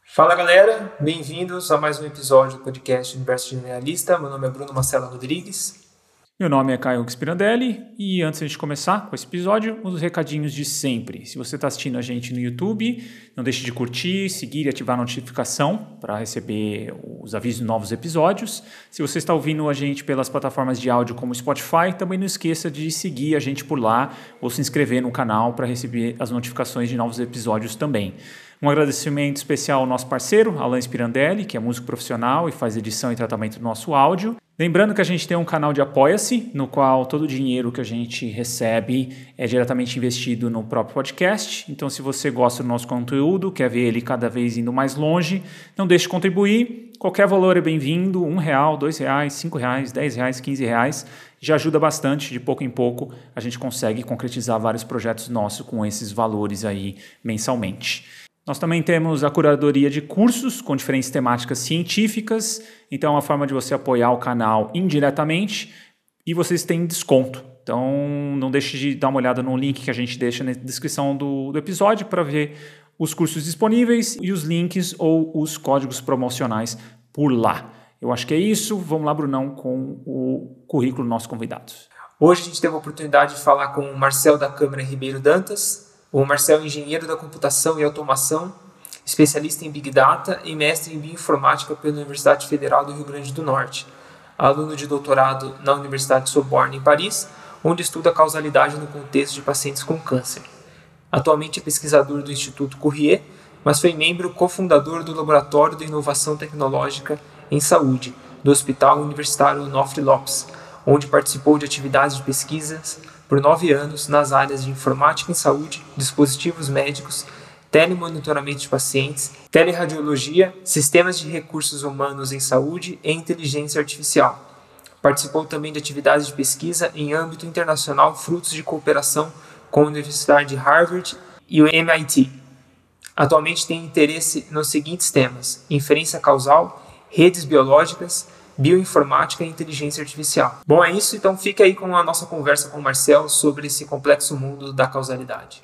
Fala galera, bem-vindos a mais um episódio do podcast Universo Generalista. Meu nome é Bruno Marcelo Rodrigues. Meu nome é Caio Spirandelli e antes de começar com esse episódio, os recadinhos de sempre. Se você está assistindo a gente no YouTube, não deixe de curtir, seguir e ativar a notificação para receber os avisos de novos episódios. Se você está ouvindo a gente pelas plataformas de áudio como Spotify, também não esqueça de seguir a gente por lá ou se inscrever no canal para receber as notificações de novos episódios também. Um agradecimento especial ao nosso parceiro, Alan Spirandelli, que é músico profissional e faz edição e tratamento do nosso áudio. Lembrando que a gente tem um canal de Apoia-se, no qual todo o dinheiro que a gente recebe é diretamente investido no próprio podcast. Então, se você gosta do nosso conteúdo, quer ver ele cada vez indo mais longe, não deixe de contribuir. Qualquer valor é bem-vindo, R$1, R$2, R$5, R$10, R$15. Já ajuda bastante, de pouco em pouco a gente consegue concretizar vários projetos nossos com esses valores aí mensalmente. Nós também temos a curadoria de cursos com diferentes temáticas científicas, então é uma forma de você apoiar o canal indiretamente e vocês têm desconto. Então não deixe de dar uma olhada no link que a gente deixa na descrição do episódio para ver os cursos disponíveis e os links ou os códigos promocionais por lá. Eu acho que é isso. Vamos lá, Brunão, com o currículo do nosso convidado. Hoje a gente teve a oportunidade de falar com o Marcel da Câmara Ribeiro Dantas. O Marcel é engenheiro da computação e automação, especialista em Big Data e mestre em bioinformática pela Universidade Federal do Rio Grande do Norte. Aluno de doutorado na Universidade Sorbonne, em Paris, onde estuda a causalidade no contexto de pacientes com câncer. Atualmente é pesquisador do Instituto Curie, mas foi membro cofundador do Laboratório de Inovação Tecnológica em Saúde, do Hospital Universitário Onofre Lopes, onde participou de atividades de pesquisas por 9 anos nas áreas de informática em saúde, dispositivos médicos, telemonitoramento de pacientes, teleradiologia, sistemas de recursos humanos em saúde e inteligência artificial. Participou também de atividades de pesquisa em âmbito internacional frutos de cooperação com a Universidade de Harvard e o MIT. Atualmente tem interesse nos seguintes temas: inferência causal, redes biológicas, bioinformática e inteligência artificial. Bom, é isso, então fica aí com a nossa conversa com o Marcel sobre esse complexo mundo da causalidade.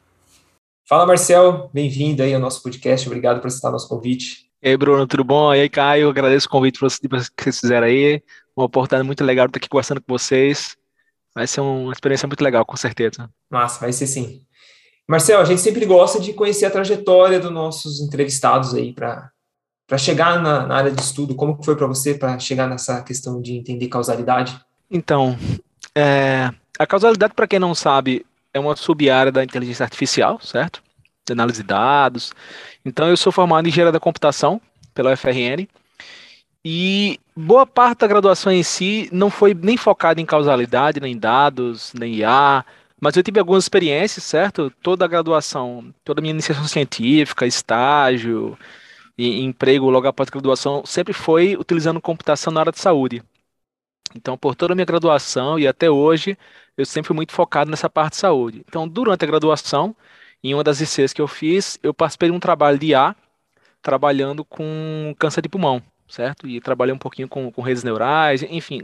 Fala, Marcel, bem-vindo aí ao nosso podcast, obrigado por aceitar nosso convite. E aí, Bruno, tudo bom? E aí, Caio, agradeço o convite que vocês fizeram aí, uma oportunidade muito legal de estar aqui conversando com vocês, vai ser uma experiência muito legal, com certeza. Massa, vai ser sim. Marcel, a gente sempre gosta de conhecer a trajetória dos nossos entrevistados aí para chegar na área de estudo. Como que foi para você para chegar nessa questão de entender causalidade? Então, a causalidade, para quem não sabe, é uma sub-área da inteligência artificial, certo? De análise de dados. Então, eu sou formado em engenharia da computação pela UFRN e boa parte da graduação em si não foi nem focada em causalidade, nem em dados, nem IA, mas eu tive algumas experiências, certo? Toda a graduação, toda a minha iniciação científica, estágio e emprego logo após a graduação, sempre foi utilizando computação na área de saúde. Então, por toda a minha graduação e até hoje, eu sempre fui muito focado nessa parte de saúde. Então, durante a graduação, em uma das ICs que eu fiz, eu participei de um trabalho de IA, trabalhando com câncer de pulmão, certo? E trabalhei um pouquinho com redes neurais, enfim,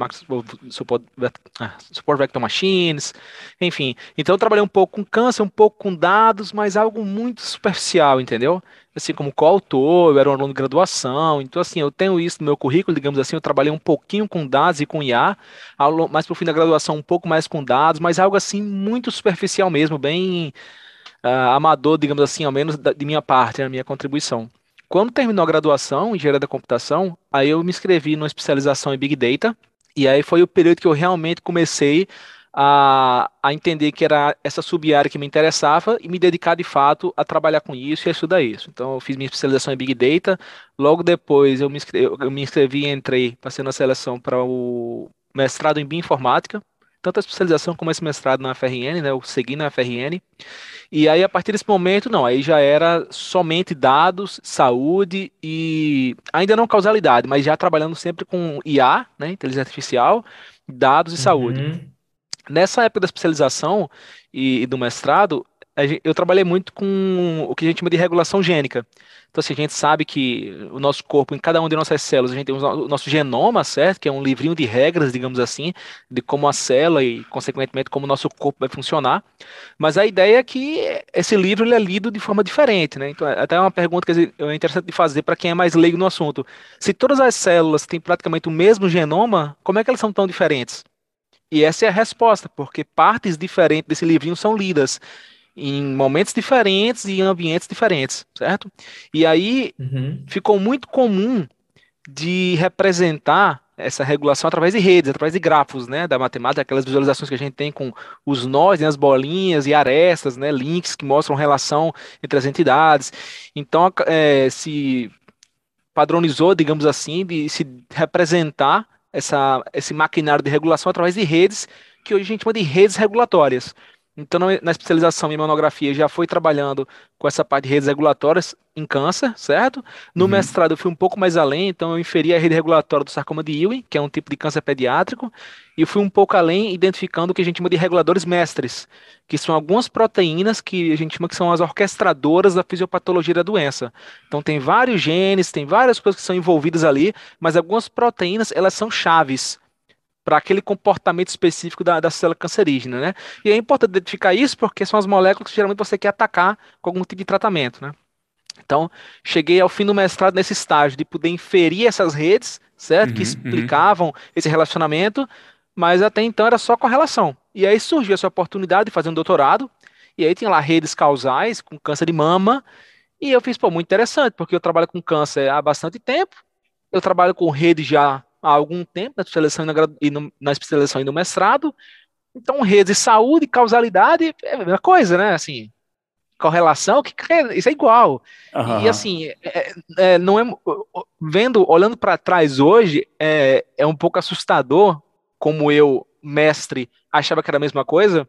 support vector machines, enfim. Então, eu trabalhei um pouco com câncer, um pouco com dados, mas algo muito superficial, entendeu? Assim, como coautor, eu era um aluno de graduação, então assim, eu tenho isso no meu currículo, digamos assim, eu trabalhei um pouquinho com dados e com IA, mais pro fim da graduação um pouco mais com dados, mas algo assim muito superficial mesmo, bem amador, digamos assim, ao menos de minha parte, a minha contribuição. Quando terminou a graduação em engenharia da computação, aí eu me inscrevi numa especialização em Big Data, e aí foi o período que eu realmente comecei a entender que era essa sub-área que me interessava e me dedicar de fato a trabalhar com isso e a estudar isso. Então, eu fiz minha especialização em Big Data, logo depois eu me inscrevi e entrei, passei na seleção para o mestrado em bioinformática, tanto a especialização como esse mestrado na FRN, né, eu segui na FRN, e aí a partir desse momento, não, aí já era somente dados, saúde e ainda não causalidade, mas já trabalhando sempre com IA, né, inteligência artificial, dados e saúde. Uhum. Nessa época da especialização e do mestrado, eu trabalhei muito com o que a gente chama de regulação gênica. Então, assim, a gente sabe que o nosso corpo, em cada uma de nossas células, a gente tem o nosso genoma, certo? Que é um livrinho de regras, digamos assim, de como a célula e, consequentemente, como o nosso corpo vai funcionar. Mas a ideia é que esse livro ele é lido de forma diferente, né? Então, até é uma pergunta que é interessante de fazer para quem é mais leigo no assunto. Se todas as células têm praticamente o mesmo genoma, como é que elas são tão diferentes? E essa é a resposta, porque partes diferentes desse livrinho são lidas em momentos diferentes e em ambientes diferentes, certo? E aí Uhum. ficou muito comum de representar essa regulação através de redes, através de grafos, né, da matemática, aquelas visualizações que a gente tem com os nós, né, as bolinhas e arestas, né, links que mostram relação entre as entidades. Então, se padronizou, digamos assim, de se representar esse maquinário de regulação através de redes, que hoje a gente chama de redes regulatórias. Então, na especialização em imunografia, já foi trabalhando com essa parte de redes regulatórias em câncer, certo? No Uhum. mestrado, eu fui um pouco mais além, então eu inferi a rede regulatória do sarcoma de Ewing, que é um tipo de câncer pediátrico, e fui um pouco além, identificando o que a gente chama de reguladores mestres, que são algumas proteínas que a gente chama que são as orquestradoras da fisiopatologia da doença. Então tem vários genes, tem várias coisas que são envolvidas ali, mas algumas proteínas, elas são chaves para aquele comportamento específico da célula cancerígena, né? E é importante identificar isso porque são as moléculas que geralmente você quer atacar com algum tipo de tratamento, né? Então, cheguei ao fim do mestrado nesse estágio de poder inferir essas redes, certo? Que Uhum. Uhum. explicavam esse relacionamento, mas até então era só correlação. E aí surgiu essa oportunidade de fazer um doutorado, e aí tinha lá redes causais com câncer de mama, e eu fiz, pô, muito interessante, porque eu trabalho com câncer há bastante tempo, eu trabalho com rede já há algum tempo, na especialização na especialização e no mestrado, então redes de saúde, causalidade, é a mesma coisa, né? Assim, correlação, isso é igual. E Aham. assim, não é olhando para trás hoje, é um pouco assustador, como eu, mestre, achava que era a mesma coisa,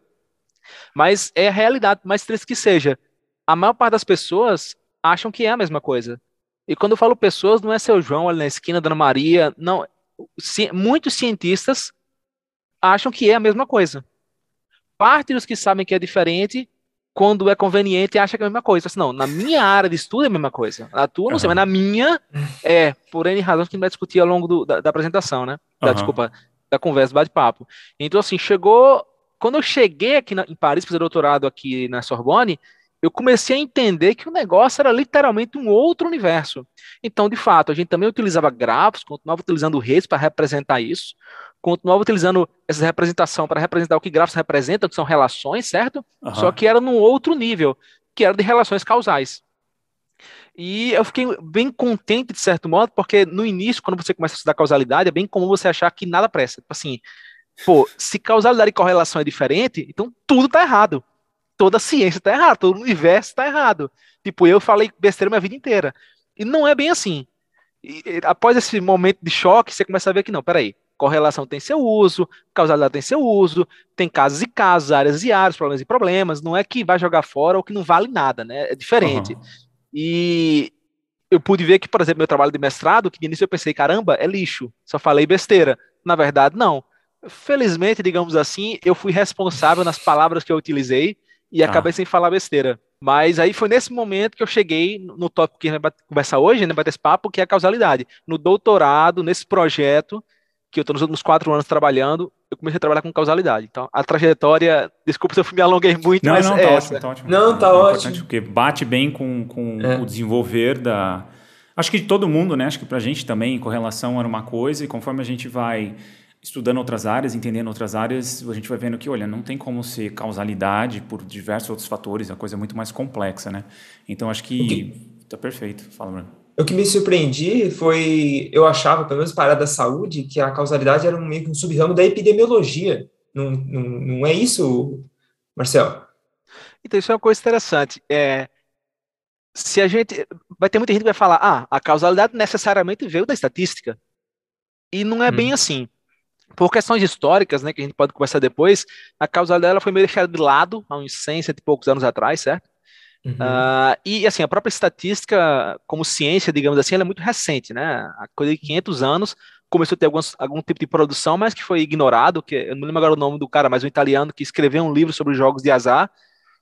mas é a realidade, mais triste que seja. A maior parte das pessoas acham que é a mesma coisa. E quando eu falo pessoas, não é seu João ali na esquina, Dona Maria, não. Muitos cientistas acham que é a mesma coisa. Parte dos que sabem que é diferente, quando é conveniente, acha que é a mesma coisa. Assim, não, na minha área de estudo é a mesma coisa. Na tua, não sei, mas na Aham. minha, por N razões que a gente vai discutir ao longo da apresentação, né? Aham. Desculpa, da conversa, do bate-papo. Então, assim, chegou. Quando eu cheguei aqui em Paris, fazer doutorado aqui na Sorbonne, eu comecei a entender que o negócio era literalmente um outro universo. Então, de fato, a gente também utilizava grafos, continuava utilizando redes para representar isso, continuava utilizando essa representação para representar o que grafos representam, que são relações, certo? Só Aham. que era num outro nível, que era de relações causais. E eu fiquei bem contente, de certo modo, porque no início, quando você começa a estudar causalidade, é bem comum você achar que nada presta. Tipo assim, pô, se causalidade e correlação é diferente, então tudo tá errado. Toda a ciência tá errada, todo o universo tá errado. Tipo, eu falei besteira minha vida inteira. E não é bem assim. Após esse momento de choque, você começa a ver que não, peraí, correlação tem seu uso, causalidade tem seu uso, tem casos e casos, áreas e áreas, problemas e problemas, não é que vai jogar fora ou que não vale nada, né? É diferente. Aham. E eu pude ver que, por exemplo, meu trabalho de mestrado, que de início eu pensei, caramba, é lixo, só falei besteira. Na verdade, não. Felizmente, digamos assim, eu fui responsável nas palavras que eu utilizei e acabei Ah. sem falar besteira. Mas aí foi nesse momento que eu cheguei no tópico que a gente vai conversar hoje, né, bater esse papo, que é a causalidade. No doutorado, nesse projeto, que eu estou nos últimos 4 anos trabalhando, eu comecei a trabalhar com causalidade. Então, a trajetória, desculpa se eu me alonguei muito, Não, mas não, é tá ótimo, essa. tá ótimo. Não, tá É importante ótimo. porque bate bem com o É. desenvolver da. Acho que de todo mundo, né? Acho que pra gente também, correlação era uma coisa, e conforme a gente vai estudando outras áreas, entendendo outras áreas, a gente vai vendo que, olha, não tem como ser causalidade por diversos outros fatores, a coisa é muito mais complexa, né? Então acho O que, que tá perfeito. Fala, Bruno. o que me surpreendi foi, eu achava, pelo menos para a área da saúde, que a causalidade era meio que um sub-ramo da epidemiologia. Não, não, não é isso, Marcel? Então, isso é uma coisa interessante. Se a gente. Vai ter muita gente que vai falar, a causalidade necessariamente veio da estatística. E não é bem Hum. assim. Por questões históricas, né, que a gente pode conversar depois, a causalidade ela foi meio deixada de lado há uns 100, cento e poucos anos atrás, certo? Uhum. E assim, a própria estatística, como ciência, digamos assim, ela é muito recente, né? A coisa de 500 anos começou a ter algum tipo de produção, mas que foi ignorado, que eu não lembro agora o nome do cara, mas um italiano que escreveu um livro sobre jogos de azar,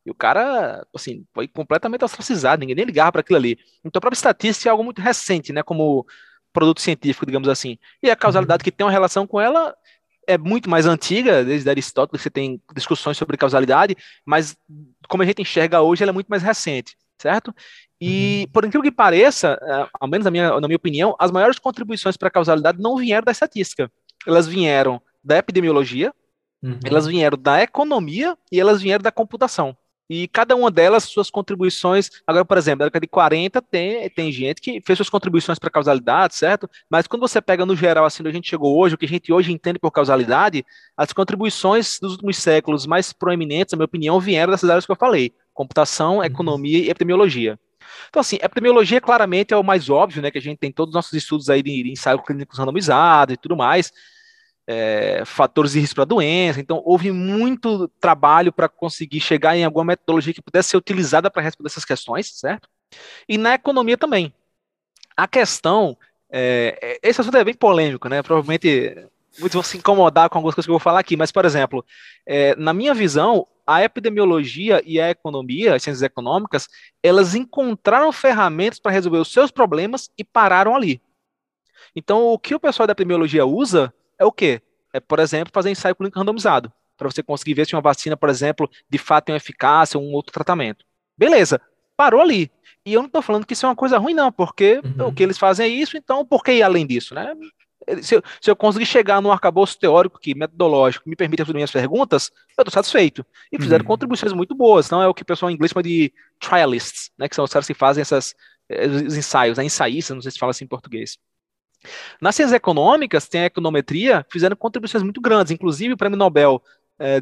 E o cara, assim, foi completamente ostracizado, ninguém nem ligava para aquilo ali. Então, a própria estatística é algo muito recente, né, como produto científico, digamos assim. E a causalidade Uhum. que tem uma relação com ela é muito mais antiga, desde Aristóteles, você tem discussões sobre causalidade, mas como a gente enxerga hoje, ela é muito mais recente, certo? E, Uhum. por incrível que pareça, ao menos na minha opinião, as maiores contribuições para a causalidade não vieram da estatística. Elas vieram da epidemiologia, elas Uhum. vieram da economia e elas vieram da computação. E cada uma delas, suas contribuições. Agora, por exemplo, na década de 40, tem gente que fez suas contribuições para causalidade, certo? Mas quando você pega no geral, assim, onde a gente chegou hoje, o que a gente hoje entende por causalidade, as contribuições dos últimos séculos mais proeminentes, na minha opinião, vieram dessas áreas que eu falei: computação, Uhum. economia e epidemiologia. Então, assim, epidemiologia claramente é o mais óbvio, né? Que a gente tem todos os nossos estudos aí de ensaio clínicos randomizados e tudo mais, fatores de risco para a doença. Então, houve muito trabalho para conseguir chegar em alguma metodologia que pudesse ser utilizada para responder essas questões, certo? E na economia também. A questão, esse assunto é bem polêmico, né? Provavelmente muitos vão se incomodar com algumas coisas que eu vou falar aqui, mas, por exemplo, na minha visão, a epidemiologia e a economia, as ciências econômicas, elas encontraram ferramentas para resolver os seus problemas e pararam ali. Então, o que o pessoal da epidemiologia usa é o quê? É, por exemplo, fazer ensaio clínico randomizado, para você conseguir ver se uma vacina, por exemplo, de fato tem uma eficácia ou um outro tratamento. Beleza, parou ali. E eu não estou falando que isso é uma coisa ruim, não, porque o que Uhum. eles fazem é isso, então por que ir além disso, né? Se eu conseguir chegar num arcabouço teórico que, metodológico, que me permite responder minhas perguntas, eu estou satisfeito. E fizeram Uhum. contribuições muito boas, não é o que o pessoal em inglês chama de trialists, né? Que são os caras que fazem os ensaios, né? Ensaístas, não sei se fala assim em português. Nas ciências econômicas, tem a econometria, fizeram contribuições muito grandes, inclusive o prêmio Nobel é,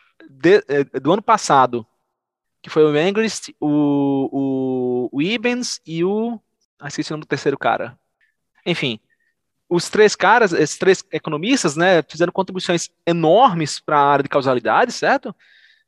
do ano passado, que foi o Engrist, o Ibens e o. Ah, esqueci o nome do terceiro cara. Enfim, os três caras, esses três economistas, né, fizeram contribuições enormes para a área de causalidade, certo?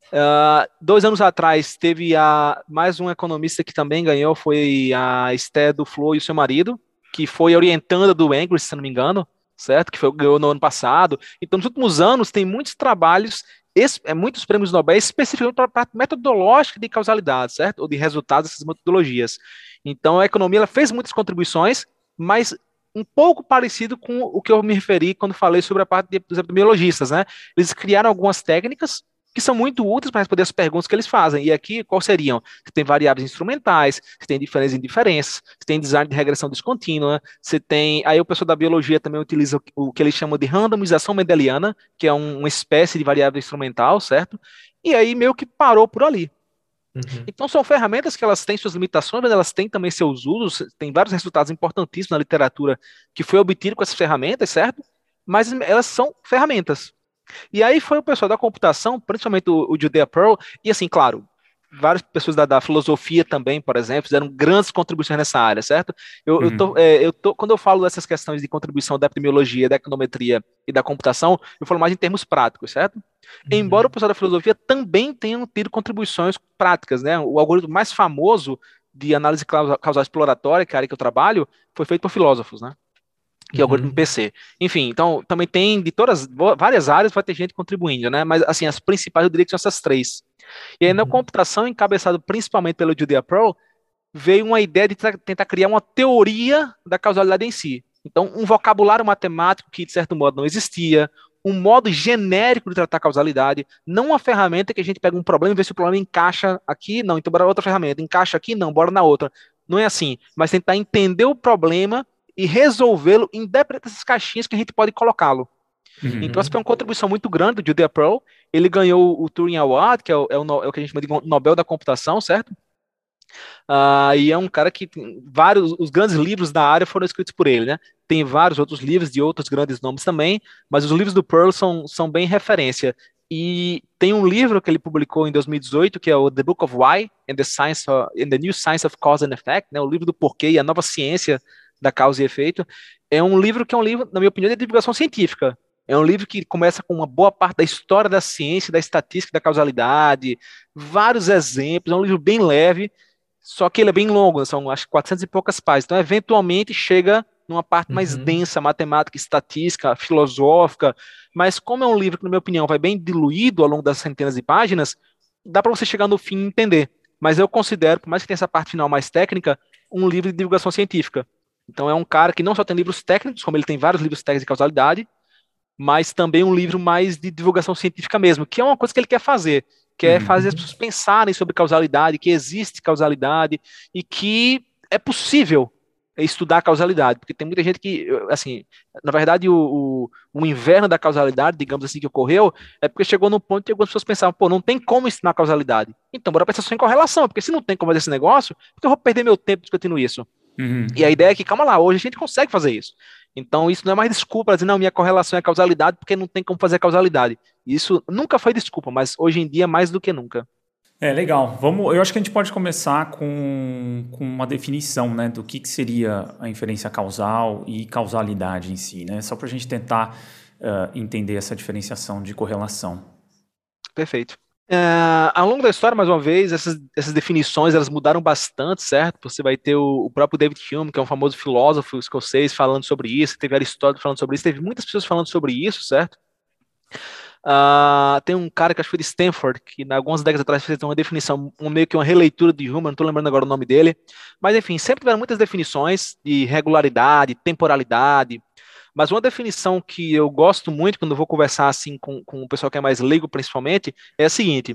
2 anos atrás teve mais um economista que também ganhou, foi a Esté Duflo e o seu marido, que foi orientanda do English, se não me engano, certo? Que ganhou no ano passado. Então, nos últimos anos, tem muitos trabalhos, muitos prêmios Nobel especificamente para a parte metodológica de causalidade, certo? Ou de resultados dessas metodologias. Então, a economia ela fez muitas contribuições, mas um pouco parecido com o que eu me referi quando falei sobre a parte dos epidemiologistas, né? Eles criaram algumas técnicas que são muito úteis para responder as perguntas que eles fazem. E aqui, quais seriam? Você tem variáveis instrumentais, você tem diferenças e indiferenças, você tem design de regressão descontínua, você tem. Aí o pessoal da biologia também utiliza o que eles chamam de randomização mendeliana, que é uma espécie de variável instrumental, certo? E aí meio que parou por ali. Uhum. Então são ferramentas que elas têm suas limitações, mas elas têm também seus usos, tem vários resultados importantíssimos na literatura que foi obtido com essas ferramentas, certo? Mas elas são ferramentas. E aí foi o pessoal da computação, principalmente o Judea Pearl, e assim, claro, várias pessoas da filosofia também, por exemplo, fizeram grandes contribuições nessa área, certo? Uhum. Quando eu falo dessas questões de contribuição da epidemiologia, da econometria e da computação, eu falo mais em termos práticos, certo? Embora o Uhum. pessoal da filosofia também tenham tido contribuições práticas, né? O algoritmo mais famoso de análise causal exploratória, que é a área que eu trabalho, foi feito por filósofos, né? Que é o algoritmo Uhum. PC. Enfim, então também tem de todas várias áreas vai ter gente contribuindo, né? Mas assim, as principais eu diria que são essas três. E aí na Uhum. computação, encabeçado principalmente pelo Judea Pearl, veio uma ideia de tentar criar uma teoria da causalidade em si. Então, um vocabulário matemático que de certo modo não existia, um modo genérico de tratar a causalidade, não uma ferramenta que a gente pega um problema e vê se o problema encaixa aqui, não, então bora outra ferramenta, encaixa aqui, não, bora na outra. Não é assim, mas tentar entender o problema e resolvê-lo independente dessas caixinhas que a gente pode colocá-lo. Então, essa Uhum. foi uma contribuição muito grande do Judea Pearl. Ele ganhou o Turing Award, que é o que a gente chama de Nobel da Computação, certo? E é um cara que tem os grandes livros da área foram escritos por ele, né? Tem vários outros livros de outros grandes nomes também, mas os livros do Pearl são bem referência. E tem um livro que ele publicou em 2018, que é o The Book of Why and the New Science of Cause and Effect, né? O livro do porquê e a nova ciência da causa e efeito. É um livro que é um livro, na minha opinião, de divulgação científica. É um livro que começa com uma boa parte da história da ciência, da estatística, da causalidade, vários exemplos. É um livro bem leve, só que ele é bem longo, são acho que 400 e poucas páginas. Então, eventualmente, chega numa parte mais Uhum. densa, matemática, estatística, filosófica. Mas como é um livro que, na minha opinião, vai bem diluído ao longo das centenas de páginas, dá para você chegar no fim e entender. Mas eu considero, por mais que tenha essa parte final mais técnica, um livro de divulgação científica. Então é um cara que não só tem livros técnicos, como ele tem vários livros técnicos de causalidade, mas também um livro mais de divulgação científica mesmo, que é uma coisa que ele quer fazer, que é fazer as pessoas pensarem sobre causalidade, que existe causalidade e que é possível estudar causalidade, porque tem muita gente que, assim, na verdade o inverno da causalidade, digamos assim, que ocorreu, é porque chegou num ponto que algumas pessoas pensavam, pô, não tem como ensinar causalidade, então bora pensar só em correlação, porque se não tem como fazer esse negócio, por que eu vou perder meu tempo discutindo isso? E a ideia é que, calma lá, hoje a gente consegue fazer isso. Então, isso não é mais desculpa para dizer, não, minha correlação é causalidade porque não tem como fazer causalidade. Isso nunca foi desculpa, mas hoje em dia mais do que nunca. Legal. Eu acho que a gente pode começar com uma definição, né, do que seria a inferência causal e causalidade em si, né? Só para a gente tentar entender essa diferenciação de correlação. Perfeito. Ao longo da história, mais uma vez, essas definições elas mudaram bastante, certo? Você vai ter o próprio David Hume, que é um famoso filósofo escocês, falando sobre isso, teve Aristóteles falando sobre isso, teve muitas pessoas falando sobre isso, certo? Tem um cara que acho que foi de Stanford, que algumas décadas atrás fez uma definição, meio que uma releitura de Hume, não estou lembrando agora o nome dele, mas enfim, sempre tiveram muitas definições de regularidade, temporalidade, mas uma definição que eu gosto muito quando eu vou conversar assim com o pessoal que é mais leigo principalmente, é a seguinte: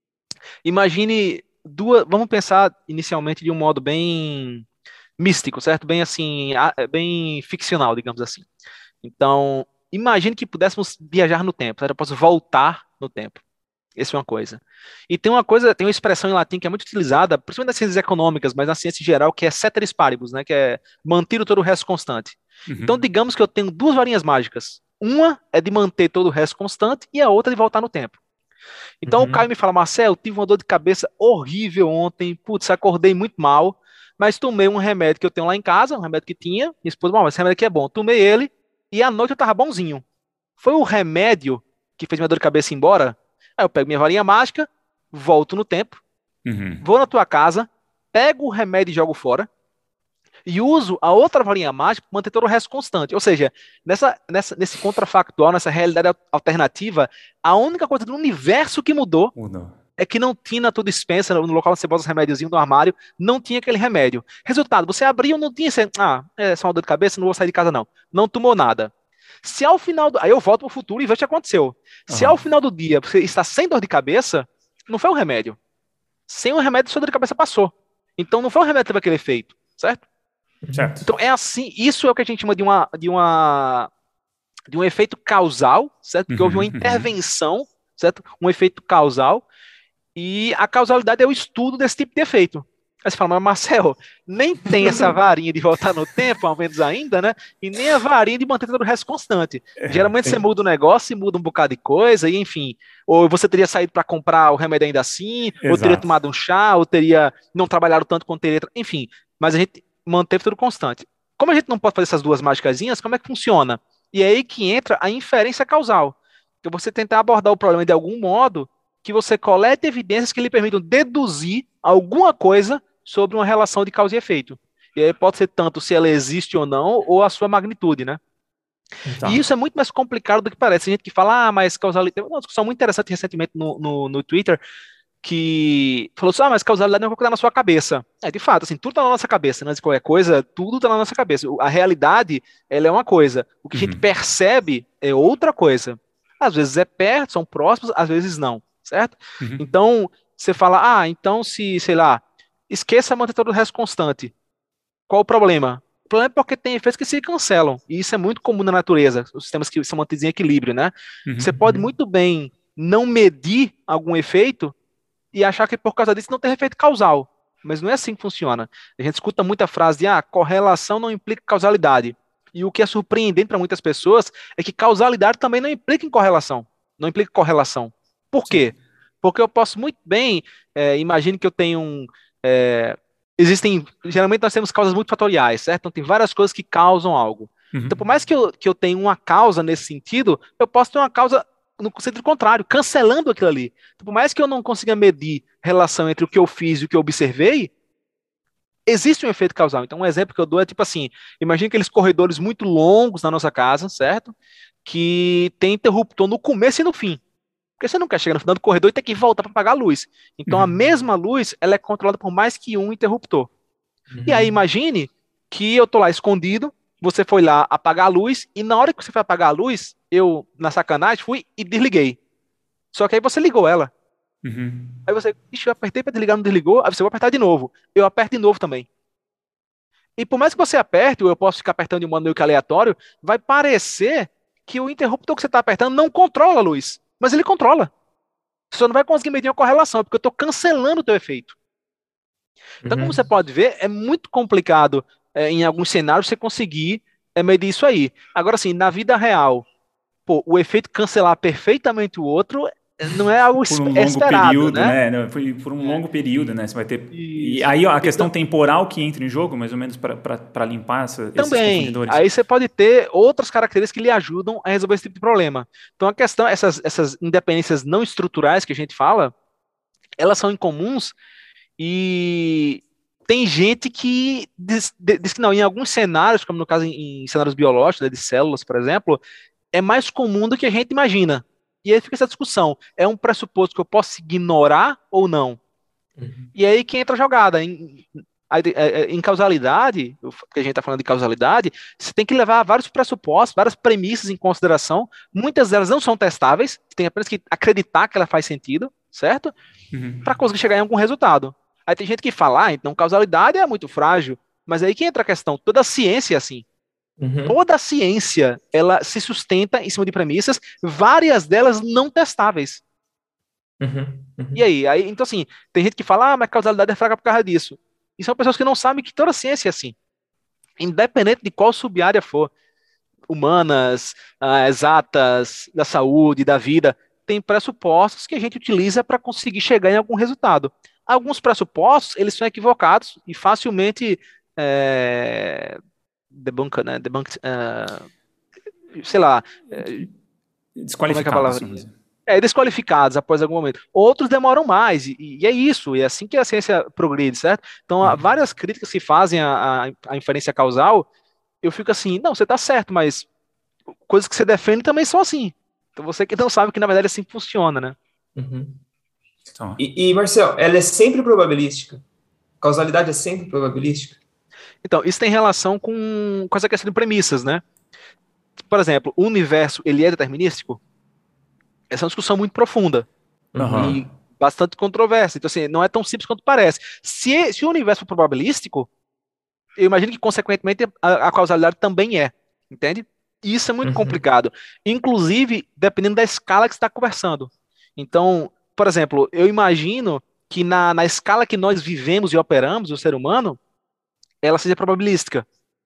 imagine vamos pensar inicialmente de um modo bem místico, certo? Bem assim, bem ficcional, digamos assim. Então, imagine que pudéssemos viajar no tempo, certo? Eu posso voltar no tempo. Essa é uma coisa. E tem uma expressão em latim que é muito utilizada, principalmente nas ciências econômicas, mas na ciência em geral, que é ceteris paribus, né? Que é manter todo o resto constante. Então, digamos que eu tenho duas varinhas mágicas. Uma é de manter todo o resto constante e a outra de voltar no tempo. Então, o Caio me fala, Marcel, tive uma dor de cabeça horrível ontem, putz, acordei muito mal, mas tomei um remédio que eu tenho lá em casa, um remédio que tinha, minha esposa, mas esse remédio aqui é bom. Tomei ele e à noite eu tava bonzinho. Foi o remédio que fez minha dor de cabeça ir embora? Aí eu pego minha varinha mágica, volto no tempo, vou na tua casa, pego o remédio e jogo fora, e uso a outra varinha mágica para manter todo o resto constante. Ou seja, nesse contrafactual, nessa realidade alternativa, a única coisa do universo que mudou é que não tinha na tua dispensa, no local onde você bota os remédiozinhos no armário, não tinha aquele remédio. Resultado, você abriu, não tinha, é só uma dor de cabeça, não vou sair de casa não. Não tomou nada. Se ao final aí eu volto para o futuro e vejo o que aconteceu. Se ao final do dia você está sem dor de cabeça, não foi um remédio. Sem um remédio, sua dor de cabeça passou. Então não foi um remédio que teve aquele efeito, certo? Certo. Então é assim, isso é o que a gente chama de um efeito causal, certo? Porque houve uma intervenção, certo? Um efeito causal, e a causalidade é o estudo desse tipo de efeito. Aí você fala, mas Marcel, nem tem essa varinha de voltar no tempo, ao menos ainda, né? E nem a varinha de manter todo o resto constante. Geralmente você muda o negócio e muda um bocado de coisa, e enfim. Ou você teria saído para comprar o remédio ainda assim, ou teria tomado um chá, ou teria não trabalhado tanto quanto teria. Enfim, mas a gente manteve tudo constante. Como a gente não pode fazer essas duas mágicazinhas, como é que funciona? E é aí que entra a inferência causal. Que é você tentar abordar o problema de algum modo que você colete evidências que lhe permitam deduzir alguma coisa sobre uma relação de causa e efeito. E aí pode ser tanto se ela existe ou não, ou a sua magnitude, né? E isso é muito mais complicado do que parece. Tem gente que fala, mas causalidade... Tem uma discussão muito interessante recentemente no Twitter, que falou assim, mas causalidade não é uma coisa que está na sua cabeça. De fato, assim, tudo está na nossa cabeça, né? De qualquer coisa, tudo está na nossa cabeça. A realidade, ela é uma coisa. O que a gente percebe é outra coisa. Às vezes é perto, são próximos, às vezes não, certo? Então, você fala, então se, sei lá, esqueça manter todo o resto constante. Qual o problema? O problema é porque tem efeitos que se cancelam. E isso é muito comum na natureza, os sistemas que se mantêm em equilíbrio, né? Você pode muito bem não medir algum efeito e achar que por causa disso não tem efeito causal. Mas não é assim que funciona. A gente escuta muita frase de correlação não implica causalidade. E o que é surpreendente para muitas pessoas é que causalidade também não implica em correlação. Não implica correlação. Por quê? Porque eu posso muito bem, imagine que eu tenho geralmente nós temos causas multifatoriais, certo? Então tem várias coisas que causam algo. Então por mais que eu tenha uma causa nesse sentido, eu posso ter uma causa no sentido contrário, cancelando aquilo ali. Então, por mais que eu não consiga medir relação entre o que eu fiz e o que eu observei, existe um efeito causal. Então, um exemplo que eu dou é tipo assim, imagine aqueles corredores muito longos na nossa casa, certo? Que tem interruptor no começo e no fim. Porque você não quer chegar no final do corredor e ter que voltar para apagar a luz. Então, a mesma luz, ela é controlada por mais que um interruptor. E aí, imagine que eu tô lá escondido, você foi lá apagar a luz, e na hora que você foi apagar a luz, eu, na sacanagem, fui e desliguei. Só que aí você ligou ela. Aí você, ixi, eu apertei para desligar, não desligou, aí você vai apertar de novo. Eu aperto de novo também. E por mais que você aperte, ou eu posso ficar apertando de um modo meio que aleatório, vai parecer que o interruptor que você está apertando não controla a luz. Mas ele controla. Você só não vai conseguir medir uma correlação, porque eu estou cancelando o teu efeito. Então, como você pode ver, é muito complicado em alguns cenários você conseguir medir isso aí. Agora, assim, na vida real, pô, o efeito cancelar perfeitamente o outro não é algo por um longo esperado, período, né? né? Por um longo período, né? Você vai ter. E Isso. aí ó, a questão temporal que entra em jogo, mais ou menos, para limpar esses Também, confundidores. aí você pode ter outras características que lhe ajudam a resolver esse tipo de problema. Então, a questão, essas independências não estruturais que a gente fala, elas são incomuns e tem gente que diz que não, em alguns cenários, como no caso em cenários biológicos, né, de células, por exemplo, é mais comum do que a gente imagina. E aí fica essa discussão. É um pressuposto que eu posso ignorar ou não? E aí que entra a jogada. Em causalidade, que a gente está falando de causalidade, você tem que levar vários pressupostos, várias premissas em consideração. Muitas delas não são testáveis, você tem apenas que acreditar que ela faz sentido, certo? Para conseguir chegar em algum resultado. Aí tem gente que fala, então causalidade é muito frágil, mas aí que entra a questão, toda a ciência é assim. Toda a ciência, ela se sustenta em cima de premissas, várias delas não testáveis. E aí, então assim, tem gente que fala, mas causalidade é fraca por causa disso. E são pessoas que não sabem que toda a ciência é assim. Independente de qual subárea for, humanas, exatas, da saúde, da vida, tem pressupostos que a gente utiliza para conseguir chegar em algum resultado. Alguns pressupostos, eles são equivocados e facilmente sei lá, como é que é a Desqualificados. palavrinha? Desqualificados após algum momento. Outros demoram mais, e é isso, e é assim que a ciência progride, certo? Então, há várias críticas que fazem a inferência causal, eu fico assim, não, você está certo, mas coisas que você defende também são assim. Então, você que não sabe que, na verdade, assim funciona, né? Então, E Marcel, ela é sempre probabilística? Causalidade é sempre probabilística? Então, isso tem relação com essa questão de premissas, né? Por exemplo, o universo, ele é determinístico? Essa é uma discussão muito profunda e bastante controversa. Então, assim, não é tão simples quanto parece. Se o universo for probabilístico, eu imagino que, consequentemente, a causalidade também é, entende? E isso é muito complicado. Inclusive, dependendo da escala que você está conversando. Então, por exemplo, eu imagino que na escala que nós vivemos e operamos, o ser humano, ela seja probabilística.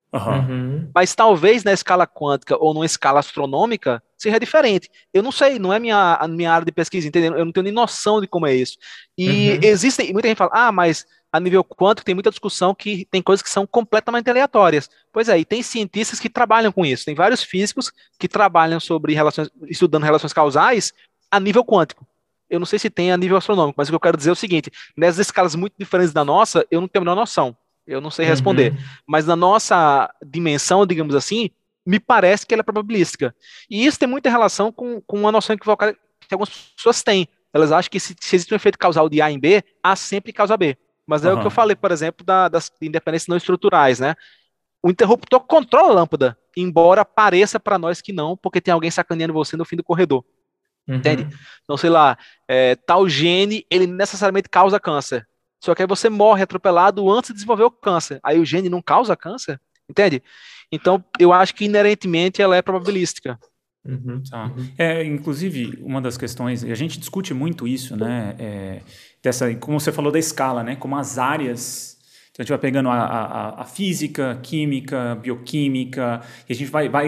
Mas talvez na escala quântica ou numa escala astronômica seja diferente. Eu não sei, não é a minha área de pesquisa, entendeu? Eu não tenho nem noção de como é isso. E existem, muita gente fala, mas a nível quântico tem muita discussão que tem coisas que são completamente aleatórias. Pois é, e tem cientistas que trabalham com isso. Tem vários físicos que trabalham sobre relações, estudando relações causais a nível quântico. Eu não sei se tem a nível astronômico, mas o que eu quero dizer é o seguinte: nessas escalas muito diferentes da nossa, eu não tenho a menor noção. Eu não sei responder. Mas na nossa dimensão, digamos assim, me parece que ela é probabilística. E isso tem muita relação com uma noção equivocada que algumas pessoas têm. Elas acham que se existe um efeito causal de A em B, A sempre causa B. Mas é o que eu falei, por exemplo, das independências não estruturais, né? O interruptor controla a lâmpada, embora pareça para nós que não, porque tem alguém sacaneando você no fim do corredor. Entende? Então, sei lá, tal gene, ele necessariamente causa câncer. Só que aí você morre atropelado antes de desenvolver o câncer. Aí o gene não causa câncer, entende? Então, eu acho que inerentemente ela é probabilística. Tá. Inclusive, uma das questões, e a gente discute muito isso, né? Como você falou da escala, né? Como as áreas. Então, a gente vai pegando a física, química, bioquímica, e a gente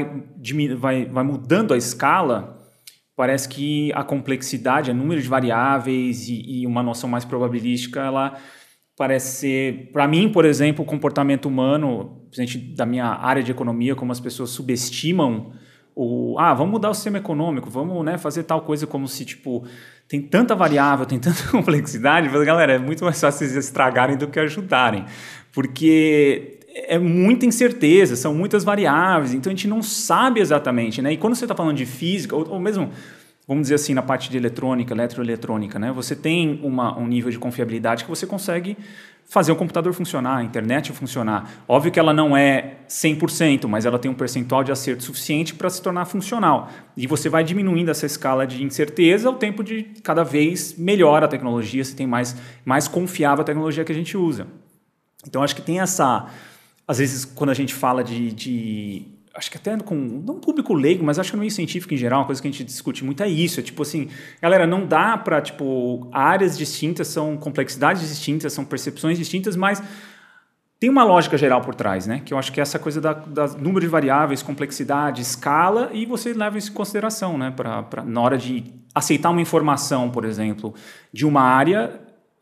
vai mudando a escala. Parece que a complexidade, o número de variáveis e uma noção mais probabilística, ela parece ser, para mim, por exemplo, o comportamento humano, da minha área de economia, como as pessoas subestimam vamos mudar o sistema econômico, vamos, né, fazer tal coisa, como se, tem tanta variável, tem tanta complexidade, mas, galera, é muito mais fácil vocês estragarem do que ajudarem, porque é muita incerteza, são muitas variáveis, então a gente não sabe exatamente, né? E quando você está falando de física, ou mesmo vamos dizer assim, na parte de eletrônica, eletroeletrônica, né? Você tem um nível de confiabilidade que você consegue fazer o computador funcionar, a internet funcionar. Óbvio que ela não é 100%, mas ela tem um percentual de acerto suficiente para se tornar funcional. E você vai diminuindo essa escala de incerteza ao tempo de cada vez melhor a tecnologia, se tem mais confiável a tecnologia que a gente usa. Então, acho que tem essa... Às vezes, quando a gente fala acho que até com não um público leigo, mas acho que no meio científico em geral, uma coisa que a gente discute muito é isso. É tipo assim, galera, não dá para, tipo, áreas distintas, são complexidades distintas, são percepções distintas, mas tem uma lógica geral por trás, né? Que eu acho que é essa coisa da número de variáveis, complexidade, escala, e você leva isso em consideração, né? Na hora de aceitar uma informação, por exemplo, de uma área,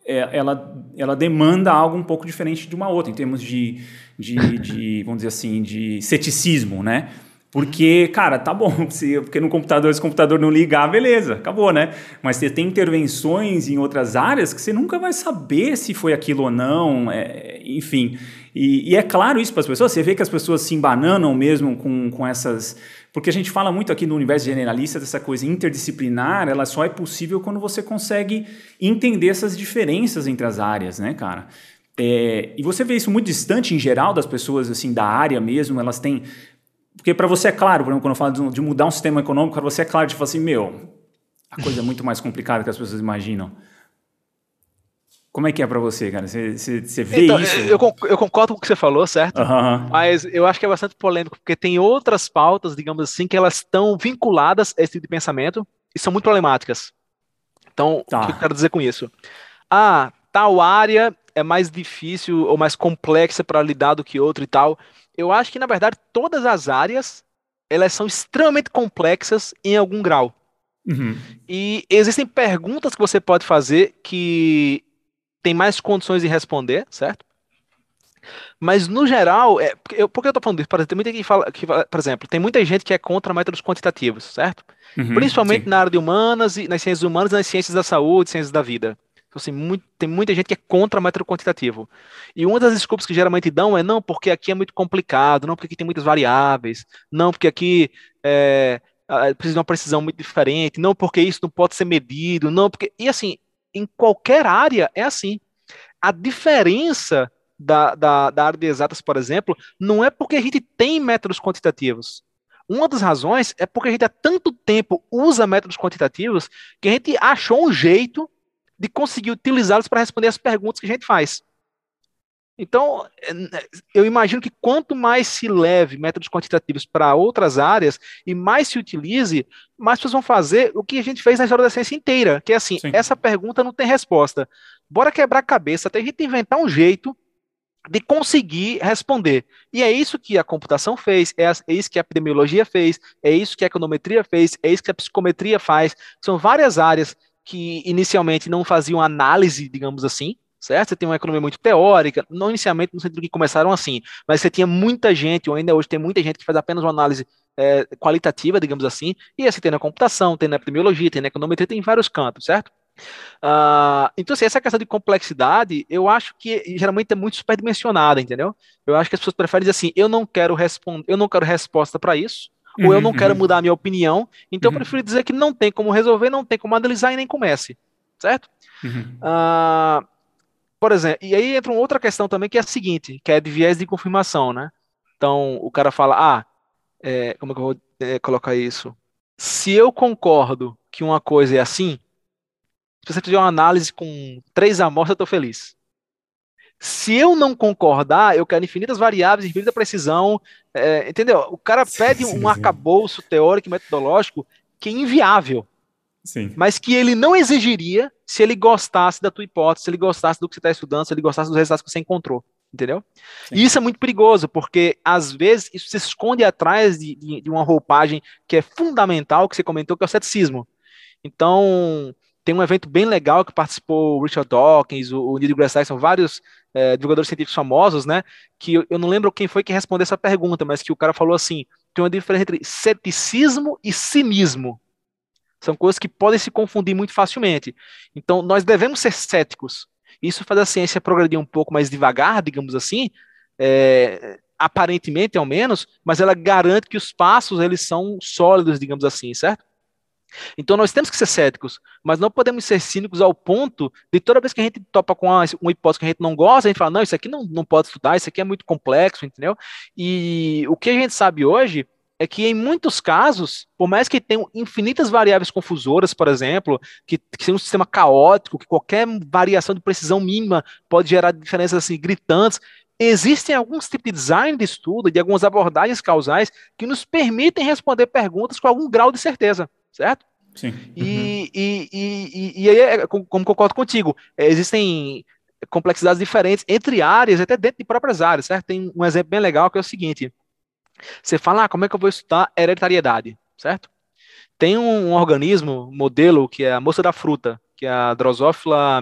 ela demanda algo um pouco diferente de uma outra, em termos de vamos dizer assim, de ceticismo, né? Porque, cara, tá bom, porque no computador, se o computador não ligar, beleza, acabou, né? Mas você tem intervenções em outras áreas que você nunca vai saber se foi aquilo ou não, enfim. E é claro isso para as pessoas, você vê que as pessoas se embananam mesmo com essas... Porque a gente fala muito aqui no universo generalista dessa coisa interdisciplinar, ela só é possível quando você consegue entender essas diferenças entre as áreas, né, cara? E você vê isso muito distante, em geral, das pessoas assim, da área mesmo, elas têm... Porque para você é claro, por exemplo, quando eu falo de mudar um sistema econômico, para você é claro, tipo assim, a coisa é muito mais complicada que as pessoas imaginam. Como é que é para você, cara? Você vê Então, isso? eu concordo com o que você falou, certo? Uhum. Mas eu acho que é bastante polêmico, porque tem outras pautas, digamos assim, que elas estão vinculadas a esse tipo de pensamento e são muito problemáticas. Então, o que eu quero dizer com isso? Tal área é mais difícil ou mais complexa para lidar do que outra e tal. Eu acho que, na verdade, todas as áreas, elas são extremamente complexas em algum grau. Uhum. E existem perguntas que você pode fazer que tem mais condições de responder, certo? Mas, no geral, por que eu tô falando isso? Por exemplo, tem muita gente por exemplo, tem muita gente que é contra métodos quantitativos, certo? Uhum. Principalmente Sim. na área de humanas, nas ciências humanas e nas ciências da saúde, ciências da vida. Então, assim, tem muita gente que é contra método quantitativo. E uma das desculpas que geralmente dão é não, porque aqui é muito complicado, não, porque aqui tem muitas variáveis, não, porque aqui precisa de uma precisão muito diferente, não, porque isso não pode ser medido, não, porque... E assim, em qualquer área é assim. A diferença da área de exatas, por exemplo, não é porque a gente tem métodos quantitativos. Uma das razões é porque a gente há tanto tempo usa métodos quantitativos que a gente achou um jeito de conseguir utilizá-los para responder as perguntas que a gente faz. Então, eu imagino que quanto mais se leve métodos quantitativos para outras áreas e mais se utilize, mais pessoas vão fazer o que a gente fez na história da ciência inteira, que é assim, Sim. essa pergunta não tem resposta. Bora quebrar a cabeça até a gente inventar um jeito de conseguir responder. E é isso que a computação fez, é isso que a epidemiologia fez, é isso que a econometria fez, é isso que a psicometria faz. São várias áreas que inicialmente não faziam análise, digamos assim, certo? Você tem uma economia muito teórica, não inicialmente no sentido que começaram assim, mas você tinha muita gente, ou ainda hoje tem muita gente que faz apenas uma análise qualitativa, digamos assim, e assim tem na computação, tem na epidemiologia, tem na econometria, tem em vários campos, certo? Então, assim, essa questão de complexidade, eu acho que geralmente é muito superdimensionada, entendeu? Eu acho que as pessoas preferem dizer assim, eu não quero resposta para isso, ou eu não quero mudar a minha opinião, então eu prefiro dizer que não tem como resolver, não tem como analisar e nem comece, certo? Por exemplo, e aí entra uma outra questão também que é a seguinte, que é de viés de confirmação, né? Então, o cara fala, como é que eu vou colocar isso? Se eu concordo que uma coisa é assim, se você fizer uma análise com 3 amostras, eu estou feliz. Se eu não concordar, eu quero infinitas variáveis, infinita precisão, entendeu? O cara pede um arcabouço teórico e metodológico que é inviável, Sim. mas que ele não exigiria se ele gostasse da tua hipótese, se ele gostasse do que você está estudando, se ele gostasse dos resultados que você encontrou, entendeu? Sim. E isso é muito perigoso, porque às vezes isso se esconde atrás de uma roupagem que é fundamental, que você comentou, que é o ceticismo. Então, tem um evento bem legal que participou o Richard Dawkins, o Neil deGrasse Tyson, vários divulgadores científicos famosos, né? Que eu não lembro quem foi que respondeu essa pergunta, mas que o cara falou assim: tem uma diferença entre ceticismo e cinismo. São coisas que podem se confundir muito facilmente. Então, nós devemos ser céticos. Isso faz a ciência progredir um pouco mais devagar, digamos assim, aparentemente ao menos, mas ela garante que os passos eles são sólidos, digamos assim, certo? Então nós temos que ser céticos, mas não podemos ser cínicos ao ponto de toda vez que a gente topa com uma hipótese que a gente não gosta, a gente fala, não, isso aqui não pode estudar, isso aqui é muito complexo, entendeu? E o que a gente sabe hoje é que em muitos casos, por mais que tenham infinitas variáveis confusoras, por exemplo, que seja um sistema caótico, que qualquer variação de precisão mínima pode gerar diferenças assim, gritantes, existem alguns tipos de design de estudo, de algumas abordagens causais que nos permitem responder perguntas com algum grau de certeza, certo? Sim. E aí, como concordo contigo, existem complexidades diferentes entre áreas, até dentro de próprias áreas, certo? Tem um exemplo bem legal que é o seguinte: você fala, como é que eu vou estudar hereditariedade, certo? Tem um organismo, modelo, que é a moça da fruta, que é a Drosophila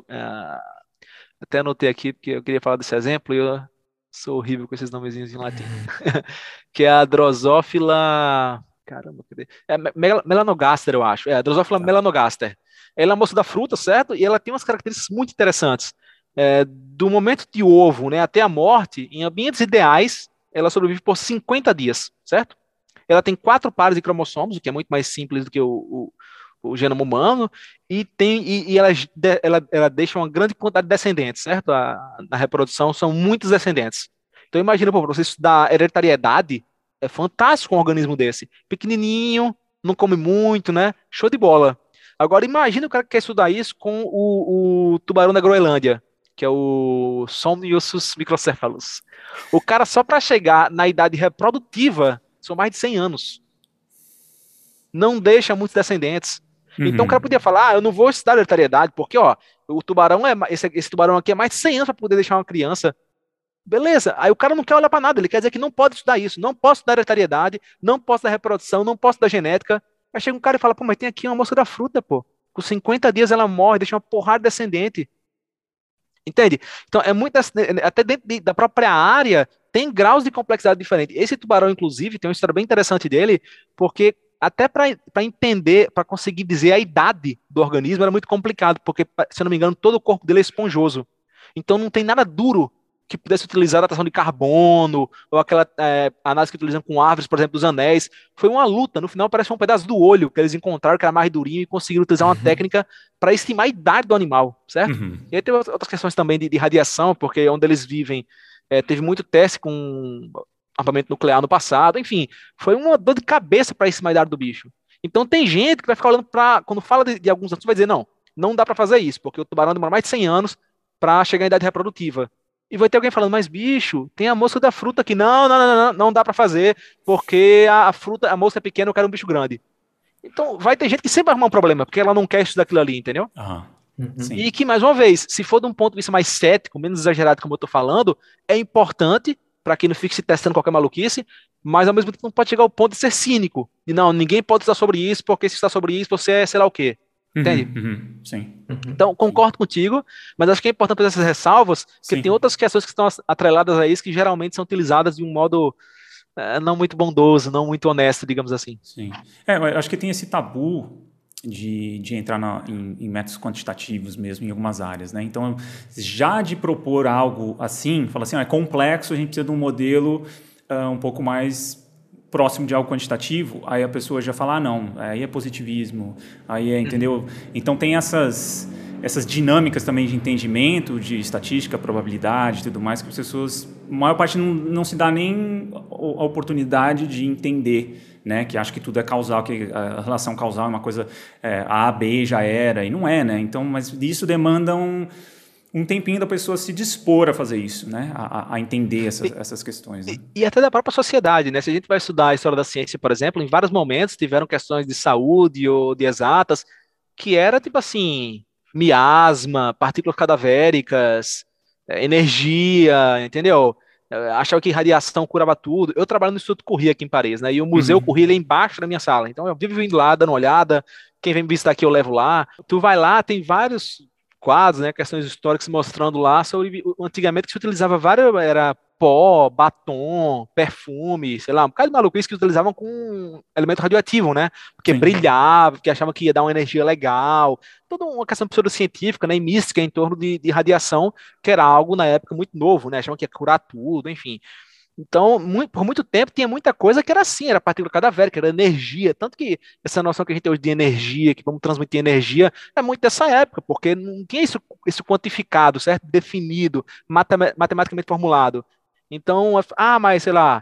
até anotei aqui, porque eu queria falar desse exemplo, e eu sou horrível com esses nomezinhos em latim. Que é a Drosophila... Caramba, cadê? Melanogaster, eu acho. É, a Drosophila melanogaster. Ela é a moça da fruta, certo? E ela tem umas características muito interessantes. Do momento de ovo, né, até a morte, em ambientes ideais, ela sobrevive por 50 dias, certo? Ela tem 4 pares de cromossomos, o que é muito mais simples do que o genoma humano, e ela deixa uma grande quantidade de descendentes, certo? Na reprodução são muitos descendentes. Então imagina, pô, para você estudar hereditariedade, é fantástico um organismo desse. Pequenininho, não come muito, né? Show de bola. Agora imagina o cara que quer estudar isso com o tubarão da Groenlândia, que é o Somnius microcephalus. O cara só para chegar na idade reprodutiva são mais de 100 anos. Não deixa muitos descendentes. Então o cara podia falar, eu não vou estudar hereditariedade, porque ó, o tubarão esse tubarão aqui é mais de 100 anos para poder deixar uma criança. Beleza, aí o cara não quer olhar para nada, ele quer dizer que não pode estudar isso, não posso estudar hereditariedade, não posso estudar reprodução, não posso estudar genética. Aí chega um cara e fala, pô, mas tem aqui uma moça da fruta, pô. Com 50 dias ela morre, deixa uma porrada de descendente. Entende? Então é muito até dentro da própria área tem graus de complexidade diferentes. Esse tubarão, inclusive, tem uma história bem interessante dele, porque até para entender, para conseguir dizer a idade do organismo era muito complicado, porque, se eu não me engano, todo o corpo dele é esponjoso. Então não tem nada duro que pudesse utilizar a datação de carbono, ou aquela análise que utilizam com árvores, por exemplo, dos anéis. Foi uma luta, no final parece um pedaço do olho que eles encontraram, que era mais durinho, e conseguiram utilizar uma técnica para estimar a idade do animal, certo? E aí tem outras questões também de radiação, porque onde eles vivem teve muito teste com armamento nuclear no passado, enfim, foi uma dor de cabeça para estimar a idade do bicho. Então tem gente que vai ficar olhando para, quando fala de alguns anos, vai dizer, não dá para fazer isso, porque o tubarão demora mais de 100 anos para chegar à idade reprodutiva. E vai ter alguém falando, mas bicho, tem a moça da fruta aqui. Não dá para fazer, porque a moça é pequena, eu quero um bicho grande. Então vai ter gente que sempre vai arrumar um problema, porque ela não quer estudar aquilo ali, entendeu? E que, mais uma vez, se for de um ponto de vista mais cético, menos exagerado, como eu tô falando, é importante para que não fique se testando qualquer maluquice, mas ao mesmo tempo não pode chegar ao ponto de ser cínico. E não, ninguém pode estudar sobre isso, porque se está sobre isso, você é sei lá o quê. Entende? Sim. Então, concordo contigo, mas acho que é importante fazer essas ressalvas, porque tem outras questões que estão atreladas a isso que geralmente são utilizadas de um modo não muito bondoso, não muito honesto, digamos assim. Sim. Eu acho que tem esse tabu de entrar em métodos quantitativos mesmo em algumas áreas, né? Então, já de propor algo assim, fala assim, é complexo, a gente precisa de um modelo um pouco mais próximo de algo quantitativo, aí a pessoa já fala, não, aí é positivismo, aí entendeu? Então tem essas dinâmicas também de entendimento, de estatística, probabilidade e tudo mais, que as pessoas, a maior parte não se dá nem a oportunidade de entender, né? Que acha que tudo é causal, que a relação causal é uma coisa A, B já era, e não é, né? Então, mas isso demanda um tempinho da pessoa se dispor a fazer isso, né? A entender essas questões. Né? E até da própria sociedade, né? Se a gente vai estudar a história da ciência, por exemplo, em vários momentos tiveram questões de saúde ou de exatas, que era tipo assim, miasma, partículas cadavéricas, energia, entendeu? Achava que radiação curava tudo. Eu trabalho no Instituto Curie aqui em Paris, né? E o Museu Curie ele é embaixo da minha sala. Então eu vivo indo lá, dando uma olhada. Quem vem me visitar aqui eu levo lá. Tu vai lá, tem vários quadros, né, questões históricas mostrando lá sobre antigamente que se utilizava era pó, batom, perfume, sei lá, um bocado de maluquice que utilizavam com elemento radioativo, né, porque brilhava, porque achavam que ia dar uma energia legal, toda uma questão pseudocientífica, né, e mística em torno de radiação, que era algo na época muito novo, né, achavam que ia curar tudo, enfim. Então, por muito tempo, tinha muita coisa que era assim, era partícula cadavérica, era energia. Tanto que essa noção que a gente tem hoje de energia, que vamos transmitir energia, é muito dessa época, porque não tinha isso quantificado, certo? Definido, matematicamente formulado. Então, mas sei lá,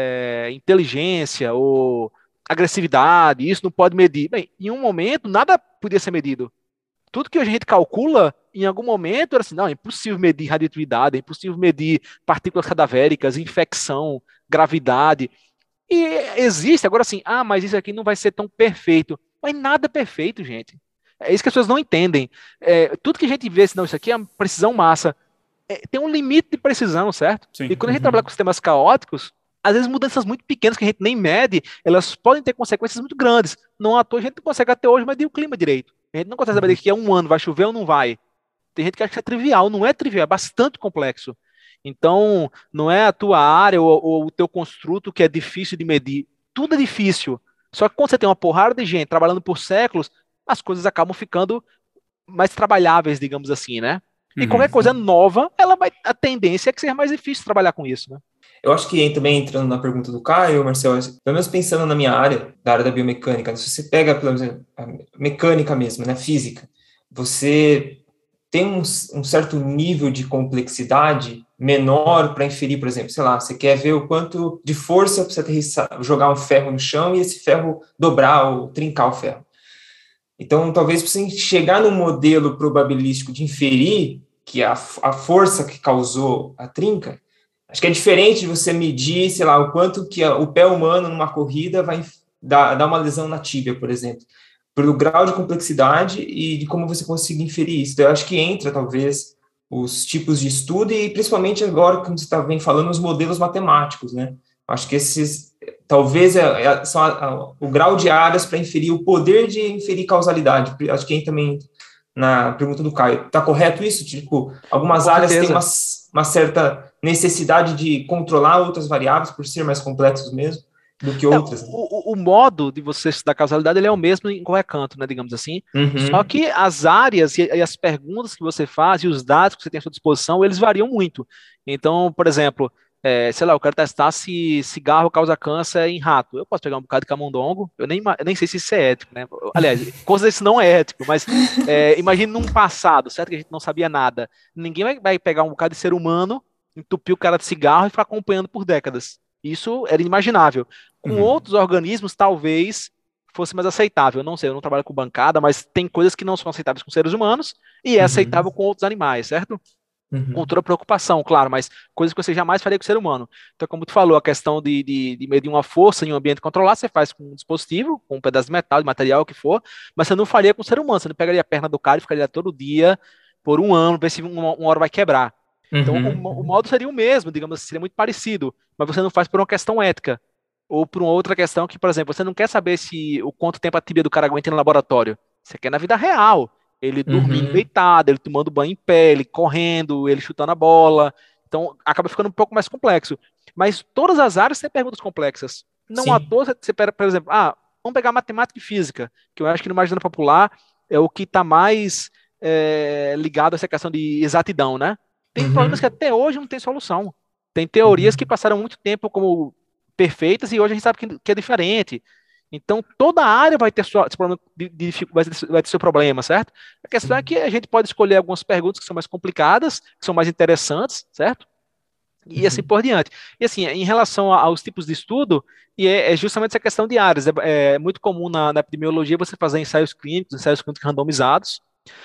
inteligência ou agressividade, isso não pode medir. Bem, em um momento, nada podia ser medido. Tudo que a gente calcula, em algum momento, era assim, não, é impossível medir radioatividade, é impossível medir partículas cadavéricas, infecção, gravidade. E existe, agora assim, mas isso aqui não vai ser tão perfeito. Mas nada é perfeito, gente. É isso que as pessoas não entendem. Tudo que a gente vê, senão isso aqui é uma precisão massa. Tem um limite de precisão, certo? Sim. E quando a gente trabalha com sistemas caóticos, às vezes mudanças muito pequenas que a gente nem mede, elas podem ter consequências muito grandes. Não à toa a gente não consegue até hoje medir o clima direito. A gente não consegue saber que é um ano, vai chover ou não vai. Tem gente que acha que é trivial, não é trivial, é bastante complexo. Então, não é a tua área ou o teu construto que é difícil de medir. Tudo é difícil. Só que quando você tem uma porrada de gente trabalhando por séculos, as coisas acabam ficando mais trabalháveis, digamos assim, né? E qualquer coisa nova, a tendência é que seja mais difícil trabalhar com isso, né? Eu acho que também entrando na pergunta do Caio, Marcelo, pelo menos pensando na minha área, da área da biomecânica, né, se você pega, pelo menos, a mecânica mesmo, né, física, você tem um certo nível de complexidade menor para inferir, por exemplo, sei lá, você quer ver o quanto de força você jogar um ferro no chão e esse ferro dobrar ou trincar o ferro. Então, talvez para você chegar no modelo probabilístico de inferir que a força que causou a trinca, acho que é diferente de você medir, sei lá, o quanto que o pé humano numa corrida vai dar uma lesão na tíbia, por exemplo, pelo grau de complexidade e de como você consegue inferir isso. Então, eu acho que entra, talvez, os tipos de estudo e, principalmente agora, como você está bem falando, os modelos matemáticos, né? Acho que esses, talvez, são o grau de áreas para inferir, o poder de inferir causalidade. Acho que entra também na pergunta do Caio. Está correto isso? Tipo, algumas áreas têm uma certa necessidade de controlar outras variáveis por ser mais complexos mesmo do que outras. O modo de você estudar causalidade ele é o mesmo em qualquer canto, né, digamos assim. Só que as áreas e as perguntas que você faz e os dados que você tem à sua disposição, eles variam muito. Então, por exemplo, sei lá, eu quero testar se cigarro causa câncer em rato. Eu posso pegar um bocado de camundongo, eu nem sei se isso é ético, né? Aliás, coisa desse não é ético, mas imagine num passado, certo? Que a gente não sabia nada. Ninguém vai pegar um bocado de ser humano, entupir o cara de cigarro e ficar acompanhando por décadas. Isso era inimaginável. Com outros organismos, talvez fosse mais aceitável. Eu não sei, eu não trabalho com bancada, mas tem coisas que não são aceitáveis com seres humanos e é aceitável com outros animais, certo? Com toda preocupação, claro, mas coisas que você jamais faria com o ser humano. Então, como tu falou, a questão de medir uma força em um ambiente controlado, você faz com um dispositivo, com um pedaço de metal, de material, o que for, mas você não faria com o ser humano. Você não pegaria a perna do cara e ficaria todo dia, por um ano, ver se uma hora vai quebrar. Então, o modo seria o mesmo, digamos assim, seria muito parecido, mas você não faz por uma questão ética, ou por uma outra questão que, por exemplo, você não quer saber se o quanto tempo a tíbia do cara aguenta no laboratório, você quer na vida real, ele dormindo deitado, ele tomando banho em pé, ele correndo, ele chutando a bola, então acaba ficando um pouco mais complexo, mas todas as áreas têm perguntas complexas, não à toa você pega, por exemplo, vamos pegar matemática e física, que eu acho que no imaginário popular é o que está mais ligado a essa questão de exatidão, né? Tem problemas que até hoje não tem solução. Tem teorias que passaram muito tempo como perfeitas e hoje a gente sabe que é diferente. Então, toda área vai ter esse problema vai ter seu problema, certo? A questão é que a gente pode escolher algumas perguntas que são mais complicadas, que são mais interessantes, certo? E assim por diante. E assim, em relação aos tipos de estudo, é justamente essa questão de áreas. É muito comum na epidemiologia você fazer ensaios clínicos randomizados.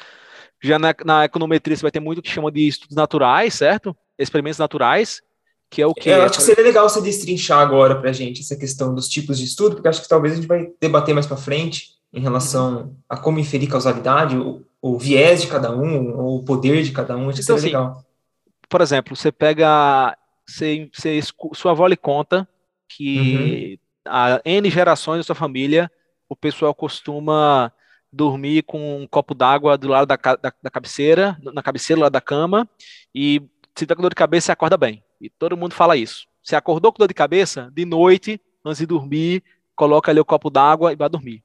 Já na econometria você vai ter muito o que chama de estudos naturais, certo? Experimentos naturais, que é o que... Eu acho que seria legal você destrinchar agora para a gente essa questão dos tipos de estudo, porque acho que talvez a gente vai debater mais para frente em relação a como inferir causalidade, o viés de cada um, ou o poder de cada um, acho que Então, seria assim, legal. por exemplo, você pega... sua avó lhe conta que há N gerações da sua família, o pessoal costuma dormir com um copo d'água do lado da cabeceira, na cabeceira lá da cama, e se tá com dor de cabeça, você acorda bem. E todo mundo fala isso. Você acordou com dor de cabeça, de noite, antes de dormir, coloca ali o copo d'água e vai dormir.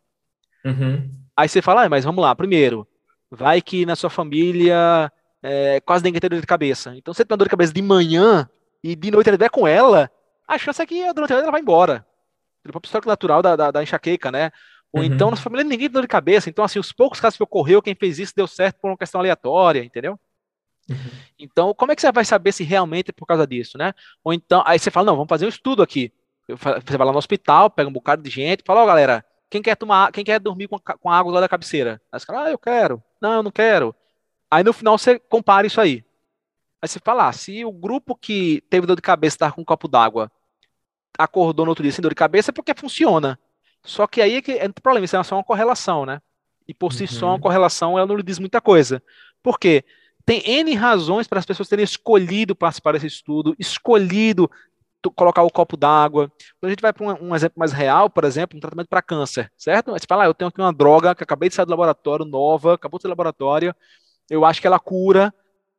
Aí você fala, mas vamos lá, primeiro, vai que na sua família quase ninguém tem dor de cabeça. Então, você tem dor de cabeça de manhã e de noite ele vai com ela, a chance é que durante a vida ela vai embora. O próprio histórico natural da enxaqueca, né? Ou então, Uhum. na família ninguém tem dor de cabeça. Então, assim, os poucos casos que ocorreu, quem fez isso deu certo por uma questão aleatória, entendeu? Uhum. Então, como é que você vai saber se realmente é por causa disso, né? Ou então, aí você fala, não, vamos fazer um estudo aqui. Você vai lá no hospital, pega um bocado de gente, fala, ó, galera, quem quer dormir com a água lá da cabeceira? Aí você fala, eu quero. Não, eu não quero. Aí no final você compara isso aí. Aí você fala, se o grupo que teve dor de cabeça estava com um copo d'água, acordou no outro dia sem dor de cabeça, é porque funciona. Só que aí é que entra o problema, isso é só uma correlação, né? E por si só, uma Uhum. correlação ela não lhe diz muita coisa. Por quê? Tem N razões para as pessoas terem escolhido participar desse estudo, escolhido colocar o copo d'água. Quando a gente vai para um exemplo mais real, por exemplo, um tratamento para câncer, certo? Aí você fala, eu tenho aqui uma droga que acabei de sair do laboratório, nova, acabou de sair do laboratório, eu acho que ela cura.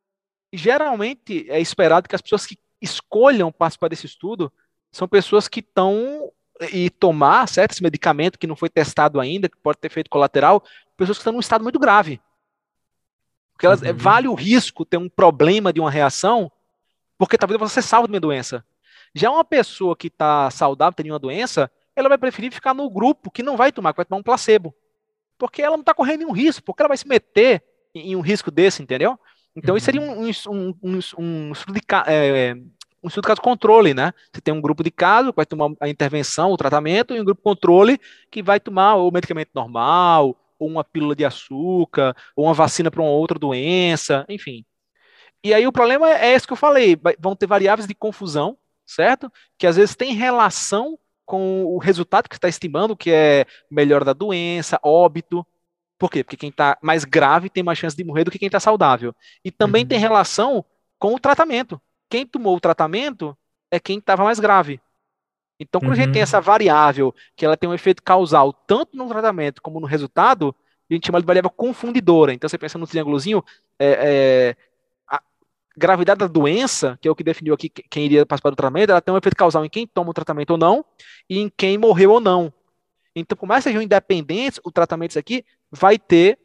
E geralmente é esperado que as pessoas que escolham participar desse estudo são pessoas que estão e tomar certo esse medicamento que não foi testado ainda, que pode ter efeito colateral, pessoas que estão num estado muito grave. Porque elas, vale Uhum. o risco ter um problema de uma reação, porque talvez você salve de uma doença. Já uma pessoa que está saudável, tem uma doença, ela vai preferir ficar no grupo que não vai tomar, que vai tomar um placebo. Porque ela não está correndo nenhum risco, porque ela vai se meter em um risco desse, entendeu? Então, isso seria Uhum. um estudo um estudo de caso controle, né? Você tem um grupo de caso que vai tomar a intervenção, o tratamento, e um grupo controle que vai tomar o medicamento normal, ou uma pílula de açúcar, ou uma vacina para uma outra doença, enfim. E aí o problema é esse que eu falei, vão ter variáveis de confusão, certo? Que às vezes tem relação com o resultado que você está estimando, que é melhora da doença, óbito. Por quê? Porque quem está mais grave tem mais chance de morrer do que quem está saudável. E também tem Uhum. relação com o tratamento. Quem tomou o tratamento é quem estava mais grave. Então, quando a gente tem essa Uhum. variável, que ela tem um efeito causal tanto no tratamento como no resultado, a gente chama de variável confundidora. Então, você pensa no triângulozinho, a gravidade da doença, que é o que definiu aqui quem iria participar do tratamento, ela tem um efeito causal em quem toma o tratamento ou não, e em quem morreu ou não. Então, por mais que sejam independentes, o tratamento isso aqui vai ter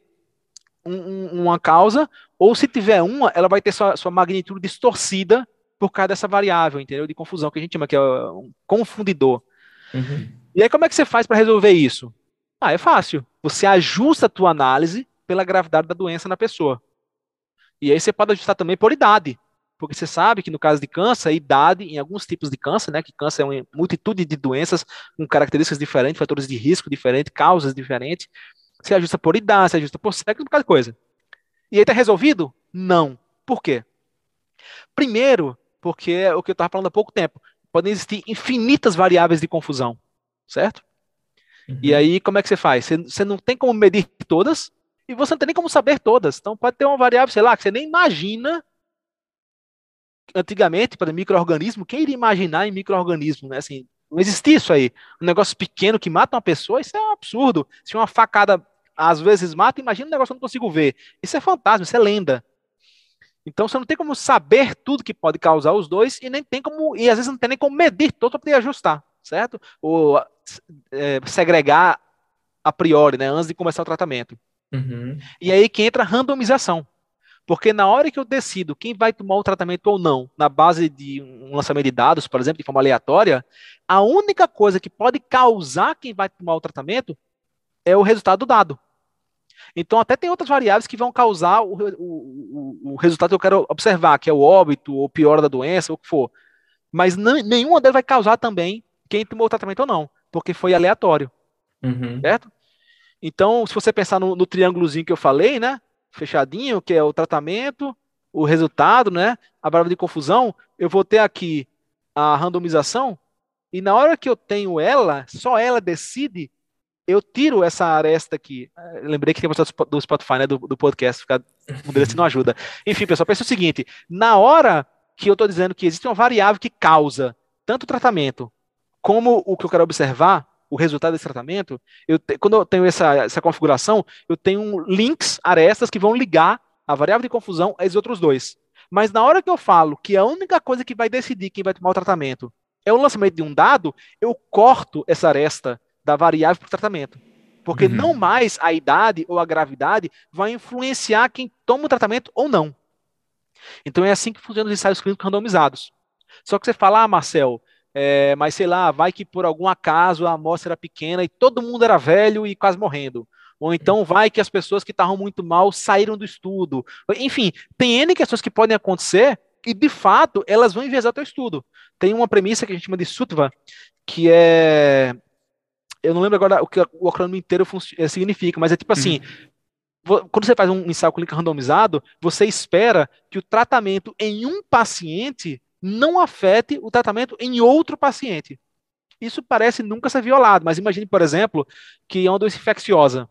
uma causa, ou se tiver uma, ela vai ter sua magnitude distorcida por causa dessa variável, entendeu? De confusão que a gente chama, que é um confundidor. Uhum. E aí, como é que você faz para resolver isso? Ah, é fácil. Você ajusta a tua análise pela gravidade da doença na pessoa. E aí você pode ajustar também por idade. Porque você sabe que no caso de câncer, a idade, em alguns tipos de câncer, né, que câncer é uma multitude de doenças com características diferentes, fatores de risco diferentes, causas diferentes, se ajusta por idade, se ajusta por sexo, um bocado de coisa. E aí está resolvido? Não. Por quê? Primeiro, porque é o que eu estava falando há pouco tempo. Podem existir infinitas variáveis de confusão, certo? E Uhum. aí, como é que você faz? Você não tem como medir todas e você não tem nem como saber todas. Então, pode ter uma variável, sei lá, que você nem imagina. Antigamente, para micro-organismo, quem iria imaginar em micro-organismo, né? Assim, não existia isso aí. Um negócio pequeno que mata uma pessoa, isso é um absurdo. Se uma facada às vezes mata, imagina um negócio que eu não consigo ver. Isso é fantasma, isso é lenda. Então você não tem como saber tudo que pode causar os dois e nem tem como, e às vezes não tem nem como medir todo para poder ajustar, certo? Ou segregar a priori, né, antes de começar o tratamento. Uhum. E aí que entra a randomização. Porque na hora que eu decido quem vai tomar o tratamento ou não, na base de um lançamento de dados, por exemplo, de forma aleatória, a única coisa que pode causar quem vai tomar o tratamento é o resultado do dado. Então, até tem outras variáveis que vão causar o resultado que eu quero observar, que é o óbito, ou piora da doença, ou o que for. Mas nenhuma delas vai causar também quem tomou o tratamento ou não, porque foi aleatório, Uhum. certo? Então, se você pensar no triângulozinho que eu falei, né? Fechadinho, que é o tratamento, o resultado, né? A variável de confusão, eu vou ter aqui a randomização, e na hora que eu tenho ela, só ela decide, eu tiro essa aresta aqui. Lembrei que tem a pessoa do Spotify, né? Do podcast, ficar mudando assim não ajuda. Enfim, pessoal, pensa o seguinte: na hora que eu estou dizendo que existe uma variável que causa tanto o tratamento como o que eu quero observar, o resultado desse tratamento, quando eu tenho essa configuração, eu tenho links, arestas que vão ligar a variável de confusão a esses outros dois. Mas na hora que eu falo que a única coisa que vai decidir quem vai tomar o tratamento é o lançamento de um dado, eu corto essa aresta da variável para o tratamento. Porque não Uhum. mais a idade ou a gravidade vai influenciar quem toma o tratamento ou não. Então é assim que funcionam os ensaios clínicos randomizados. Só que você fala, ah, Marcel, mas sei lá, vai que por algum acaso a amostra era pequena e todo mundo era velho e quase morrendo. Ou então vai que as pessoas que estavam muito mal saíram do estudo. Enfim, tem N questões que podem acontecer e, de fato, elas vão enviesar teu estudo. Tem uma premissa que a gente chama de Sutva, que é... Eu não lembro agora o que o acrônimo inteiro significa, mas é tipo assim, quando você faz um ensaio clínico randomizado, você espera que o tratamento em um paciente não afete o tratamento em outro paciente. Isso parece nunca ser violado, mas imagine, por exemplo, que é uma doença infecciosa.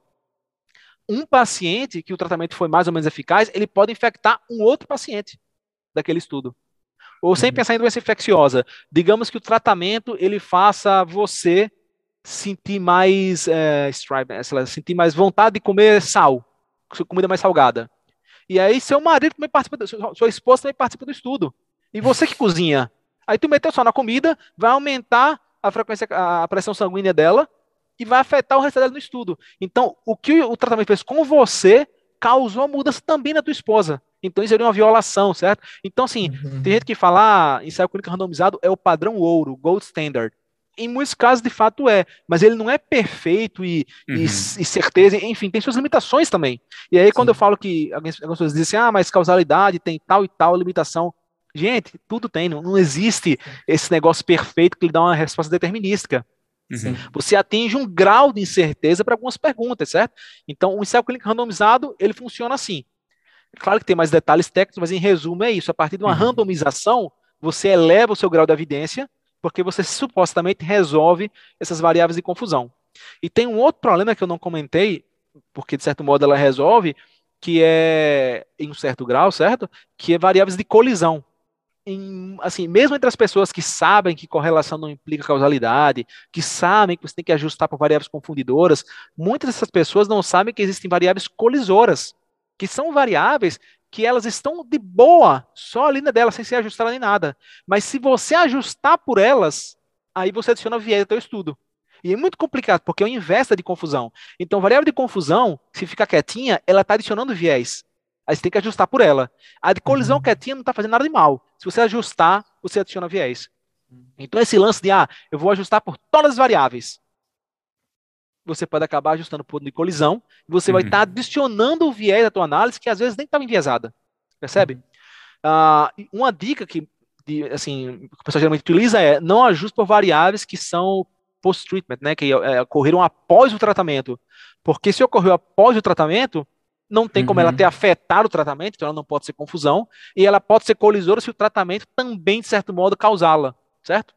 Um paciente que o tratamento foi mais ou menos eficaz, ele pode infectar um outro paciente daquele estudo. Ou sem pensar em doença infecciosa, digamos que o tratamento ele faça você sentir mais sentir mais vontade de comer sal, comida mais salgada. E aí seu marido também participa, sua esposa também participa do estudo. E você que cozinha. Aí tu meteu só na comida, vai aumentar a frequência, a pressão sanguínea dela e vai afetar o resto dela no estudo. Então, o que o tratamento fez com você causou mudança também na tua esposa. Então, isso seria uma violação, certo? Então, assim, tem gente que fala, ensaio clínico randomizado é o padrão ouro, gold standard. Em muitos casos, de fato, mas ele não é perfeito e certeza, enfim, tem suas limitações também. E aí, quando eu falo que algumas pessoas dizem assim, mas causalidade tem tal e tal limitação. Gente, tudo tem, não existe esse negócio perfeito que lhe dá uma resposta determinística. Você atinge um grau de incerteza para algumas perguntas, certo? Então, o ensaio clínico randomizado, ele funciona assim. Claro que tem mais detalhes técnicos, mas em resumo é isso. A partir de uma randomização, você eleva o seu grau de evidência, porque você supostamente resolve essas variáveis de confusão. E tem um outro problema que eu não comentei, porque de certo modo ela resolve, que é, em um certo grau, certo? Que é variáveis de colisão. Assim, mesmo entre as pessoas que sabem que correlação não implica causalidade, que sabem que você tem que ajustar por variáveis confundidoras, muitas dessas pessoas não sabem que existem variáveis colisoras, que são variáveis que elas estão de boa, só ali na dela, sem ser ajustada nem nada. Mas se você ajustar por elas, aí você adiciona viés ao teu estudo. E é muito complicado, porque é o inverso de confusão. Então, variável de confusão, se ficar quietinha, ela está adicionando viés. Aí você tem que ajustar por ela. A de colisão quietinha não está fazendo nada de mal. Se você ajustar, você adiciona viés. Então, esse lance de, eu vou ajustar por todas as variáveis. Você pode acabar ajustando por de colisão, e você vai estar adicionando o viés da tua análise, que às vezes nem estava enviesada. Percebe? Uma dica que o pessoal geralmente utiliza é não ajuste por variáveis que são post-treatment, né, que ocorreram após o tratamento. Porque se ocorreu após o tratamento, não tem como ela ter afetado o tratamento, então ela não pode ser confusão, e ela pode ser colisora se o tratamento também, de certo modo, causá-la, certo?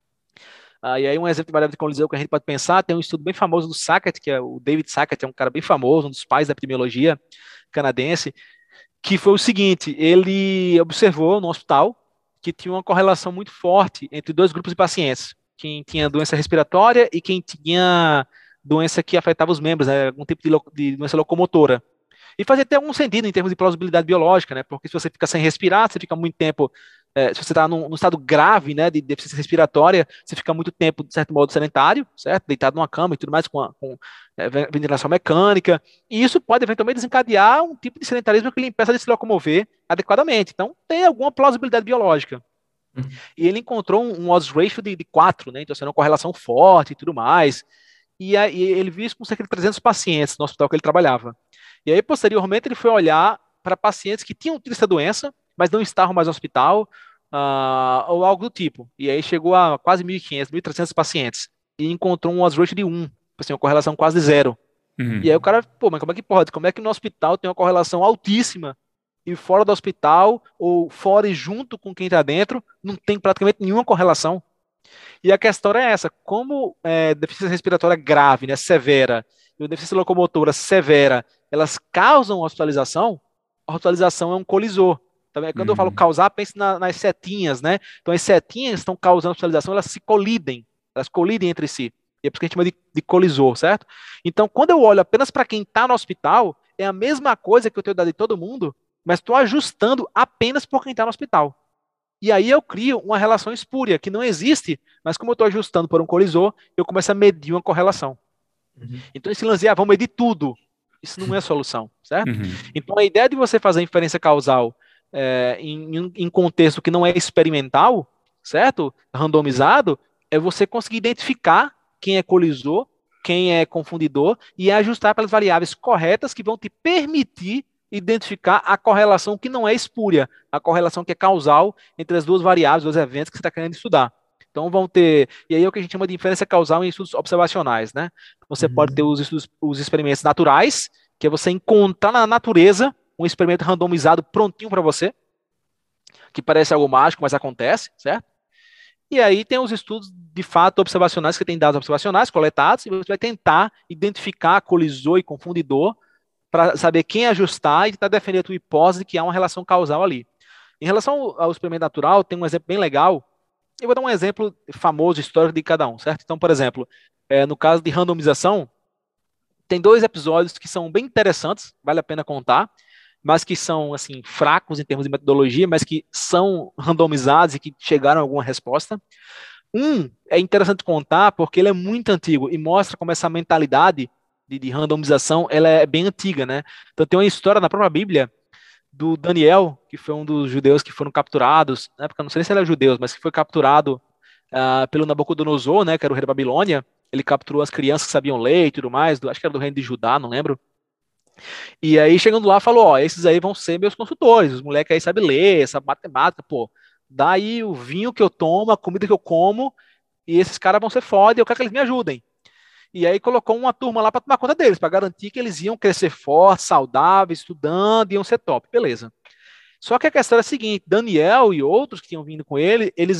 E aí um exemplo de variável de colisão que a gente pode pensar, tem um estudo bem famoso do Sackett, que é o David Sackett, é um cara bem famoso, um dos pais da epidemiologia canadense, que foi o seguinte, ele observou no hospital que tinha uma correlação muito forte entre dois grupos de pacientes, quem tinha doença respiratória e quem tinha doença que afetava os membros, né, algum tipo de doença locomotora. E fazia até algum sentido em termos de plausibilidade biológica, né? Porque se você fica sem respirar, você fica muito tempo. Se você está num estado grave, né, de deficiência respiratória, você fica muito tempo, de certo modo, sedentário, certo? Deitado numa cama e tudo mais, com ventilação mecânica. E isso pode eventualmente desencadear um tipo de sedentarismo que lhe impeça de se locomover adequadamente. Então, tem alguma plausibilidade biológica. E ele encontrou um odds ratio de 4, né? Então, assim, uma correlação forte e tudo mais. E aí, ele viu isso com cerca de 300 pacientes no hospital que ele trabalhava. E aí, posteriormente, ele foi olhar para pacientes que tinham tido essa doença, mas não estavam mais no hospital, ou algo do tipo. E aí chegou a quase 1.500, 1.300 pacientes. E encontrou um odds ratio de 1, assim, uma correlação quase zero. E aí o cara, mas como é que pode? Como é que no hospital tem uma correlação altíssima e fora do hospital, ou fora e junto com quem está dentro, não tem praticamente nenhuma correlação? E a questão é essa, como deficiência respiratória grave, né, severa, e deficiência locomotora severa, elas causam hospitalização, a hospitalização é um colisor. Também, quando eu falo causar, pense nas setinhas, né? Então as setinhas estão causando hospitalização, elas colidem entre si. E é por isso que a gente chama de colisor, certo? Então, quando eu olho apenas para quem está no hospital, é a mesma coisa que eu tenho dado de todo mundo, mas estou ajustando apenas por quem está no hospital. E aí eu crio uma relação espúria, que não existe, mas como eu estou ajustando por um colisor, eu começo a medir uma correlação. Então esse lance, vamos medir tudo. Isso não é a solução, certo? Então a ideia de você fazer inferência causal em contexto que não é experimental, certo? Randomizado, é você conseguir identificar quem é colisor, quem é confundidor e ajustar pelas variáveis corretas que vão te permitir identificar a correlação que não é espúria, a correlação que é causal entre as duas variáveis, dois eventos que você está querendo estudar. Então vão ter, e aí é o que a gente chama de inferência causal em estudos observacionais, né? Você pode ter os experimentos naturais, que é você encontrar na natureza um experimento randomizado prontinho para você, que parece algo mágico, mas acontece, certo? E aí tem os estudos de fato observacionais, que tem dados observacionais coletados, e você vai tentar identificar colisor e confundidor para saber quem ajustar e tentar defender a tua hipótese de que há uma relação causal ali. Em relação ao experimento natural, tem um exemplo bem legal. Eu vou dar um exemplo famoso, histórico de cada um, certo? Então, por exemplo, no caso de randomização, tem 2 episódios que são bem interessantes, vale a pena contar, mas que são assim fracos em termos de metodologia, mas que são randomizados e que chegaram a alguma resposta. Um é interessante contar porque ele é muito antigo e mostra como essa mentalidade de randomização ela é bem antiga, né? Então tem uma história na própria Bíblia do Daniel, que foi um dos judeus que foram capturados, na época não sei se ele era judeu, mas que foi capturado pelo Nabucodonosor, né, que era o rei da Babilônia. Ele capturou as crianças que sabiam ler e tudo mais, acho que era do reino de Judá, não lembro. E aí, chegando lá, falou, ó, esses aí vão ser meus consultores, os moleques aí sabem ler, sabem matemática, pô, dá aí o vinho que eu tomo, a comida que eu como, e esses caras vão ser foda, e eu quero que eles me ajudem. E aí colocou uma turma lá para tomar conta deles, para garantir que eles iam crescer fortes, saudáveis, estudando, iam ser top, beleza. Só que a questão era a seguinte, Daniel e outros que tinham vindo com ele, eles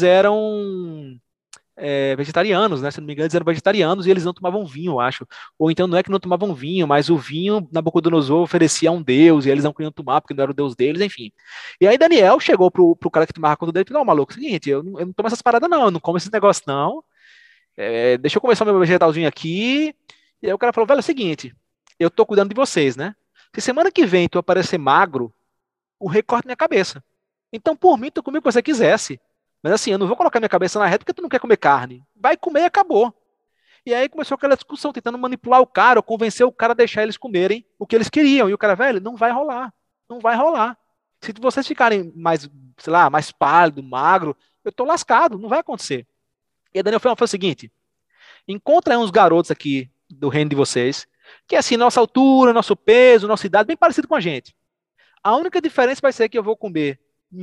eram vegetarianos, né? Se não me engano, eles eram vegetarianos e eles não tomavam vinho, eu acho. Ou então não é que não tomavam vinho, mas o vinho Nabucodonosor oferecia a um deus e eles não queriam tomar porque não era o deus deles, enfim. E aí Daniel chegou pro cara que tomava conta dele e falou: não, maluco, é o seguinte, eu não tomo essas paradas não, eu não como esses negócios não. Deixa eu começar meu vegetalzinho aqui. E aí o cara falou: velho, é o seguinte, eu tô cuidando de vocês, né? Se semana que vem tu aparecer magro, o rei corta minha cabeça. Então, por mim, tu comia o que você quisesse. Mas assim, eu não vou colocar minha cabeça na reta porque tu não quer comer carne. Vai comer e acabou. E aí começou aquela discussão, tentando manipular o cara, ou convencer o cara a deixar eles comerem o que eles queriam. E o cara, velho, não vai rolar. Não vai rolar. Se vocês ficarem mais, sei lá, mais pálido, magro, eu tô lascado, não vai acontecer. E a Daniel falou o seguinte: encontra aí uns garotos aqui do reino de vocês, que é assim, nossa altura, nosso peso, nossa idade, bem parecido com a gente. A única diferença vai ser que eu vou comer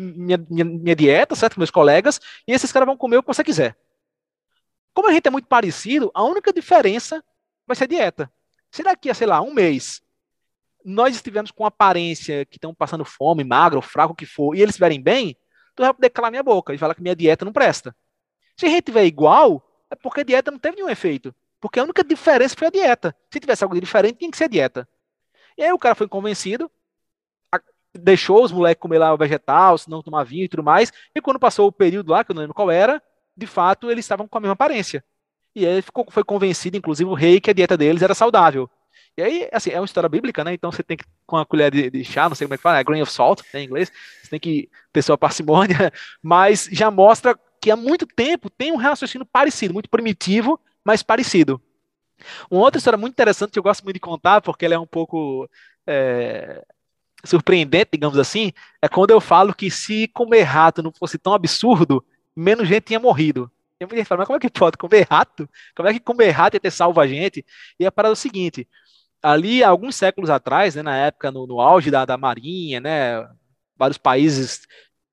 minha dieta, certo? Com meus colegas, e esses caras vão comer o que você quiser. Como a gente é muito parecido, a única diferença vai ser a dieta. Se daqui a, sei lá, um mês, nós estivermos com aparência que estão passando fome, magro, fraco, o que for, e eles estiverem bem, tu vai poder calar minha boca e falar que minha dieta não presta. Se a gente tiver igual, é porque a dieta não teve nenhum efeito. Porque a única diferença foi a dieta. Se tivesse algo de diferente, tinha que ser a dieta. E aí o cara foi convencido, deixou os moleques comer lá o vegetal, se não tomar vinho e tudo mais, e quando passou o período lá, que eu não lembro qual era, de fato eles estavam com a mesma aparência. E aí ele foi convencido, inclusive o rei, que a dieta deles era saudável. E aí, assim, é uma história bíblica, né? Então você tem que, com a colher de chá, não sei como é que fala, grain of salt, né, em inglês, você tem que ter sua parcimônia, mas já mostra que há muito tempo tem um raciocínio parecido, muito primitivo, mas parecido. Uma outra história muito interessante que eu gosto muito de contar, porque ela é um pouco surpreendente, digamos assim, é quando eu falo que se comer rato não fosse tão absurdo, menos gente tinha morrido. Tem muita gente que fala, mas como é que pode comer rato? Como é que comer rato ia ter salvo a gente? E a parada é o seguinte, ali, alguns séculos atrás, né, na época, no auge da Marinha, né, vários países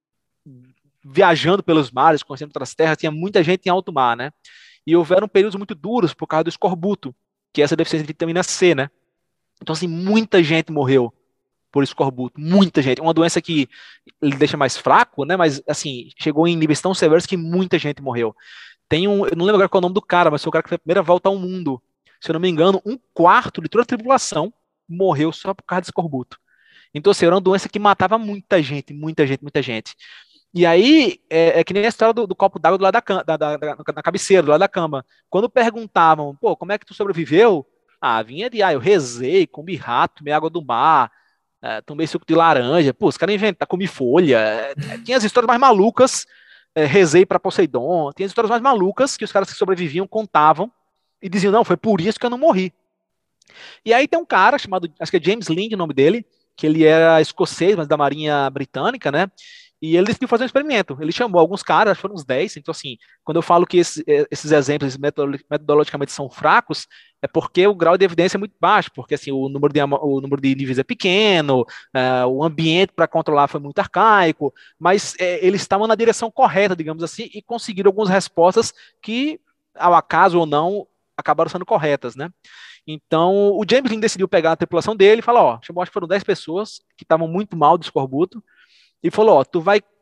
viajando pelos mares, conhecendo outras terras, tinha muita gente em alto mar, né? E houveram períodos muito duros por causa do escorbuto, que é essa deficiência de vitamina C, né? Então, assim, muita gente morreu por escorbuto, muita gente. Uma doença que ele deixa mais fraco, né? Mas, assim, chegou em níveis tão severos que muita gente morreu. Eu não lembro agora qual é o nome do cara, mas foi o cara que fez a primeira volta ao mundo. Se eu não me engano, um quarto de toda a tripulação morreu só por causa de escorbuto. Então, assim, era uma doença que matava muita gente, muita gente, muita gente. E aí, é que nem a história do copo d'água do lado na cabeceira, do lado da cama. Quando perguntavam, pô, como é que tu sobreviveu? Ah, vinha eu rezei, comi rato, tomei água do mar, tomei suco de laranja. Pô, os caras inventaram, comi folha. Tinha as histórias mais malucas, rezei para Poseidon. Tinha as histórias mais malucas que os caras que sobreviviam contavam e diziam, não, foi por isso que eu não morri. E aí tem um cara chamado, acho que é James Lind o nome dele, que ele era escocês, mas da Marinha Britânica, né? E ele decidiu fazer um experimento. Ele chamou alguns caras, foram uns 10. Então, assim, quando eu falo que esses exemplos metodologicamente são fracos, é porque o grau de evidência é muito baixo, porque assim, o número de níveis é pequeno, o ambiente para controlar foi muito arcaico, mas eles estavam na direção correta, digamos assim, e conseguiram algumas respostas que, ao acaso ou não, acabaram sendo corretas, né? Então, o James Lin decidiu pegar a tripulação dele e falar, ó, chamou, acho que foram 10 pessoas que estavam muito mal do escorbuto, e falou, ó,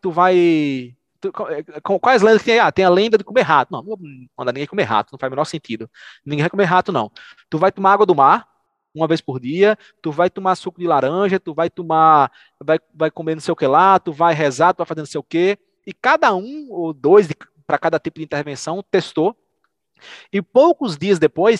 quais lendas que tem? Ah, tem a lenda de comer rato. Não, não vou mandar ninguém comer rato, não faz o menor sentido. Ninguém vai comer rato, não. Tu vai tomar água do mar, uma vez por dia, tu vai tomar suco de laranja, tu vai tomar, vai comer não sei o que lá, tu vai rezar, tu vai fazer não sei o que, e cada um ou dois para cada tipo de intervenção testou, e poucos dias depois,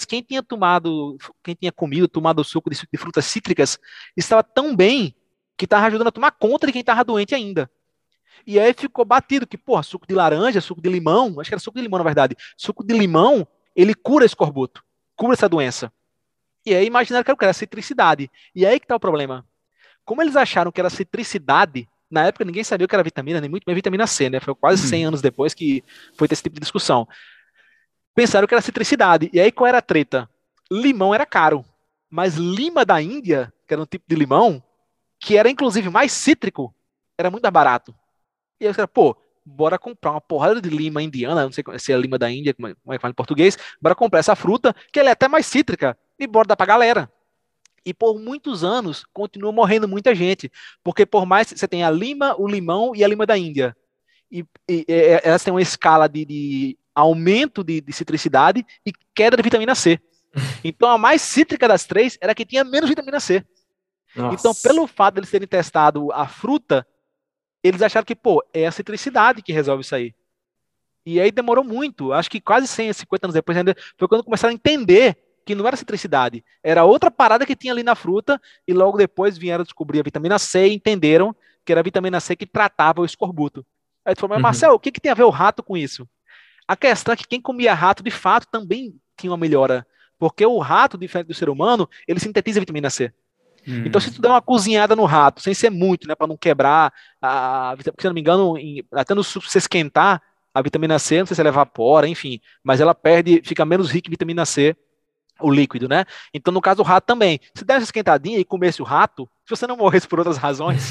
quem tinha tomado suco de frutas cítricas, estava tão bem que estava ajudando a tomar conta de quem estava doente ainda. E aí ficou batido que, porra, suco de laranja, suco de limão, acho que era suco de limão, na verdade. Suco de limão, ele cura escorbuto, cura essa doença. E aí imaginaram que era citricidade. E aí que tá o problema. Como eles acharam que era citricidade, na época ninguém sabia o que era vitamina, nem muito bem vitamina C, né? Foi quase 100 anos depois que foi ter esse tipo de discussão. Pensaram que era citricidade. E aí qual era a treta? Limão era caro. Mas lima da Índia, que era um tipo de limão, que era inclusive mais cítrico, era muito mais barato. E aí os caras, pô, bora comprar uma porrada de lima indiana, não sei se é lima da Índia, como é que fala em português, bora comprar essa fruta, que ela é até mais cítrica, e bora dar pra galera. E por muitos anos continua morrendo muita gente, porque por mais que você tenha a lima, o limão e a lima da Índia, e elas têm uma escala de aumento de citricidade e queda de vitamina C. Então a mais cítrica das três era a que tinha menos vitamina C. Nossa. Então, pelo fato de eles terem testado a fruta, eles acharam que, pô, é a citricidade que resolve isso aí. E aí demorou muito, acho que quase 150 anos depois ainda, foi quando começaram a entender que não era citricidade, era outra parada que tinha ali na fruta, e logo depois vieram descobrir a vitamina C e entenderam que era a vitamina C que tratava o escorbuto. Aí tu falou, mas Marcel, o que tem a ver o rato com isso? A questão é que quem comia rato, de fato, também tinha uma melhora, porque o rato, diferente do ser humano, ele sintetiza a vitamina C. Então, se tu der uma cozinhada no rato, sem ser muito, né, para não quebrar porque, se eu não me engano, até no suco se esquentar, a vitamina C, não sei se ela evapora, enfim, mas ela fica menos rica em vitamina C, o líquido, né? Então, no caso do rato também, se desse essa esquentadinha e comesse o rato, se você não morresse por outras razões,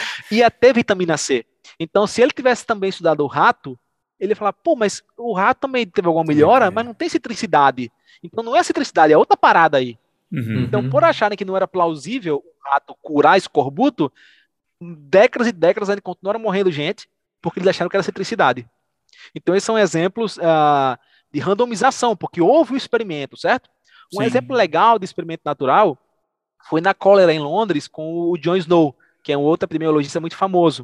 ia ter vitamina C. Então, se ele tivesse também estudado o rato, ele ia falar, pô, mas o rato também teve alguma melhora, mas não tem citricidade. Então, não é citricidade, é outra parada aí. Então, por acharem que não era plausível o rato curar escorbuto, décadas e décadas ainda continuaram morrendo gente, porque eles acharam que era citricidade. Então, esses são exemplos de randomização, porque houve um experimento, certo? Um exemplo legal de experimento natural foi na cólera em Londres com o John Snow, que é um outro epidemiologista muito famoso.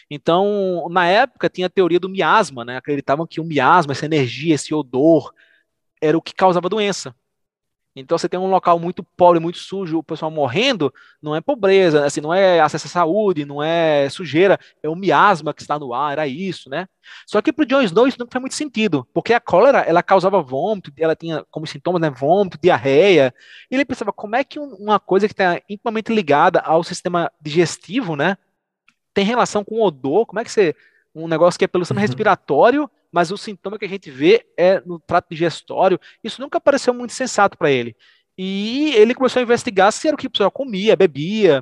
Então, na época, tinha a teoria do miasma, né? Acreditavam que o miasma, essa energia, esse odor, era o que causava doença. Então, você tem um local muito pobre, muito sujo, o pessoal morrendo, não é pobreza, assim, não é acesso à saúde, não é sujeira, é o miasma que está no ar, era isso, né? Só que para o John Snow isso não faz muito sentido, porque a cólera, ela causava vômito, ela tinha como sintomas, né, vômito, diarreia, e ele pensava, como é que uma coisa que está intimamente ligada ao sistema digestivo, né, tem relação com odor, como é que um negócio que é pelo sistema respiratório, mas o sintoma que a gente vê é no trato digestório, isso nunca pareceu muito sensato para ele. E ele começou a investigar se era o que o pessoal comia, bebia.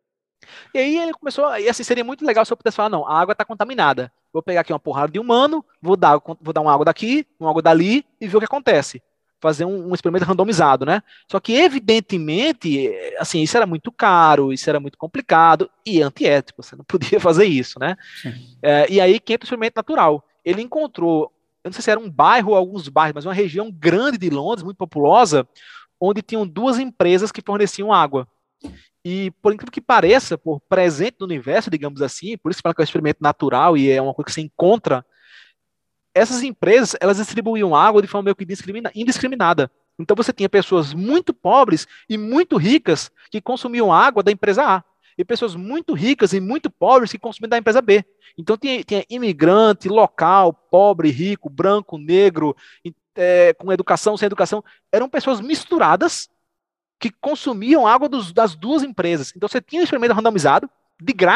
E aí ele começou, e assim, seria muito legal se eu pudesse falar, não, a água está contaminada. Vou pegar aqui uma porrada de humano, vou dar uma água daqui, uma água dali e ver o que acontece. Fazer um experimento randomizado, né? Só que, evidentemente, assim, isso era muito caro, isso era muito complicado e antiético, você não podia fazer isso, né? E aí que entra o experimento natural. Ele encontrou, eu não sei se era um bairro ou alguns bairros, mas uma região grande de Londres, muito populosa, onde tinham duas empresas que forneciam água. E, por incrível que pareça, por presente no universo, digamos assim, por isso que fala que é um experimento natural e é uma coisa que você encontra, essas empresas, elas distribuíam água de forma meio que indiscriminada. Então você tinha pessoas muito pobres e muito ricas que consumiam água da empresa A, e pessoas muito ricas e muito pobres que consumiam da empresa B. Então tinha imigrante, local, pobre, rico, branco, negro, com educação, sem educação. Eram pessoas misturadas que consumiam água das duas empresas. Então você tinha um experimento randomizado, de graça,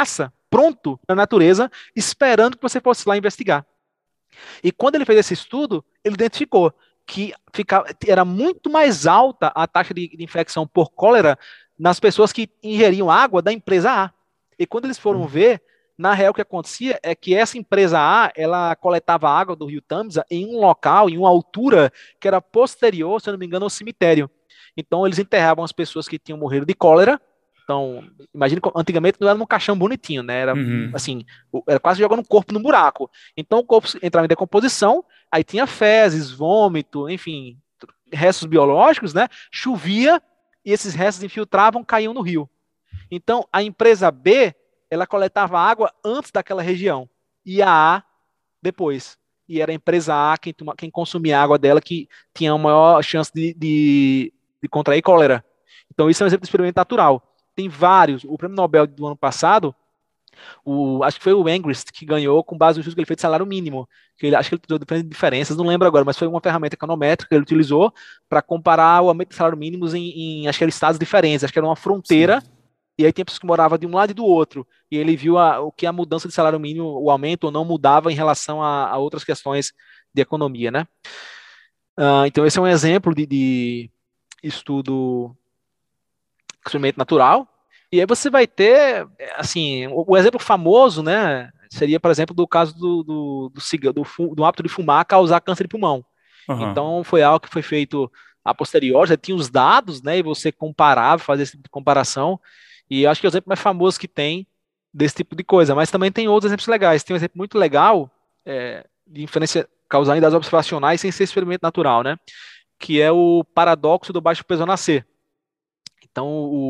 pronto na natureza, esperando que você fosse lá investigar. E quando ele fez esse estudo, ele identificou que era muito mais alta a taxa de infecção por cólera nas pessoas que ingeriam água da empresa A. E quando eles foram ver, na real o que acontecia é que essa empresa A, ela coletava água do rio Tamisa em um local, em uma altura que era posterior, se eu não me engano, ao cemitério. Então eles enterravam as pessoas que tinham morrido de cólera. Então, imagina, antigamente não era num caixão bonitinho, né? Era assim, era quase jogando o corpo no buraco. Então o corpo entrava em decomposição, aí tinha fezes, vômito, enfim, restos biológicos, né? Chovia e esses restos infiltravam, caíam no rio. Então a empresa B, ela coletava água antes daquela região e a A depois. E era a empresa A quem consumia a água dela que tinha a maior chance de contrair cólera. Então isso é um exemplo de experimento natural. Tem vários. O prêmio Nobel do ano passado, acho que foi o Engrist que ganhou com base no estudo que ele fez de salário mínimo. Acho que ele utilizou diferenças, não lembro agora, mas foi uma ferramenta econométrica que ele utilizou para comparar o aumento do salário mínimo acho que eram estados diferentes. Acho que era uma fronteira. Sim. E aí tem pessoas que moravam de um lado e do outro. E ele viu o que a mudança de salário mínimo, o aumento ou não mudava em relação a outras questões de economia, né? Então esse é um exemplo de estudo experimento natural. E aí você vai ter, assim, o exemplo famoso, né, seria, por exemplo, do caso do hábito de fumar causar câncer de pulmão. Então foi algo que foi feito a posteriori, já tinha os dados, né, e você comparava, fazia esse tipo de comparação. E eu acho que é o exemplo mais famoso que tem desse tipo de coisa. Mas também tem outros exemplos legais. Tem um exemplo muito legal de inferência causal em dados observacionais sem ser experimento natural, né? Que é o paradoxo do baixo peso ao nascer. Então,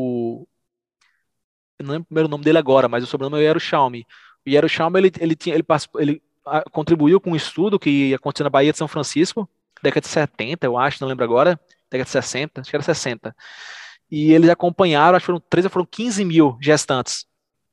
eu não lembro o primeiro nome dele agora, mas o sobrenome é Yerushalmi. O Yerushalmi, ele contribuiu com um estudo que aconteceu na Baía de São Francisco, década de 70, eu acho, não lembro agora, década de 60, acho que era 60. E eles acompanharam, acho que foram 13 ou foram 15 mil gestantes.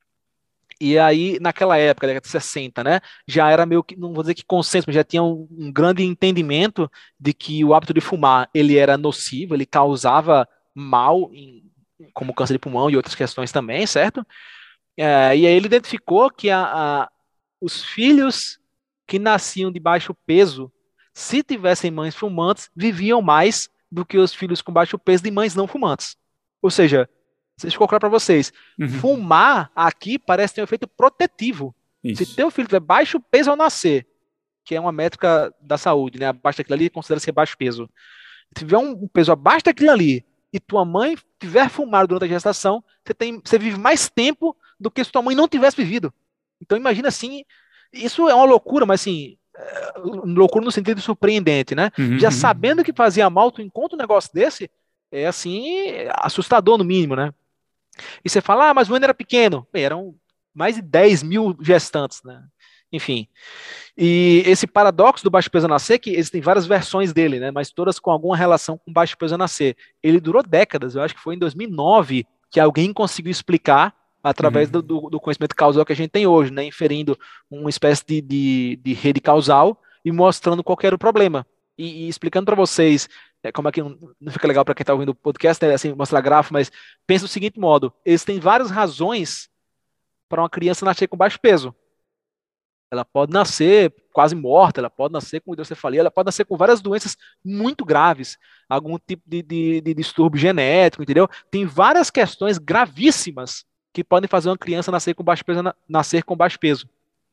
E aí, naquela época, década de 60, né, já era meio que, não vou dizer que consenso, mas já tinha um grande entendimento de que o hábito de fumar, ele era nocivo, ele causava mal, como câncer de pulmão e outras questões também, certo? E aí ele identificou que os filhos que nasciam de baixo peso, se tivessem mães fumantes, viviam mais do que os filhos com baixo peso de mães não fumantes. Ou seja, deixa eu colocar para vocês, fumar aqui parece ter um efeito protetivo. Isso. Se teu filho tiver baixo peso ao nascer, que é uma métrica da saúde, né? Abaixo daquilo ali, considera-se baixo peso. Se tiver um peso abaixo daquilo ali e tua mãe tiver fumado durante a gestação, você vive mais tempo do que se tua mãe não tivesse vivido. Então imagina assim, isso é uma loucura, mas assim, loucura no sentido surpreendente, né? Já sabendo que fazia mal, tu encontra um negócio desse, é assim, assustador no mínimo, né? E você fala, mas o N era pequeno. Bem, eram mais de 10 mil gestantes, né? Enfim. E esse paradoxo do baixo peso a nascer, que existem várias versões dele, né? Mas todas com alguma relação com baixo peso a nascer. Ele durou décadas, eu acho que foi em 2009 que alguém conseguiu explicar através do conhecimento causal que a gente tem hoje, né? Inferindo uma espécie de rede causal e mostrando qual era o problema. E explicando para vocês como é que não fica legal para quem está ouvindo o podcast, né, assim, mostrar gráfico, mas pensa do seguinte modo, existem várias razões para uma criança nascer com baixo peso. Ela pode nascer quase morta, ela pode nascer com hidrocefalia, ela pode nascer com várias doenças muito graves, algum tipo de distúrbio genético, entendeu? Tem várias questões gravíssimas que podem fazer uma criança nascer com baixo peso. Nascer com baixo peso.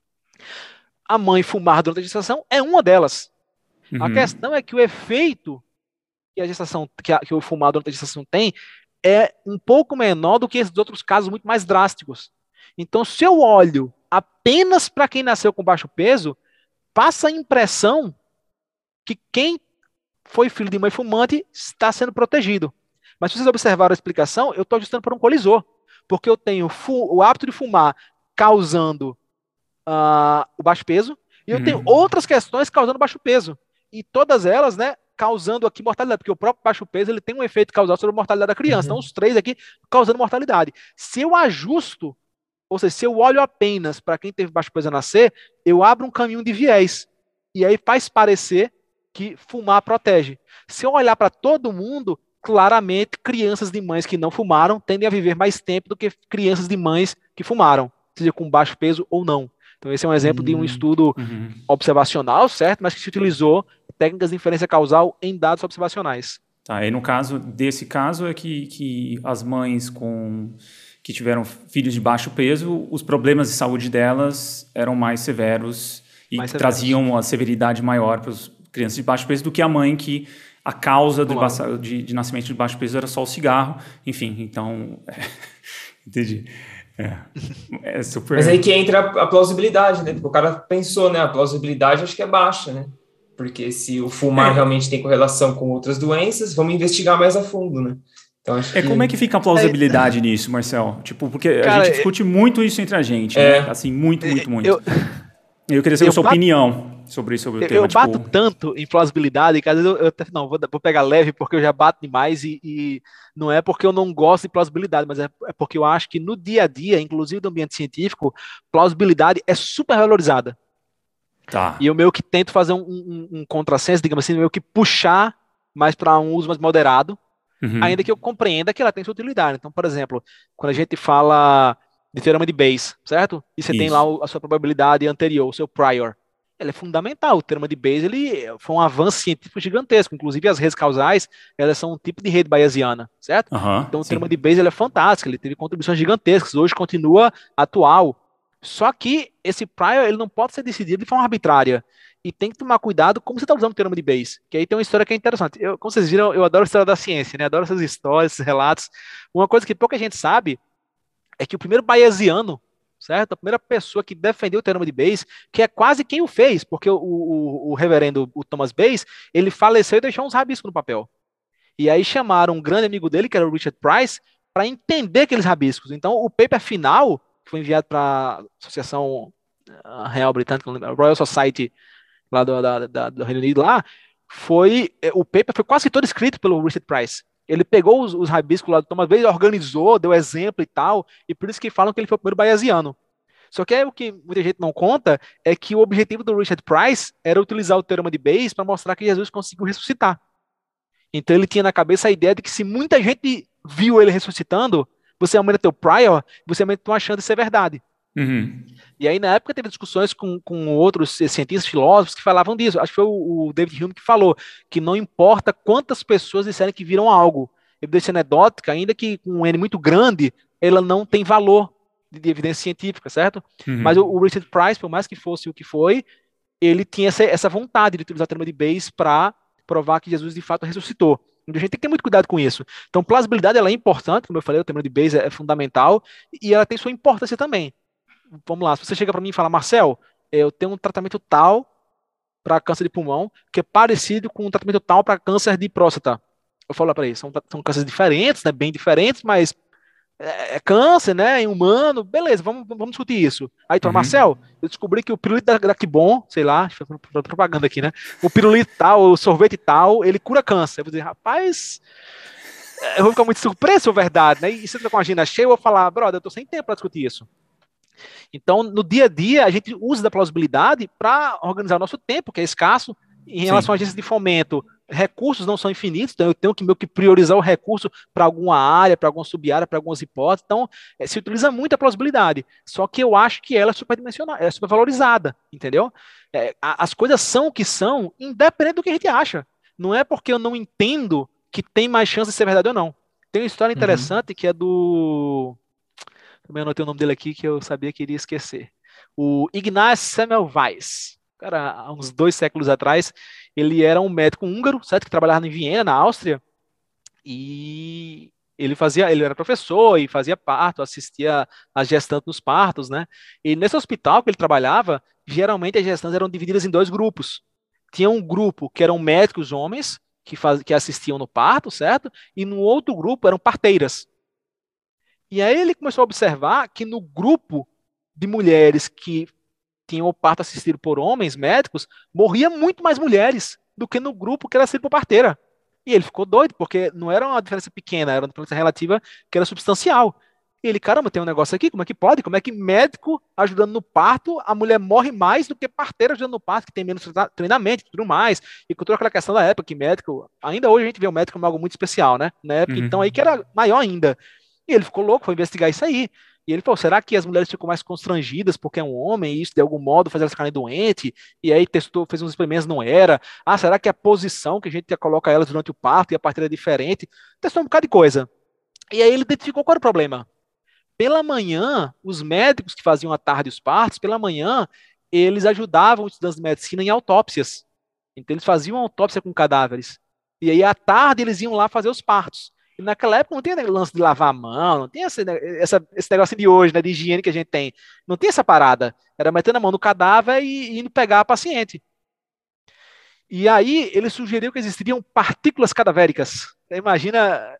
A mãe fumar durante a gestação é uma delas. A questão é que o efeito que a gestação, que o fumar durante a gestação tem é um pouco menor do que esses outros casos muito mais drásticos. Então, se eu olho apenas para quem nasceu com baixo peso, passa a impressão que quem foi filho de mãe fumante está sendo protegido. Mas se vocês observaram a explicação, eu estou ajustando para um colisor, porque eu tenho o hábito de fumar causando o baixo peso, e eu tenho outras questões causando baixo peso. E todas elas, né, causando aqui mortalidade, porque o próprio baixo peso ele tem um efeito causal sobre a mortalidade da criança. Então, os três aqui causando mortalidade. Se eu ajusto, ou seja, se eu olho apenas para quem teve baixo peso a nascer, eu abro um caminho de viés. E aí faz parecer que fumar protege. Se eu olhar para todo mundo, claramente crianças de mães que não fumaram tendem a viver mais tempo do que crianças de mães que fumaram. seja com baixo peso ou não. Então esse é um exemplo de um estudo Uhum. observacional, certo? Mas que se utilizou técnicas de inferência causal em dados observacionais. Tá, aí no caso desse caso é que as mães que tiveram filhos de baixo peso, os problemas de saúde delas eram mais severos e Mais que severos. traziam uma severidade maior para as crianças de baixo peso do que a mãe que a causa de nascimento de baixo peso era só o cigarro. Enfim, então... entendi. É super... Mas aí que entra a plausibilidade, né? Porque o cara pensou, né? A plausibilidade acho que é baixa, né? Porque se o fumar realmente tem correlação com outras doenças, vamos investigar mais a fundo, né? Então, acho que... Como é que fica a plausibilidade nisso, Marcel? Tipo, porque Cara, a gente discute muito isso entre a gente, né? Assim, muito. Eu queria saber a sua opinião sobre o tema. Eu bato tanto em plausibilidade que às vezes eu até, não, vou pegar leve porque eu já bato demais e não é porque eu não gosto de plausibilidade, mas é porque eu acho que no dia a dia, inclusive no ambiente científico, plausibilidade é super valorizada. Tá. E eu meio que tento fazer um contrassenso, digamos assim, meio que puxar mais para um uso mais moderado, ainda que eu compreenda que ela tem sua utilidade. Então, por exemplo, quando a gente fala de teorema de Bayes, certo? E você tem lá a sua probabilidade anterior, o seu prior. Ele é fundamental. O teorema de Bayes ele foi um avanço científico gigantesco. Inclusive, as redes causais, elas são um tipo de rede bayesiana, certo? Então, o teorema de Bayes ele é fantástico. Ele teve contribuições gigantescas. Hoje continua atual. Só que esse prior ele não pode ser decidido de forma arbitrária. E tem que tomar cuidado como você está usando o teorema de Bayes. Que aí tem uma história que é interessante. Como vocês viram, eu adoro a história da ciência, né? Adoro essas histórias, esses relatos. Uma coisa que pouca gente sabe é que o primeiro bayesiano, certo? A primeira pessoa que defendeu o teorema de Bayes, que é quase quem o fez, porque o reverendo o Thomas Bayes, ele faleceu e deixou uns rabiscos no papel. E aí chamaram um grande amigo dele, que era o Richard Price, para entender aqueles rabiscos. Então, o paper final, que foi enviado para a Associação Real Britânica, Royal Society, lá do Reino Unido, lá, o paper foi quase todo escrito pelo Richard Price. Ele pegou os rabiscos lá do Thomas Bayes, organizou, deu exemplo e tal, e por isso que falam que ele foi o primeiro bayesiano. Só que o que muita gente não conta é que o objetivo do Richard Price era utilizar o teorema de Bayes para mostrar que Jesus conseguiu ressuscitar. Então ele tinha na cabeça a ideia de que se muita gente viu ele ressuscitando, você aumenta teu prior, você aumenta tua chance de ser verdade. E aí, na época, teve discussões com outros cientistas, filósofos, que falavam disso. Acho que foi o David Hume que falou que não importa quantas pessoas disserem que viram algo. Evidência anedótica, ainda que com um N muito grande, ela não tem valor de evidência científica, certo? Mas o Richard Price, por mais que fosse o que foi, ele tinha essa vontade de utilizar o teorema de Bayes para provar que Jesus, de fato, ressuscitou. Então, a gente tem que ter muito cuidado com isso. Então, plausibilidade ela é importante, como eu falei, o teorema de Bayes é fundamental, e ela tem sua importância também. Vamos lá, se você chega para mim e fala, Marcel, eu tenho um tratamento tal para câncer de pulmão, que é parecido com um tratamento tal para câncer de próstata. Eu falo para ele, são cânceres diferentes, né, bem diferentes, mas é câncer, né, em humano, beleza, vamos discutir isso. Aí tu fala, Marcel, eu descobri que o pirulito da Kibon, sei lá, propaganda aqui, né, o pirulito tal, o sorvete tal, ele cura câncer. Eu vou dizer, rapaz, eu vou ficar muito surpreso se é verdade, né, e se eu tô com a agenda cheia, eu vou falar, brother, eu tô sem tempo para discutir isso. Então, no dia a dia, a gente usa da plausibilidade para organizar o nosso tempo, que é escasso, em relação à agência de fomento. Recursos não são infinitos, então eu tenho que meio que priorizar o recurso para alguma área, para alguma sub-área, para algumas hipóteses. Então, se utiliza muito a plausibilidade. Só que eu acho que ela é superdimensionada, é supervalorizada, entendeu? As coisas são o que são, independente do que a gente acha. Não é porque eu não entendo que tem mais chance de ser verdade ou não. Tem uma história interessante que é do... Também anotei o nome dele aqui que eu sabia que iria esquecer. O Ignaz Semmelweis. Cara, há uns 2 séculos atrás, ele era um médico húngaro, certo? Que trabalhava em Viena, na Áustria. E ele era professor e fazia parto, assistia às gestantes nos partos, né? E nesse hospital que ele trabalhava, geralmente as gestantes eram divididas em 2 grupos. Tinha um grupo que eram médicos homens, que assistiam no parto, certo? E no outro grupo eram parteiras. E aí ele começou a observar que no grupo de mulheres que tinham o parto assistido por homens médicos, morria muito mais mulheres do que no grupo que era assistido por parteira. E ele ficou doido, porque não era uma diferença pequena, era uma diferença relativa que era substancial. E ele, caramba, tem um negócio aqui, como é que pode? Como é que médico ajudando no parto, a mulher morre mais do que parteira ajudando no parto, que tem menos treinamento e tudo mais. E com toda aquela questão da época, que médico, ainda hoje a gente vê o médico como algo muito especial, né? Na época, então, aí que era maior ainda. E ele ficou louco, foi investigar isso aí. E ele falou, será que as mulheres ficam mais constrangidas porque é um homem e isso de algum modo faz elas ficarem doentes? E aí testou, fez uns experimentos, não era. Ah, será que a posição que a gente coloca elas durante o parto e a partir é diferente? Testou um bocado de coisa. E aí ele identificou qual era o problema. Pela manhã, os médicos que faziam à tarde os partos, pela manhã, eles ajudavam os estudantes de medicina em autópsias. Então eles faziam autópsia com cadáveres. E aí à tarde eles iam lá fazer os partos. E naquela época não tinha lance de lavar a mão, não tinha esse negócio de hoje, né, de higiene que a gente tem. Não tinha essa parada. Era metendo a mão no cadáver e indo pegar a paciente. E aí ele sugeriu que existiriam partículas cadavéricas. Imagina,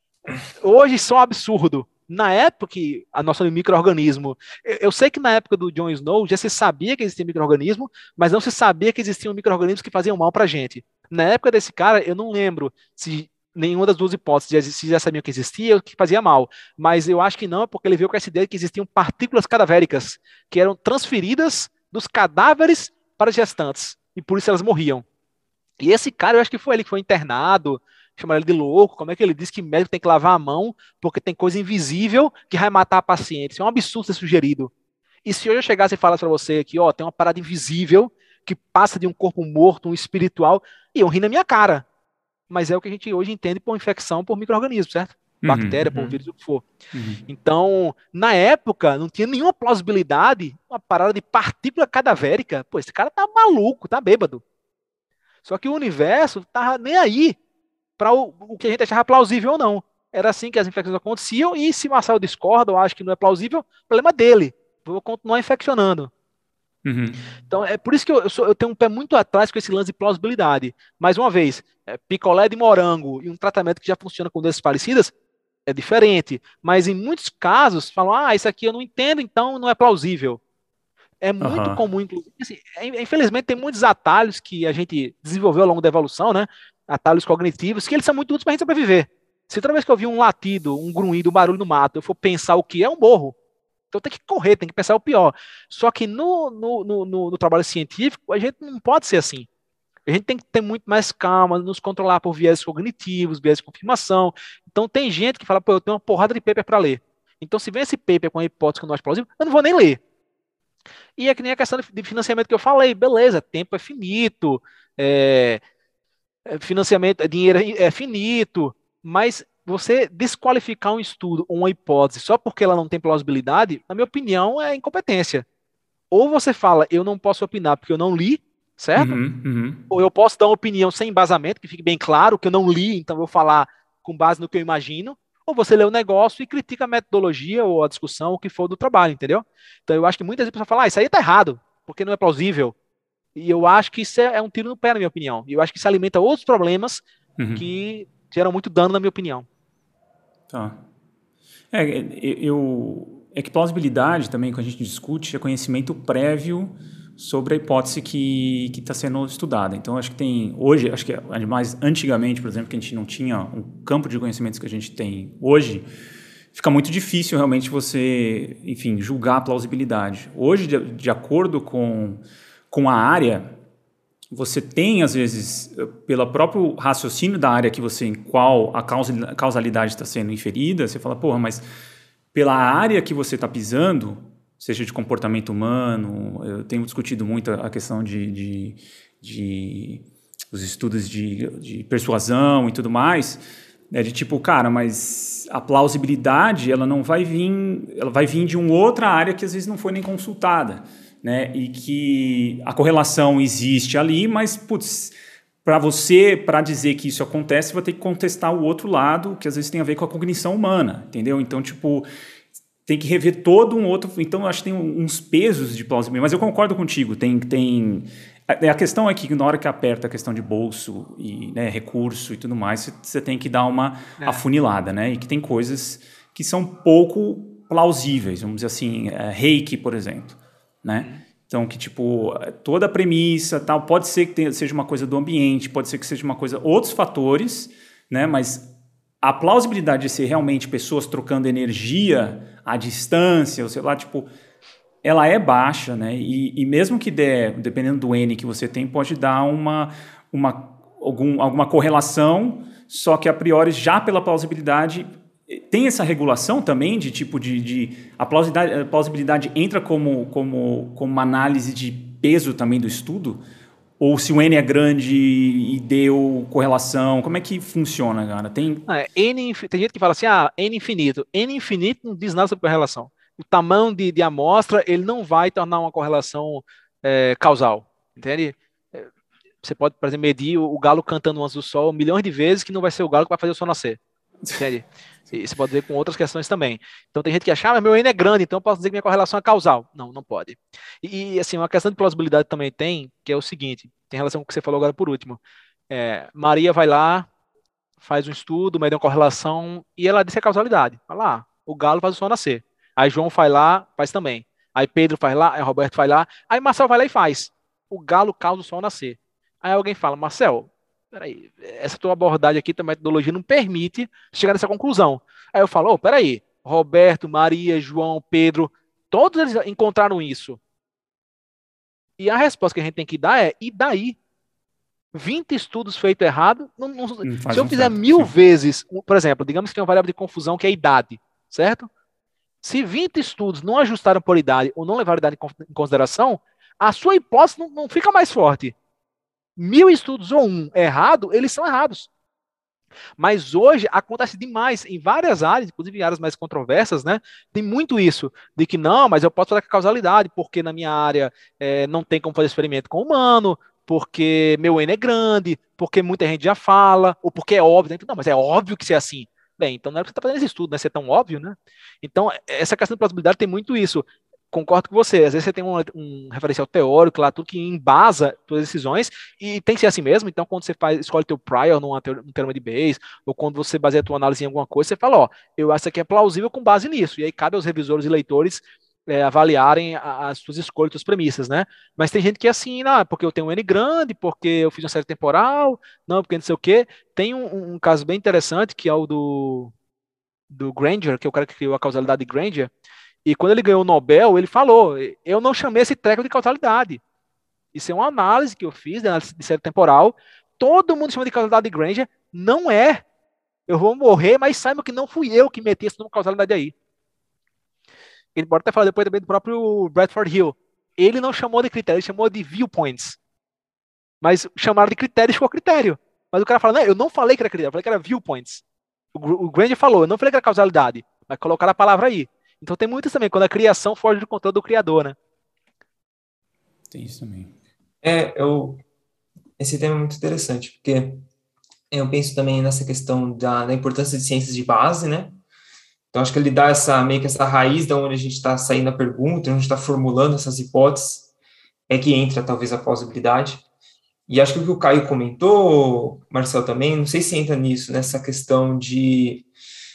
hoje isso é um absurdo. Na época que a nossa micro-organismo, eu sei que na época do Jon Snow já se sabia que existia micro-organismo, mas não se sabia que existiam micro-organismos que faziam mal pra gente. Na época desse cara, eu não lembro se nenhuma das duas hipóteses, se já sabiam que existia ou que fazia mal, mas eu acho que não, porque ele veio com essa ideia de que existiam partículas cadavéricas, que eram transferidas dos cadáveres para as gestantes, e por isso elas morriam. E esse cara, eu acho que foi ele que foi internado, chamaram ele de louco. Como é que ele disse que médico tem que lavar a mão porque tem coisa invisível que vai matar a paciente? Isso é um absurdo ser sugerido. E se hoje eu chegasse e falasse para você aqui, ó, tem uma parada invisível que passa de um corpo morto, um espiritual, iam rir na minha cara. Mas é o que a gente hoje entende por infecção por micro-organismo, certo? Bactéria, por vírus, o que for. Então, na época, não tinha nenhuma plausibilidade, uma parada de partícula cadavérica. Pô, esse cara tá maluco, tá bêbado. Só que o universo tava nem aí para o que a gente achava plausível ou não. Era assim que as infecções aconteciam, e se Marcel discorda ou acha que não é plausível, problema dele. Vou continuar infeccionando. Então, é por isso que eu tenho um pé muito atrás com esse lance de plausibilidade. Mais uma vez, picolé de morango e um tratamento que já funciona com doenças parecidas é diferente. Mas em muitos casos, falam, isso aqui eu não entendo, então não é plausível. É muito comum, inclusive. Assim, infelizmente, tem muitos atalhos que a gente desenvolveu ao longo da evolução, né? Atalhos cognitivos, que eles são muito úteis para a gente sobreviver. Se toda vez que eu vi um latido, um grunhido, um barulho no mato, eu for pensar o que é, um morro. Então tem que correr, tem que pensar o pior. Só que no trabalho científico, a gente não pode ser assim. A gente tem que ter muito mais calma, nos controlar por viés cognitivos, viés de confirmação. Então tem gente que fala, pô, eu tenho uma porrada de paper para ler. Então se vem esse paper com a hipótese que eu não acho plausível, eu não vou nem ler. E é que nem a questão de financiamento que eu falei, beleza, tempo é finito, financiamento, dinheiro é finito, mas você desqualificar um estudo ou uma hipótese só porque ela não tem plausibilidade, na minha opinião, é incompetência. Ou você fala, eu não posso opinar porque eu não li, certo? Ou eu posso dar uma opinião sem embasamento, que fique bem claro que eu não li, então eu vou falar com base no que eu imagino. Ou você lê o negócio e critica a metodologia ou a discussão, o que for do trabalho, entendeu? Então eu acho que muitas vezes a pessoa fala, isso aí tá errado, porque não é plausível. E eu acho que isso é um tiro no pé, na minha opinião. E eu acho que isso alimenta outros problemas que geram muito dano, na minha opinião. Tá. É que plausibilidade também, quando a gente discute, é conhecimento prévio sobre a hipótese que está sendo estudada. Então, acho que tem hoje, acho que mais antigamente, por exemplo, que a gente não tinha um campo de conhecimentos que a gente tem hoje, fica muito difícil realmente você, enfim, julgar a plausibilidade. Hoje, de acordo com a área, você tem, às vezes, pelo próprio raciocínio da área em qual a causalidade está sendo inferida, você fala, porra, mas pela área que você está pisando, seja de comportamento humano, eu tenho discutido muito a questão de os estudos de persuasão e tudo mais, né, de tipo, cara, mas a plausibilidade, ela vai vir de uma outra área que às vezes não foi nem consultada, né, e que a correlação existe ali, mas, putz, para dizer que isso acontece, você vai ter que contestar o outro lado, que às vezes tem a ver com a cognição humana, entendeu? Então, tipo, tem que rever todo um outro... Então, eu acho que tem uns pesos de plausibilidade, mas eu concordo contigo, a questão é que na hora que aperta a questão de bolso e, né, recurso e tudo mais, você tem que dar uma afunilada, né? E que tem coisas que são pouco plausíveis, vamos dizer assim, reiki, por exemplo, né? Então, que tipo, toda a premissa, tal, pode ser que seja uma coisa do ambiente, pode ser que seja uma coisa... Outros fatores, né? Mas a plausibilidade de ser realmente pessoas trocando energia à distância, ou sei lá, tipo... ela é baixa, né? E mesmo que dependendo do N que você tem, pode dar alguma correlação, só que a priori, já pela plausibilidade, tem essa regulação também de tipo a plausibilidade entra como uma análise de peso também do estudo? Ou se o N é grande e deu correlação, como é que funciona, cara? Tem gente que fala assim, N infinito. N infinito não diz nada sobre correlação. O tamanho de amostra, ele não vai tornar uma correlação causal, entende? Você pode, por exemplo, medir o galo cantando o antes do sol milhões de vezes, que não vai ser o galo que vai fazer o sol nascer, entende? E você pode ver com outras questões também. Então tem gente que acha, mas meu N é grande, então eu posso dizer que minha correlação é causal. Não, não pode. E assim, uma questão de plausibilidade também tem, que é o seguinte, tem relação com o que você falou agora por último. Maria vai lá, faz um estudo, mede uma correlação, e ela disse a causalidade. Fala lá, o galo faz o sol nascer. Aí João vai lá, faz também. Aí Pedro faz lá, aí Roberto vai lá, aí Marcel vai lá e faz. O galo causa o sol nascer. Aí alguém fala, Marcel, peraí, essa tua abordagem aqui, tua metodologia não permite chegar nessa conclusão. Aí eu falo, peraí, Roberto, Maria, João, Pedro, todos eles encontraram isso. E a resposta que a gente tem que dar é, e daí? 20 estudos feitos errado, se eu fizer 1000 vezes, por exemplo, digamos que tem uma variável de confusão que é a idade, certo? Se 20 estudos não ajustaram por idade ou não levaram idade em consideração, a sua hipótese não fica mais forte. 1000 estudos ou um errado, eles são errados. Mas hoje acontece demais em várias áreas, inclusive em áreas mais controversas, né? Tem muito isso, de que não, mas eu posso falar com a causalidade, porque na minha área não tem como fazer experimento com humano, porque meu N é grande, porque muita gente já fala, ou porque é óbvio. Não, mas é óbvio que isso é assim. Bem, então não é porque você está fazendo esse estudo, né? Se é tão óbvio, né? Então, essa questão de plausibilidade tem muito isso. Concordo com você. Às vezes você tem um referencial teórico lá, tudo que embasa suas decisões, e tem que ser assim mesmo. Então, quando você escolhe teu prior num teorema de Bayes, ou quando você baseia a tua análise em alguma coisa, você fala, eu acho que é plausível com base nisso. E aí cabe aos revisores e leitores avaliarem as suas escolhas, suas premissas, né? Mas tem gente que é assim, porque eu tenho um N grande, porque eu fiz uma série temporal, não, porque não sei o quê. Tem um caso bem interessante, que é o do Granger, que é o cara que criou a causalidade de Granger. E quando ele ganhou o Nobel, ele falou, eu não chamei esse treco de causalidade. Isso é uma análise que eu fiz, de análise de série temporal. Todo mundo chama de causalidade de Granger. Não é. Eu vou morrer, mas saiba que não fui eu que meti essa causalidade aí. Ele pode até falar depois também do próprio Bradford Hill. Ele não chamou de critério, ele chamou de viewpoints. Mas chamaram de critério e ficou critério. Mas o cara fala, não, eu não falei que era critério, eu falei que era viewpoints. O Granger falou, eu não falei que era causalidade, mas colocaram a palavra aí. Então tem muitas também, quando a criação foge do controle do criador, né? Tem isso também. Esse tema é muito interessante, porque eu penso também nessa questão da importância de ciências de base, né? Então acho que ele dá meio que essa raiz de onde a gente está saindo a pergunta, onde a gente está formulando essas hipóteses, é que entra talvez a plausibilidade. E acho que o que o Caio comentou, Marcel também, não sei se entra nisso, nessa questão de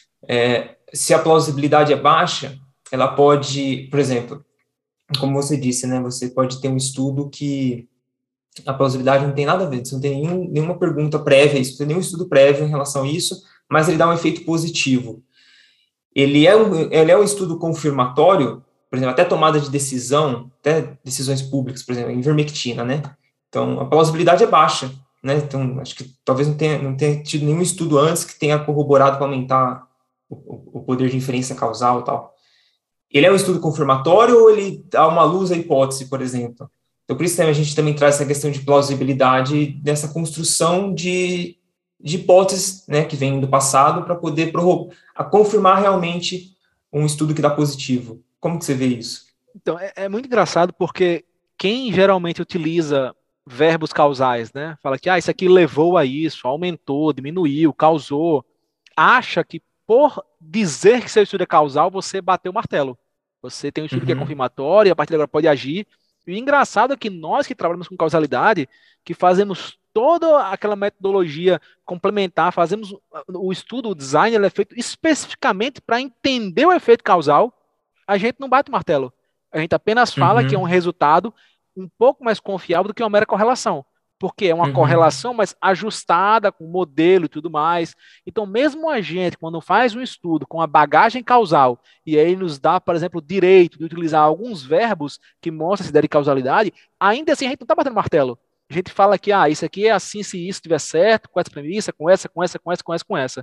se a plausibilidade é baixa, ela pode, por exemplo, como você disse, né, você pode ter um estudo que a plausibilidade não tem nada a ver, você não tem nenhuma pergunta prévia, isso, não tem nenhum estudo prévio em relação a isso, mas ele dá um efeito positivo. Ele é um estudo confirmatório, por exemplo, até tomada de decisão, até decisões públicas, por exemplo, em ivermectina, né? Então, a plausibilidade é baixa, né? Então, acho que talvez não tenha tido nenhum estudo antes que tenha corroborado para aumentar o poder de inferência causal e tal. Ele é um estudo confirmatório ou ele dá uma luz à hipótese, por exemplo? Então, por isso a gente também traz essa questão de plausibilidade nessa construção de hipóteses, né, que vem do passado para poder confirmar realmente um estudo que dá positivo. Como que você vê isso? Então, é muito engraçado porque quem geralmente utiliza verbos causais, né, fala que isso aqui levou a isso, aumentou, diminuiu, causou, acha que por dizer que seu estudo é causal, você bateu o martelo. Você tem um estudo que é confirmatório e a partir de agora pode agir. E o engraçado é que nós que trabalhamos com causalidade, que fazemos toda aquela metodologia complementar, fazemos o estudo, o design, ele é feito especificamente para entender o efeito causal, a gente não bate o martelo. A gente apenas fala que é um resultado um pouco mais confiável do que uma mera correlação. Porque é uma correlação mais ajustada com o modelo e tudo mais. Então, mesmo a gente, quando faz um estudo com a bagagem causal, e aí nos dá, por exemplo, o direito de utilizar alguns verbos que mostram essa ideia de causalidade, ainda assim a gente não está batendo martelo. A gente fala que isso aqui é assim se isso estiver certo, com essa premissa, com essa.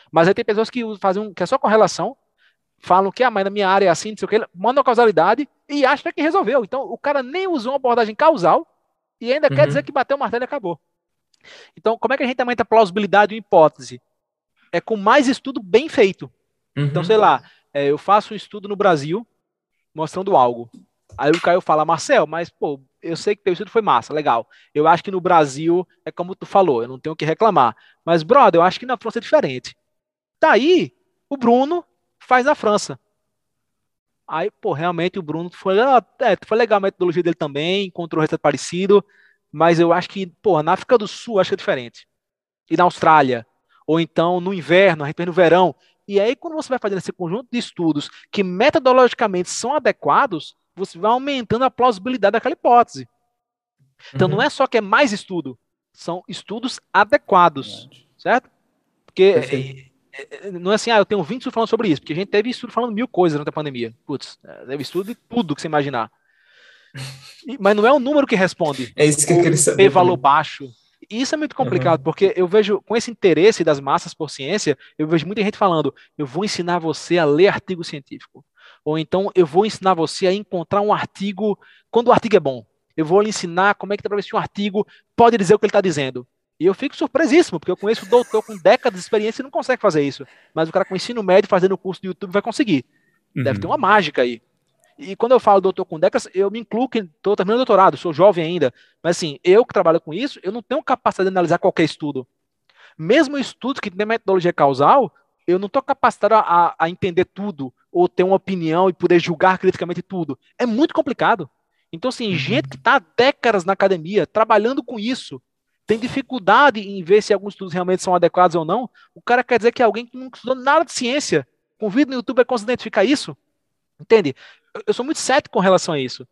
Mas aí tem pessoas que fazem que é só correlação, falam que, mas na minha área é assim, não sei o que, mandam a causalidade e acham que resolveu. Então, o cara nem usou uma abordagem causal e ainda quer dizer Uhum. que bateu o martelo e acabou. Então, como é que a gente aumenta a plausibilidade de uma hipótese? É com mais estudo bem feito. Então, sei Uhum. lá, eu faço um estudo no Brasil mostrando algo. Aí o Caio fala, Marcel, mas, pô, eu sei que teu estudo foi massa, legal. Eu acho que no Brasil é como tu falou, eu não tenho o que reclamar. Mas, brother, eu acho que na França é diferente. Daí, o Bruno faz na França. Aí, pô, realmente o Bruno foi legal a metodologia dele também, encontrou um resultado parecido, mas eu acho que, pô, na África do Sul, eu acho que é diferente. E na Austrália, ou então no inverno, a gente vem no verão. E aí, quando você vai fazendo esse conjunto de estudos que metodologicamente são adequados, você vai aumentando a plausibilidade daquela hipótese. Então, não é Uhum. só que é mais estudo, são estudos adequados, Verdade. certo? Porque Perfeito. não é assim, eu tenho 20 estudos falando sobre isso, porque a gente teve estudo falando mil coisas durante a pandemia. Putz, teve estudo de tudo que você imaginar. Mas não é o número que responde, É isso que eu o queria P saber valor também. baixo. E isso é muito complicado, Uhum. porque eu vejo, com esse interesse das massas por ciência, eu vejo muita gente falando, eu vou ensinar você a ler artigo científico. Ou então, eu vou ensinar você a encontrar um artigo, quando o artigo é bom. Eu vou lhe ensinar como é que dá para ver se um artigo pode dizer o que ele está dizendo. E eu fico surpresíssimo, porque eu conheço doutor com décadas de experiência e não consegue fazer isso. Mas o cara com ensino médio fazendo o curso do YouTube vai conseguir. Deve ter uma Uhum. mágica aí. E quando eu falo doutor com décadas, eu me incluo que estou terminando o doutorado, sou jovem ainda. Mas assim, eu que trabalho com isso, eu não tenho capacidade de analisar qualquer estudo. Mesmo estudos que têm metodologia causal, eu não estou capacitado a entender tudo, ou ter uma opinião e poder julgar criticamente tudo. É muito complicado. Então, assim, gente que Uhum. está há décadas na academia, trabalhando com isso, tem dificuldade em ver se alguns estudos realmente são adequados ou não. O cara quer dizer que é alguém que não estudou nada de ciência. Convido no YouTube a conseguir identificar isso. Entende? Eu sou muito cético com relação a isso.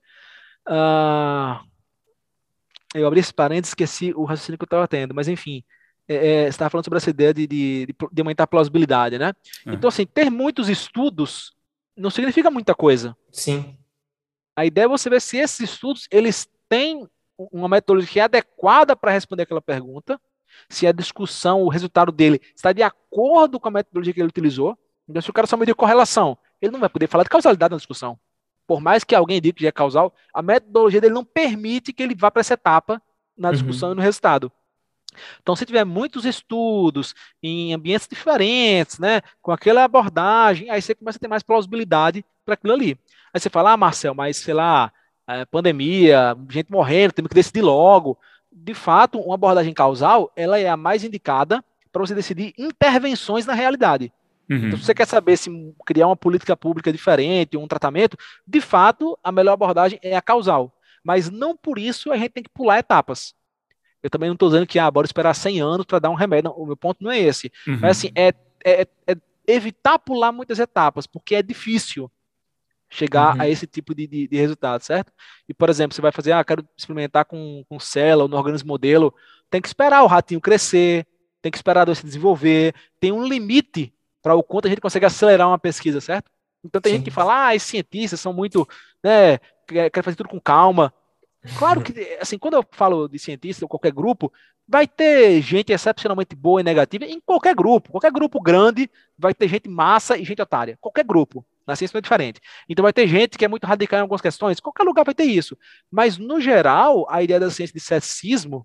Ah, eu abri esse parênteses e esqueci o raciocínio que eu estava tendo, mas enfim, você estava falando sobre essa ideia de aumentar a plausibilidade, né? É. Então, assim, ter muitos estudos não significa muita coisa. Sim. A ideia é você ver se esses estudos eles têm uma metodologia que é adequada para responder aquela pergunta, se a discussão, o resultado dele está de acordo com a metodologia que ele utilizou. Então, se o cara só medir correlação, ele não vai poder falar de causalidade na discussão. Por mais que alguém diga que já é causal, a metodologia dele não permite que ele vá para essa etapa na discussão e Uhum. no resultado. Então, se tiver muitos estudos em ambientes diferentes, né, com aquela abordagem, aí você começa a ter mais plausibilidade para aquilo ali. Aí você fala, Marcel, mas sei lá, pandemia, gente morrendo, temos que decidir logo. De fato, uma abordagem causal, ela é a mais indicada para você decidir intervenções na realidade. Então, se você Uhum. quer saber se criar uma política pública diferente, um tratamento, de fato, a melhor abordagem é a causal. Mas não por isso a gente tem que pular etapas. Eu também não estou dizendo que, bora esperar 100 anos para dar um remédio. Não, o meu ponto não é esse. Mas, assim, Uhum. é evitar pular muitas etapas, porque é difícil chegar a Uhum. esse tipo de resultado, certo? E, por exemplo, você vai fazer, quero experimentar com célula, no organismo modelo, tem que esperar o ratinho crescer, tem que esperar a doença se desenvolver, tem um limite para o quanto a gente consegue acelerar uma pesquisa, certo? Então tem gente que Sim. fala, os cientistas são muito, né, querem fazer tudo com calma. Claro que, assim, quando eu falo de cientista ou qualquer grupo, vai ter gente excepcionalmente boa e negativa em qualquer grupo. Qualquer grupo grande vai ter gente massa e gente otária. Qualquer grupo. Na ciência não é diferente. Então vai ter gente que é muito radical em algumas questões. Qualquer lugar vai ter isso. Mas, no geral, a ideia da ciência de ceticismo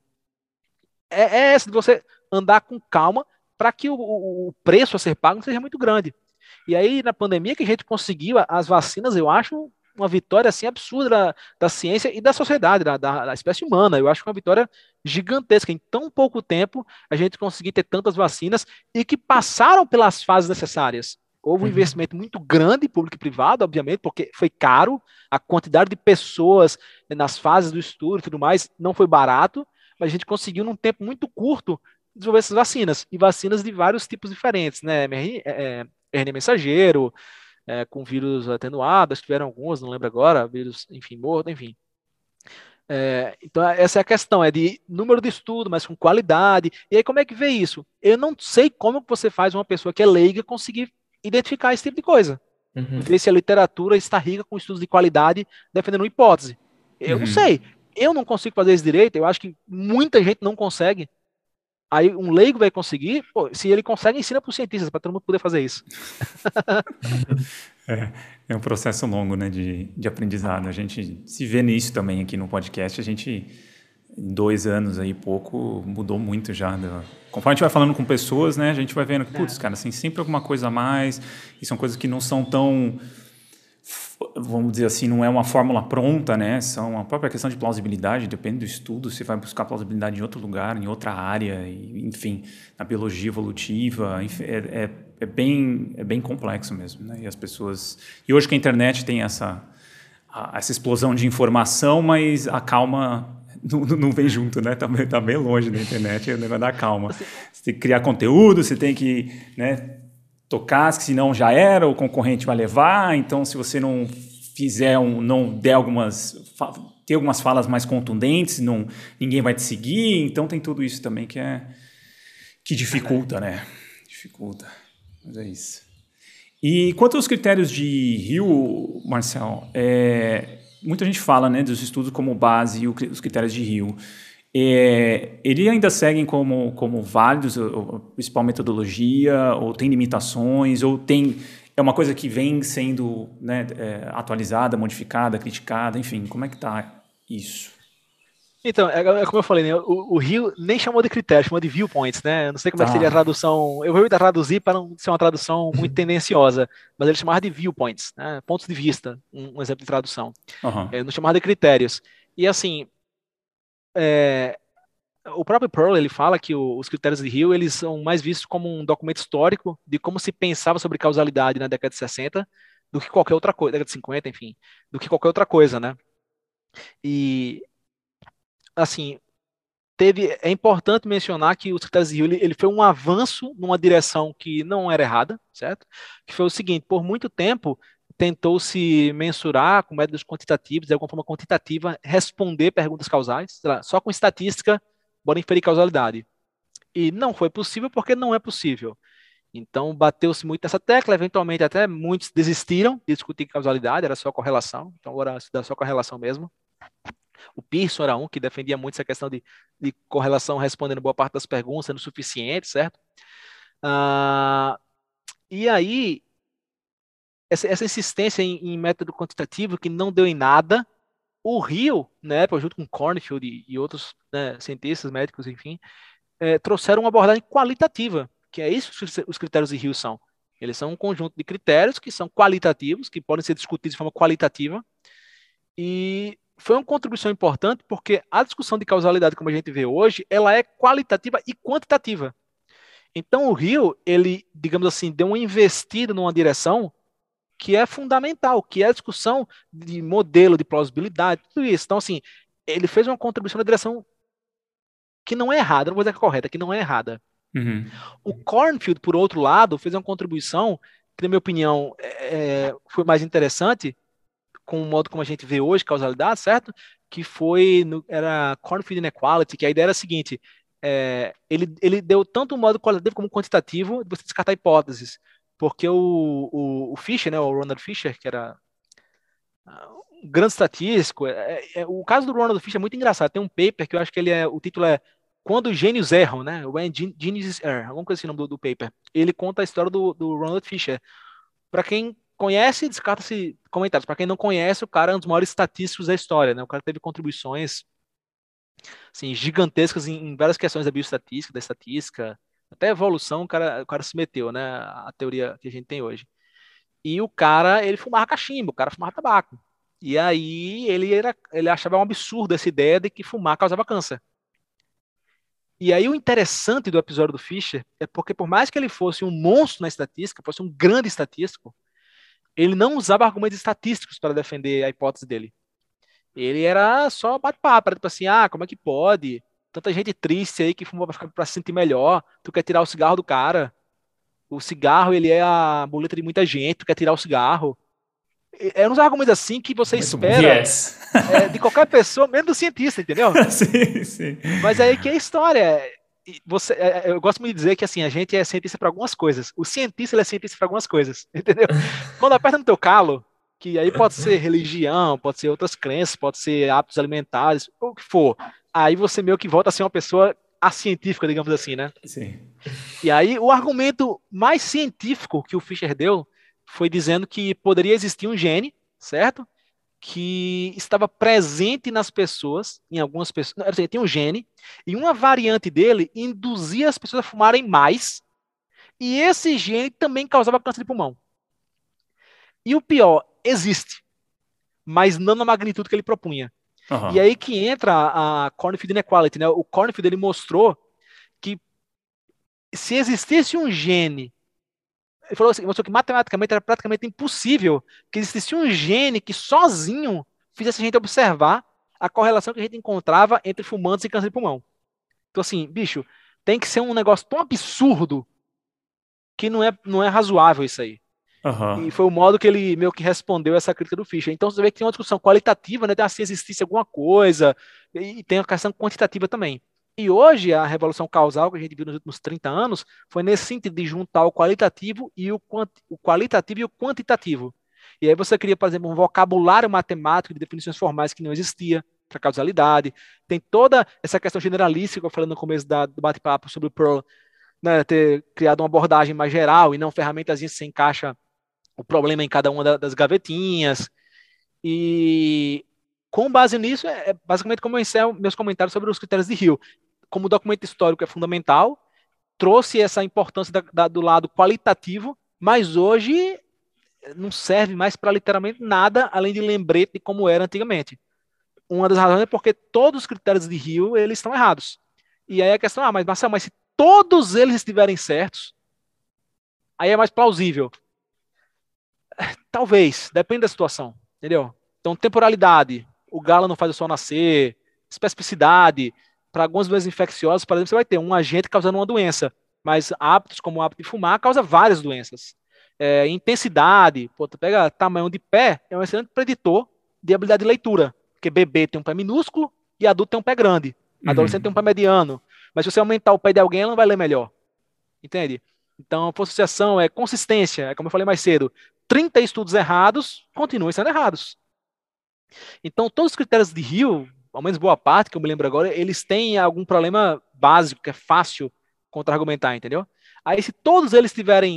é essa de você andar com calma para que o preço a ser pago não seja muito grande. E aí, na pandemia, que a gente conseguiu as vacinas, eu acho uma vitória assim absurda da ciência e da sociedade, da espécie humana. Eu acho uma vitória gigantesca. Em tão pouco tempo, a gente conseguir ter tantas vacinas e que passaram pelas fases necessárias. Houve um Uhum. investimento muito grande, público e privado, obviamente, porque foi caro, a quantidade de pessoas nas fases do estudo e tudo mais não foi barato, mas a gente conseguiu, num tempo muito curto, desenvolver essas vacinas, e vacinas de vários tipos diferentes, né? RNA mensageiro, com vírus atenuado, acho que tiveram alguns, não lembro agora, vírus, enfim, morto, enfim. Então, essa é a questão, é de número de estudo, mas com qualidade. E aí, como é que vê isso? Eu não sei como que você faz uma pessoa que é leiga conseguir identificar esse tipo de coisa. Uhum. Ver se a literatura está rica com estudos de qualidade defendendo uma hipótese. Eu não sei. Uhum. Eu não consigo fazer isso direito, eu acho que muita gente não consegue. Aí um leigo vai conseguir, pô, se ele consegue, ensina para os cientistas, para todo mundo poder fazer isso. É um processo longo, né, de aprendizado. A gente se vê nisso também aqui no podcast. A gente, em 2 anos aí, pouco, mudou muito já. Conforme a gente vai falando com pessoas, né, a gente vai vendo que, putz, cara, assim, sempre alguma coisa a mais. E são coisas que não são tão... Vamos dizer assim, não é uma fórmula pronta, né? São a própria questão de plausibilidade, depende do estudo, você vai buscar plausibilidade em outro lugar, em outra área, enfim, na biologia evolutiva, enfim, é bem complexo mesmo, né? E as pessoas... E hoje que a internet tem essa explosão de informação, mas a calma não vem junto, né? Tá bem longe da internet, o negócio da calma. Você tem que criar conteúdo, você tem que, né, tocar, senão já era, o concorrente vai levar, então se você não fizer, não der ter algumas falas mais contundentes, ninguém vai te seguir, então tem tudo isso também que dificulta, né? Dificulta, mas é isso. E quanto aos critérios de Hill, Marcel, muita gente fala, né, dos estudos como base e os critérios de Hill. Ele ainda seguem como válidos, a principal metodologia, ou tem limitações, ou é uma coisa que vem sendo, né, atualizada, modificada, criticada, enfim, como é que está isso? Então, é como eu falei, né, o Hill nem chamou de critério, chamou de viewpoints, né? Eu não sei como é que seria a tradução, eu vou tentar traduzir para não ser uma tradução muito tendenciosa, mas ele chamava de viewpoints, né? Pontos de vista, um exemplo de tradução. Ele não chamava de critérios. E assim, o próprio Pearl, ele fala que os critérios de Hill, eles são mais vistos como um documento histórico de como se pensava sobre causalidade na década de 60 do que qualquer outra coisa, década de 50, enfim, do que qualquer outra coisa, né? E, assim, é importante mencionar que os critérios de Hill, ele foi um avanço numa direção que não era errada, certo? Que foi o seguinte, por muito tempo, tentou-se mensurar com métodos quantitativos, de alguma forma quantitativa, responder perguntas causais, sei lá, só com estatística, bora inferir causalidade. E não foi possível porque não é possível. Então, bateu-se muito nessa tecla, eventualmente até muitos desistiram de discutir causalidade, era só correlação, então agora se dá só correlação mesmo. O Pearson era um que defendia muito essa questão de correlação respondendo boa parte das perguntas, sendo suficiente, certo? E aí, essa insistência em método quantitativo que não deu em nada, o Hill, né, junto com Cornfield e outros, né, cientistas, médicos, enfim, trouxeram uma abordagem qualitativa, que é isso que os critérios de Hill são. Eles são um conjunto de critérios que são qualitativos, que podem ser discutidos de forma qualitativa, e foi uma contribuição importante porque a discussão de causalidade, como a gente vê hoje, ela é qualitativa e quantitativa. Então o Hill, ele, digamos assim, deu uma investida numa direção que é fundamental, que é a discussão de modelo de plausibilidade, tudo isso. Então, assim, ele fez uma contribuição na direção que não é errada, não vou dizer que é correta, que não é errada. Uhum. O Cornfield, por outro lado, fez uma contribuição que, na minha opinião, foi mais interessante, com o modo como a gente vê hoje, causalidade, certo? Que era Cornfield Inequality, que a ideia era a seguinte, ele deu tanto o modo qualitativo como quantitativo de você descartar hipóteses, porque o Fisher, né, o Ronald Fisher, que era um grande estatístico, o caso do Ronald Fisher é muito engraçado, tem um paper que eu acho que o título é Quando os Gênios Erram, né, When Geniuses Err, alguma coisa assim, o nome do paper. Ele conta a história do Ronald Fisher. Para quem conhece, descarta-se comentários. Para quem não conhece, o cara é um dos maiores estatísticos da história, né? O cara teve contribuições assim, gigantescas em várias questões da bioestatística, da estatística, até evolução, o cara se meteu, né? A teoria que a gente tem hoje. E o cara, ele fumava cachimbo, o cara fumava tabaco. E aí ele achava um absurdo essa ideia de que fumar causava câncer. E aí o interessante do episódio do Fisher é porque por mais que ele fosse um monstro na estatística, fosse um grande estatístico, ele não usava argumentos estatísticos para defender a hipótese dele. Ele era só bate-papo, tipo assim, como é que pode? Tanta gente triste aí que fuma para se sentir melhor, tu quer tirar o cigarro do cara. O cigarro, ele é a muleta de muita gente, tu quer tirar o cigarro. É uns argumentos assim que você Muito espera yes. De qualquer pessoa, menos do cientista, entendeu? Sim, sim. Mas aí que é a história. Eu gosto muito de dizer que assim, a gente é cientista para algumas coisas. O cientista ele é cientista para algumas coisas, entendeu? Quando aperta no teu calo, que aí pode ser religião, pode ser outras crenças, pode ser hábitos alimentares, o que for. Aí você meio que volta a ser uma pessoa acientífica, digamos assim, né? Sim. E aí, o argumento mais científico que o Fischer deu foi dizendo que poderia existir um gene, certo? Que estava presente nas pessoas, em algumas pessoas, não, tem um gene, e uma variante dele induzia as pessoas a fumarem mais, e esse gene também causava câncer de pulmão. E o pior, existe, mas não na magnitude que ele propunha. E aí que entra a Cornfield Inequality, né? O Cornfield ele mostrou que se existisse um gene, ele falou assim, mostrou que matematicamente era praticamente impossível que existisse um gene que sozinho fizesse a gente observar a correlação que a gente encontrava entre fumantes e câncer de pulmão. Então assim, bicho, tem que ser um negócio tão absurdo que não é razoável isso aí. E foi o modo que ele meio que respondeu essa crítica do Fischer. Então você vê que tem uma discussão qualitativa, né, se existisse alguma coisa, e tem a questão quantitativa também. E hoje a revolução causal que a gente viu nos últimos 30 anos foi nesse sentido de juntar o qualitativo e o qualitativo e o quantitativo. E aí você cria, por exemplo, um vocabulário matemático de definições formais que não existia para causalidade. Tem toda essa questão generalística que eu falei no começo do bate-papo sobre o Pearl, né, ter criado uma abordagem mais geral e não ferramentas que se encaixa o problema em cada uma das gavetinhas. E com base nisso, é basicamente como eu encerro meus comentários sobre os critérios de Hill. Como o documento histórico é fundamental, trouxe essa importância do lado qualitativo, mas hoje não serve mais para literalmente nada além de lembrete de como era antigamente. Uma das razões é porque todos os critérios de Hill eles estão errados. E aí a questão mas Marcelo, mas se todos eles estiverem certos, aí é mais plausível. Talvez, depende da situação, entendeu? Então, temporalidade, o galo não faz o sol nascer, especificidade, para algumas doenças infecciosas, por exemplo, você vai ter um agente causando uma doença, mas hábitos como o hábito de fumar causa várias doenças. Intensidade, tu pega tamanho de pé, é um excelente preditor de habilidade de leitura, porque bebê tem um pé minúsculo e adulto tem um pé grande, adolescente tem um pé mediano, mas se você aumentar o pé de alguém, ela não vai ler melhor, entende? Então, associação é consistência, como eu falei mais cedo, 30 estudos errados continuam sendo errados. Então, todos os critérios de Hill, ao menos boa parte, que eu me lembro agora, eles têm algum problema básico, que é fácil contra-argumentar, entendeu? Aí, se todos eles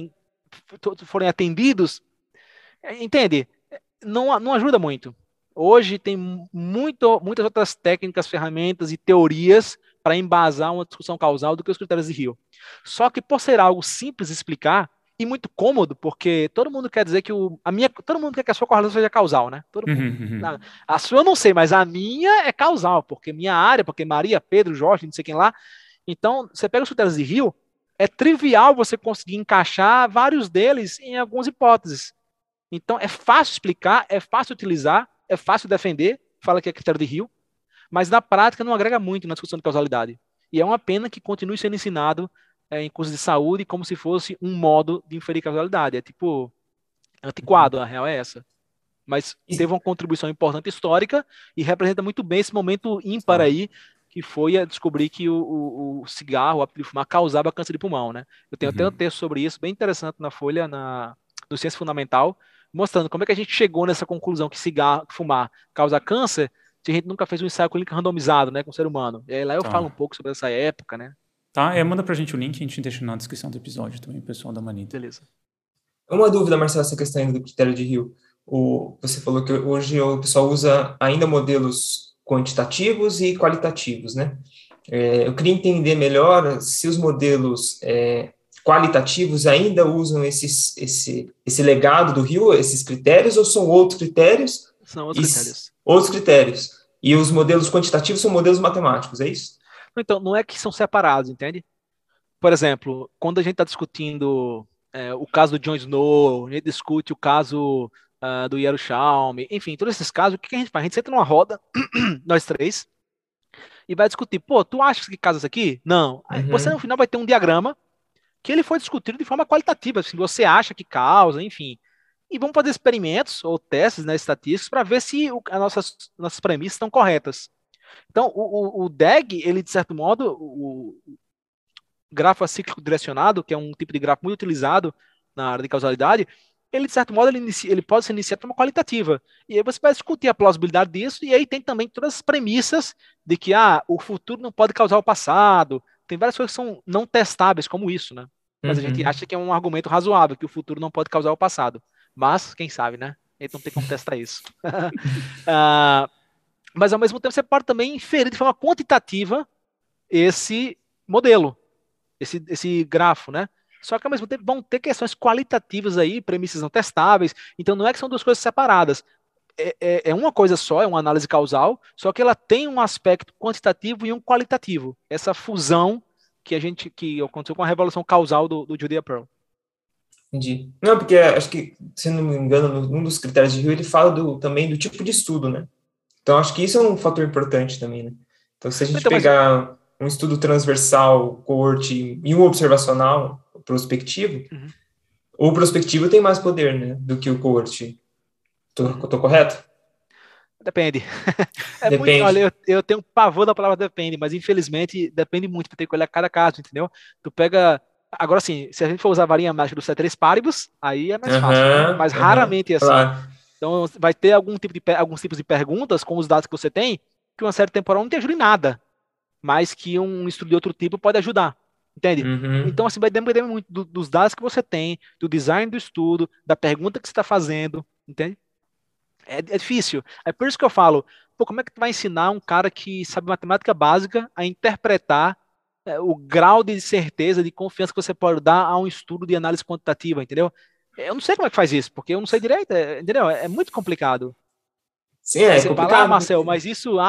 forem atendidos, entende? Não ajuda muito. Hoje tem muitas outras técnicas, ferramentas e teorias para embasar uma discussão causal do que os critérios de Hill. Só que por ser algo simples de explicar, e muito cômodo, porque todo mundo quer dizer que todo mundo quer que a sua correlação seja causal, né? Todo mundo. A sua eu não sei, mas a minha é causal, porque minha área, porque Maria, Pedro, Jorge, não sei quem lá. Então, você pega os critérios de Hill, é trivial você conseguir encaixar vários deles em algumas hipóteses. Então, é fácil explicar, é fácil utilizar, é fácil defender, fala que é critério de Hill, mas na prática não agrega muito na discussão de causalidade. E é uma pena que continue sendo ensinado em cursos de saúde como se fosse um modo de inferir causalidade. É tipo antiquado, a real é essa. Mas teve uma contribuição importante histórica e representa muito bem esse momento ímpar aí, que foi a descobrir que o cigarro, o hábito de fumar, causava câncer de pulmão, né? Eu tenho até um texto sobre isso, bem interessante na Folha, do Ciência Fundamental, mostrando como é que a gente chegou nessa conclusão que fumar causa câncer, se a gente nunca fez um ensaio clínico randomizado, né, com o ser humano. E aí lá eu falo um pouco sobre essa época, né? Tá, manda pra gente o link, a gente deixa na descrição do episódio também, o pessoal da Manita. Beleza. Uma dúvida, Marcelo, essa questão ainda do critério de Hill. Você falou que hoje o pessoal usa ainda modelos quantitativos e qualitativos, né? Eu queria entender melhor se os modelos qualitativos ainda usam esse legado do Hill, esses critérios, ou são outros critérios? São outros critérios. Outros critérios. E os modelos quantitativos são modelos matemáticos, é isso? Então, não é que são separados, entende? Por exemplo, quando a gente está discutindo o caso do Jon Snow, a gente discute o caso do Yerushalmi, enfim, todos esses casos, o que a gente faz? A gente senta numa roda, nós três, e vai discutir, tu acha que casa isso aqui? Não. Aí você no final vai ter um diagrama que ele foi discutido de forma qualitativa, assim, você acha que causa, enfim. E vamos fazer experimentos ou testes, né, estatísticos, para ver se as nossas premissas estão corretas. Então, o DEG, ele, de certo modo, o grafo acíclico direcionado, que é um tipo de grafo muito utilizado na área de causalidade, ele, de certo modo, ele pode ser iniciado de forma qualitativa. E aí você vai discutir a plausibilidade disso, e aí tem também todas as premissas de que o futuro não pode causar o passado, tem várias coisas que são não testáveis, como isso, né? Mas a gente Uhum. acha que é um argumento razoável, que o futuro não pode causar o passado. Mas, quem sabe, né? A gente não tem como testar isso. Ah, mas, ao mesmo tempo, você pode também inferir de forma quantitativa esse modelo, esse grafo, né? Só que, ao mesmo tempo, vão ter questões qualitativas aí, premissas não testáveis. Então, não é que são duas coisas separadas. É uma coisa só, é uma análise causal, só que ela tem um aspecto quantitativo e um qualitativo. Essa fusão que aconteceu com a revolução causal do Judea Pearl. Entendi. Não, porque acho que, se não me engano, num dos critérios de Rio, ele fala também do tipo de estudo, né? Então, acho que isso é um fator importante também, né? Então, se a gente Então, mas pegar um estudo transversal, coorte, e um observacional, prospectivo, uhum, o prospectivo tem mais poder, né, do que o coorte. uhum. Tô correto? Depende. É muito, olha, Depende. eu tenho pavor da palavra depende, mas infelizmente depende muito, tem que olhar cada caso, entendeu? Tu pega. Agora sim, se a gente for usar a varinha mágica do C3 Paribus, aí é mais fácil, né? Aham, Mas aham, raramente é assim. claro. Então vai ter alguns tipos de perguntas com os dados que você tem, que uma série temporal não te ajuda em nada, mas que um estudo de outro tipo pode ajudar. Entende? Então, Uhum. assim, vai depender muito dos dados que você tem, do design do estudo, da pergunta que você está fazendo, entende? É difícil. É por isso que eu falo, pô, como é que tu vai ensinar um cara que sabe matemática básica a interpretar o grau de certeza, de confiança que você pode dar a um estudo de análise quantitativa, entendeu? Eu não sei como é que faz isso, porque eu não sei direito, entendeu? É muito complicado. Sim, Aí é você fala, ah, complicado, Marcel, porque... mas isso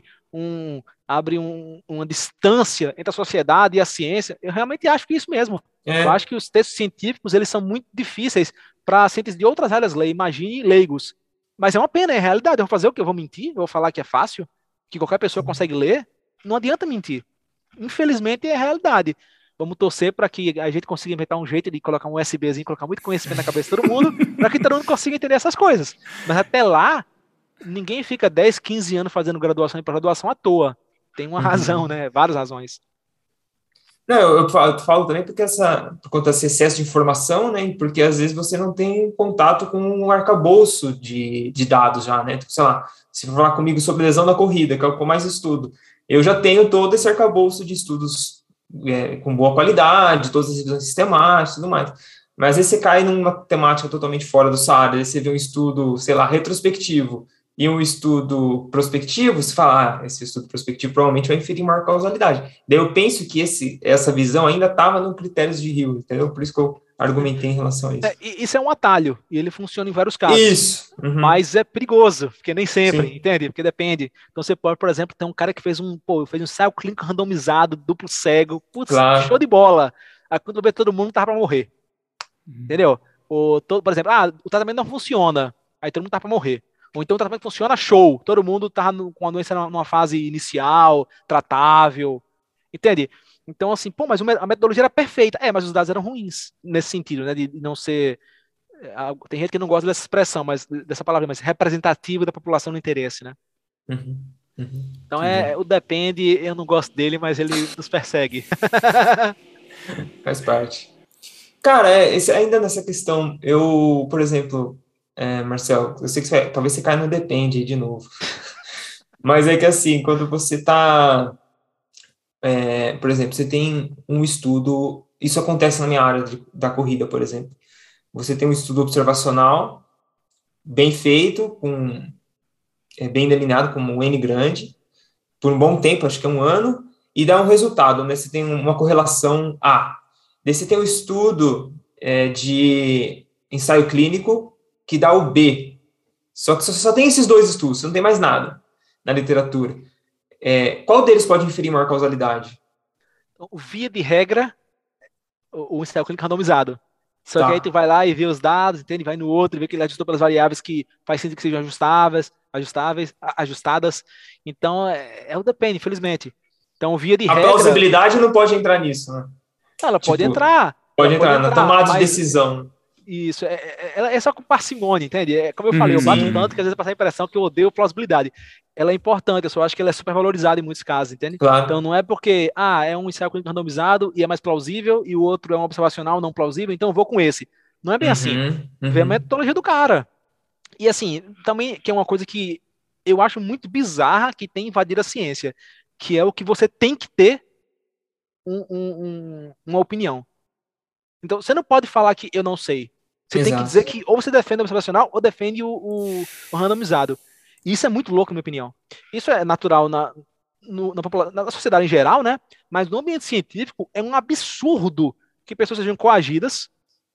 uma distância entre a sociedade e a ciência. Eu realmente acho que é isso mesmo. Eu É, acho que os textos científicos eles são muito difíceis para cientistas de outras áreas ler, imagine leigos. Mas é uma pena, é realidade. Eu vou fazer o quê? Eu vou mentir? Eu vou falar que é fácil? Que qualquer pessoa consegue ler? Não adianta mentir. Infelizmente é a realidade. Vamos torcer para que a gente consiga inventar um jeito de colocar um USBzinho, colocar muito conhecimento na cabeça de todo mundo, para que todo mundo consiga entender essas coisas. Mas até lá, ninguém fica 10, 15 anos fazendo graduação e pós-graduação à toa. Tem uma razão, uhum. né? Várias razões. Não, eu falo também porque por conta desse excesso de informação, né? Porque às vezes você não tem contato com um arcabouço de dados já, né? Tipo, sei lá, se for falar comigo sobre lesão na corrida, que é o que eu mais estudo, eu já tenho todo esse arcabouço de estudos com boa qualidade, todas as revisões sistemáticas e tudo mais. Mas às vezes você cai numa temática totalmente fora do SAR, aí você vê um estudo, sei lá, retrospectivo, e um estudo prospectivo, você fala, esse estudo prospectivo provavelmente vai inferir maior causalidade. Daí eu penso que essa visão ainda estava no critérios de Hill, entendeu? Por isso que eu argumentei em relação a isso. Isso é um atalho, e ele funciona em vários casos. Isso! Uhum. Mas é perigoso, porque nem sempre, Sim, entende? Porque depende. Então você pode, por exemplo, ter um cara que fez um ensaio clínico randomizado, duplo cego, putz, show claro. de bola. Aí quando vê todo mundo tava pra morrer, entendeu? Por exemplo, o tratamento não funciona, aí todo mundo tá pra morrer. Ou então o tratamento funciona, show, todo mundo tá com a doença numa fase inicial, tratável, entende? Então, assim, pô, mas a metodologia era perfeita. Mas os dados eram ruins nesse sentido, né? De não ser. Tem gente que não gosta dessa expressão, dessa palavra, mas representativo da população no interesse, né? Uhum. Uhum. Então Entendi. o depende, eu não gosto dele, mas ele nos persegue. Faz parte. Cara, ainda nessa questão, por exemplo, Marcel, eu sei que talvez você caia no depende aí de novo. Mas é que assim, quando você está por exemplo, você tem um estudo, isso acontece na minha área da corrida, por exemplo. Você tem um estudo observacional bem feito, bem delineado, com um N grande, por um bom tempo, acho que é um ano, e dá um resultado, né? Você tem uma correlação A. Daí você tem um estudo de ensaio clínico que dá o B. Só que você só tem esses dois estudos, você não tem mais nada na literatura. Qual deles pode inferir maior causalidade? Então, via de regra, o ensaio clínico randomizado. Só que aí tu Tá. vai lá e vê os dados, entende? Vai no outro, vê que ele ajustou pelas variáveis que faz sentido que sejam ajustadas. Então, é o depende, infelizmente. Então, via de A regra, plausibilidade não pode entrar nisso, né? ela pode Tipo, entrar, ela pode pode entrar na entrar, tomada de mas decisão. isso, é só com parcimônia, entende? Como eu falei, eu bato Uhum. tanto que às vezes passa a impressão que eu odeio plausibilidade. Ela é importante, eu só acho que ela é super valorizada em muitos casos, entende? Então Claro. não é porque, é um ensaio clínico randomizado e é mais plausível, e o outro é um observacional não plausível, então eu vou com esse. Não é bem assim. Uhum, Vê a uhum. metodologia do cara. E assim, também que é uma coisa que eu acho muito bizarra que tem invadido a ciência, que é o que você tem que ter uma opinião. Então, você não pode falar que eu não sei. Você tem que Exato. dizer que ou você defende o observacional ou defende o randomizado. E isso é muito louco, na minha opinião. Isso é natural na sociedade em geral, né? Mas no ambiente científico é um absurdo que pessoas sejam coagidas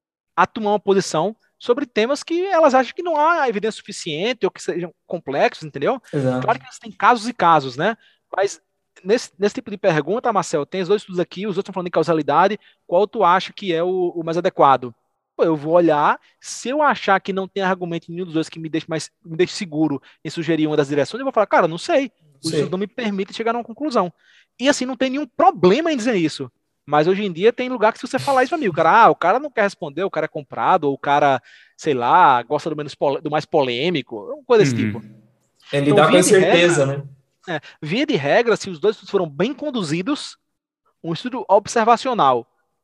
a tomar uma posição sobre temas que elas acham que não há evidência suficiente ou que sejam complexos, entendeu? Claro Exato. que tem casos e casos, né? Mas nesse tipo de pergunta, Marcel, tem os dois estudos aqui, os outros estão falando de causalidade, qual tu acha que é o mais adequado? Pô, eu vou olhar, se eu achar que não tem argumento em nenhum dos dois que me deixe seguro em sugerir uma das direções, eu vou falar, cara, não sei, Não os estudos não sei. me permitem chegar a uma conclusão. E assim, não tem nenhum problema em dizer isso. Mas hoje em dia tem lugar que se você falar isso, amigo, o cara não quer responder, o cara é comprado, ou o cara, sei lá, gosta do mais polêmico, uma coisa desse tipo. Uhum. É Então, lidar com a incerteza, né? via de regra, se os dois estudos foram bem conduzidos, um estudo observacional,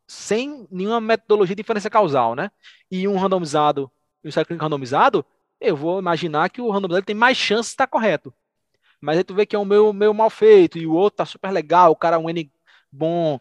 sem nenhuma metodologia de inferência causal, né? E um randomizado, um ensaio clínico randomizado, eu vou imaginar que o randomizado tem mais chance de estar correto. Mas aí tu vê que é um meio mal feito, e o outro tá super legal, o cara é um N bom,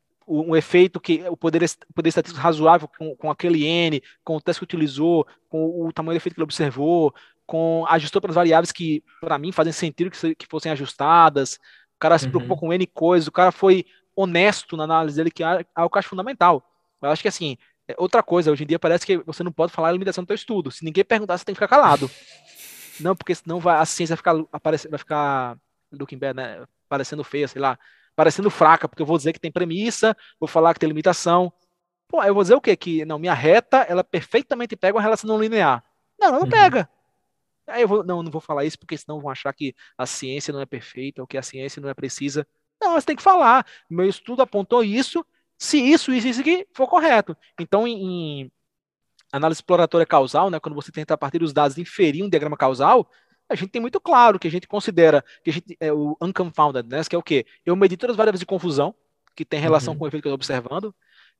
um efeito que o poder estatístico razoável com aquele N, com o teste que utilizou, com o tamanho do efeito que ele observou, ajustou para as variáveis que, para mim, fazem sentido que fossem ajustadas. O cara se preocupou Uhum. com N coisas, o cara foi honesto na análise dele, que é algo que eu acho fundamental. Eu acho que, assim, outra coisa, hoje em dia parece que você não pode falar a limitação do teu estudo. Se ninguém perguntar, você tem que ficar calado. Não, porque senão a ciência vai ficar looking bad, né? Parecendo feia, sei lá. Parecendo fraca, porque eu vou dizer que tem premissa, vou falar que tem limitação. Pô, eu vou dizer o quê? Que não, minha reta, ela perfeitamente pega uma relação não linear. Não, ela não Uhum. pega. Aí não vou falar isso porque senão vão achar que a ciência não é perfeita ou que a ciência não é precisa. Não, você tem que falar. Meu estudo apontou isso, se isso aqui for correto. Então, em análise exploratória causal, né, quando você tenta a partir dos dados inferir um diagrama causal, a gente tem muito claro que a gente considera que a gente é o unconfounded, né, que é o quê? Eu medi todas as variáveis de confusão que tem relação com o Uhum. efeito que eu estou observando,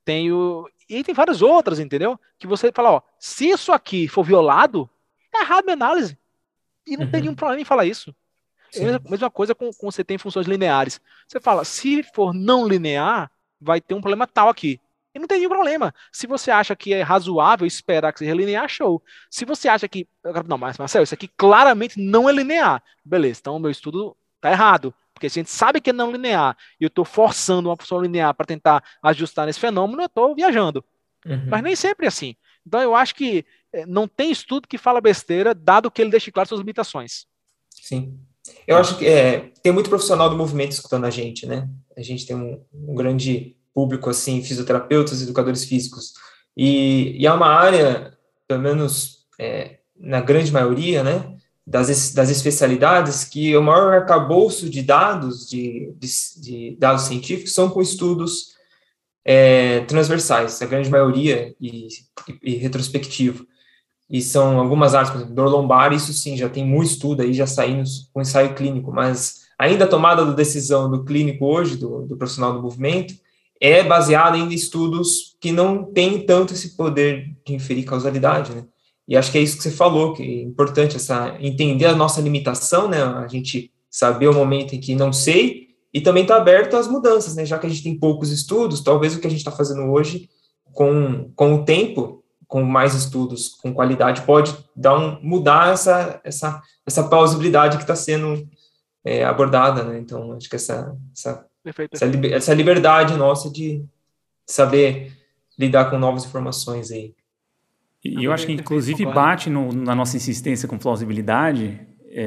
e tem várias outras, entendeu? Que você fala, ó, se isso aqui for violado, é errado minha análise. E não tem nenhum Uhum. problema em falar isso. É a Sim. mesma coisa com você tem funções lineares. Você fala, se for não linear, vai ter um problema tal aqui. E não tem nenhum problema. Se você acha que é razoável esperar que seja linear, show. Se você acha que. Não, mas Marcelo, isso aqui claramente não é linear. Beleza, então o meu estudo está errado. Porque se a gente sabe que é não linear e eu estou forçando uma função linear para tentar ajustar nesse fenômeno, eu estou viajando. Mas Uhum. nem sempre é assim. Então eu acho que não tem estudo que fala besteira, dado que ele deixe claro suas limitações. Sim. Eu É. acho que tem muito profissional do movimento escutando a gente, né? A gente tem um grande público, assim, fisioterapeutas, educadores físicos. E é uma área, pelo menos na grande maioria, né? Das especialidades, que o maior arcabouço de dados, de dados científicos, são com estudos transversais, a grande maioria, e retrospectivo. E são algumas áreas, por exemplo, dor lombar, isso sim, já tem muito estudo aí, já saindo com ensaio clínico, mas ainda a tomada da decisão do clínico hoje, do profissional do movimento, é baseada em estudos que não têm tanto esse poder de inferir causalidade, né? E acho que é isso que você falou, que é importante entender a nossa limitação, né? A gente saber o momento em que não sei e também estar aberto às mudanças, né? Já que a gente tem poucos estudos, talvez o que a gente está fazendo hoje, com o tempo, com mais estudos, com qualidade, pode mudar essa plausibilidade que está sendo abordada, né? Então, acho que Perfeito, perfeito. essa liberdade nossa de saber lidar com novas informações aí. E Não, eu acho que, perfeito, perfeito, inclusive, concordo. bate na nossa insistência com plausibilidade,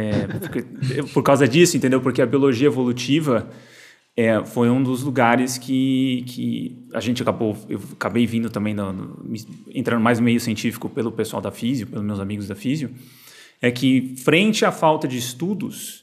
por causa disso, entendeu? Porque a biologia evolutiva foi um dos lugares que a gente eu acabei vindo também, entrando mais no meio científico pelo pessoal da Físio, pelos meus amigos da Físio, é que, frente à falta de estudos,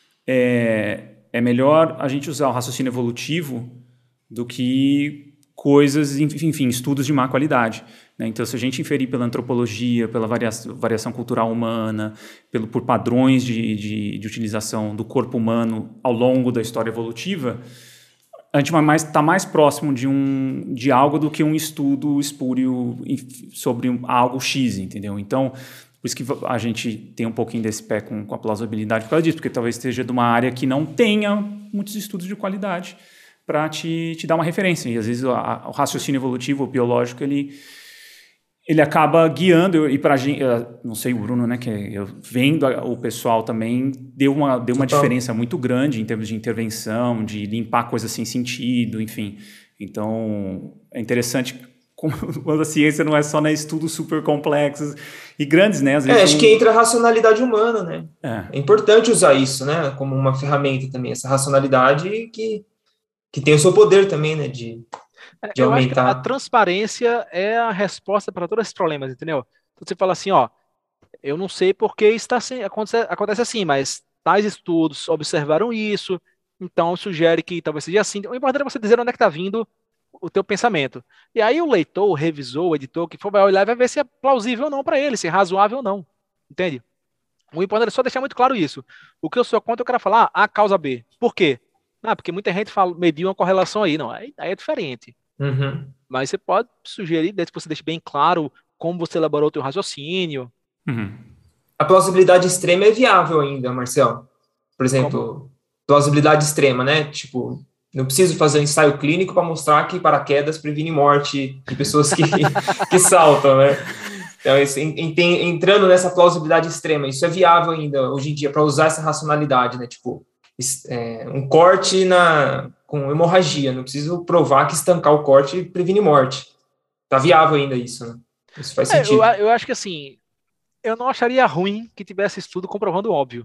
é melhor a gente usar o raciocínio evolutivo do que coisas, enfim, estudos de má qualidade, né? Então, se a gente inferir pela antropologia, pela variação cultural humana, por padrões de utilização do corpo humano ao longo da história evolutiva, a gente vai estar mais próximo de algo do que um estudo espúrio sobre algo X, entendeu? Então, por isso que a gente tem um pouquinho desse pé com a plausibilidade por causa disso, porque talvez esteja de uma área que não tenha muitos estudos de qualidade, para te dar uma referência. E às vezes o raciocínio evolutivo, o biológico, ele acaba guiando, e para a gente, não sei, o Bruno, né, que eu vendo o pessoal também, deu uma diferença muito grande em termos de intervenção, de limpar coisas sem sentido, enfim. Então, é interessante quando a ciência não é só, né, estudos super complexos e grandes, né? Às vezes acho que entra a racionalidade humana, né? É importante usar isso, né, como uma ferramenta também, essa racionalidade que tem o seu poder também, né, de Eu acho que a aumentar. transparência é a resposta para todos esses problemas, entendeu? Então você fala assim, ó, eu não sei por que está assim, acontece assim, mas tais estudos observaram isso, então sugere que talvez seja assim. O importante é você dizer onde é que está vindo o teu pensamento. E aí o leitor, o revisor, o editor, que for, vai olhar e vai ver se é plausível ou não para ele, se é razoável ou não. Entende? O importante é só deixar muito claro isso. O que eu sou contra, eu quero falar A causa B. Por quê? Porque muita gente mediu uma correlação aí. Não, aí é diferente. Uhum. Mas você pode sugerir, desde que você deixe bem claro como você elaborou o teu raciocínio. A plausibilidade extrema é viável ainda, Marcel. Por Como? exemplo, plausibilidade extrema, né? Tipo, não preciso fazer um ensaio clínico para mostrar que paraquedas previne morte em pessoas que saltam, né? Então, entrando nessa plausibilidade extrema, isso é viável ainda hoje em dia para usar essa racionalidade, né? Tipo, um corte com hemorragia, não preciso provar que estancar o corte previne morte. Tá viável ainda isso, né? Isso faz sentido. Eu acho que assim, eu não acharia ruim que tivesse estudo comprovando o óbvio.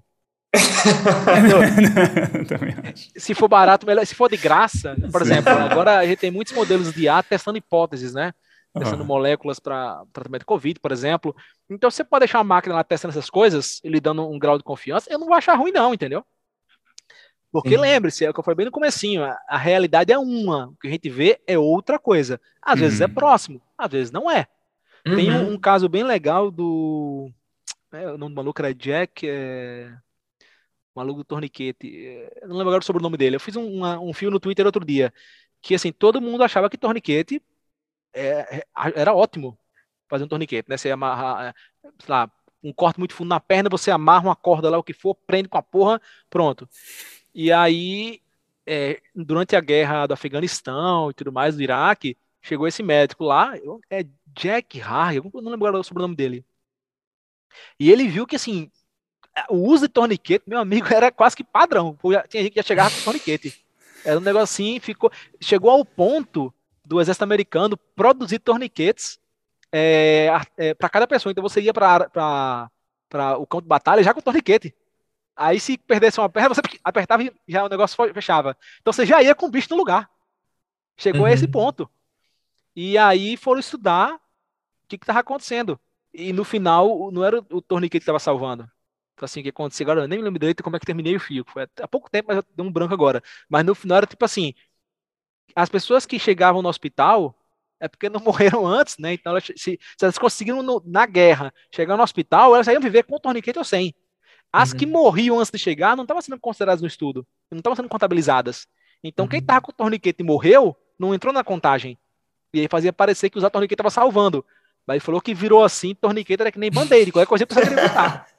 Também acho. Se for barato, melhor. Se for de graça, por exemplo, agora a gente tem muitos modelos de IA testando hipóteses, né? Testando moléculas para tratamento de Covid, por exemplo. Então você pode deixar a máquina lá testando essas coisas e lhe dando um grau de confiança. Eu não vou achar ruim, não, entendeu? Porque lembre-se, é o que eu falei bem no comecinho, a realidade é uma, o que a gente vê é outra coisa. Às vezes é próximo, às vezes não é. Tem um caso bem legal do... o nome do maluco era Jack... O maluco do torniquete. Eu não lembro agora sobre o nome dele. Eu fiz um fio no Twitter outro dia. Que assim, todo mundo achava que torniquete era ótimo fazer um torniquete, né? Você amarra, sei lá, um corte muito fundo na perna, você amarra uma corda lá, o que for, prende com a porra, pronto. E aí, durante a guerra do Afeganistão e tudo mais, do Iraque, chegou esse médico lá, Jack Harry, eu não lembro agora sobre o nome dele. E ele viu que, assim, o uso de torniquete, meu amigo, era quase que padrão. Tinha gente que já chegava com torniquete. Era um negocinho, chegou ao ponto do exército americano produzir torniquetes para cada pessoa. Então você ia para o campo de batalha já com torniquete. Aí se perdesse uma perna, você apertava e já o negócio fechava. Então você já ia com o bicho no lugar. Chegou a esse ponto. E aí foram estudar o que estava acontecendo. E no final, não era o torniquete que estava salvando. Então, assim, o que aconteceu agora, eu nem me lembro direito como é que terminei o fio. Foi há pouco tempo, mas deu um branco agora. Mas no final era tipo assim, as pessoas que chegavam no hospital é porque não morreram antes, né? Então, se elas conseguiram na guerra chegar no hospital, elas iam viver com o torniquete ou sem. As que morriam antes de chegar não estavam sendo consideradas no estudo, não estavam sendo contabilizadas. Então, quem estava com o torniquete e morreu, não entrou na contagem. E aí fazia parecer que usar torniquete estava salvando. Mas ele falou que virou assim, torniquete era que nem band-aid, qualquer coisa você queria botar.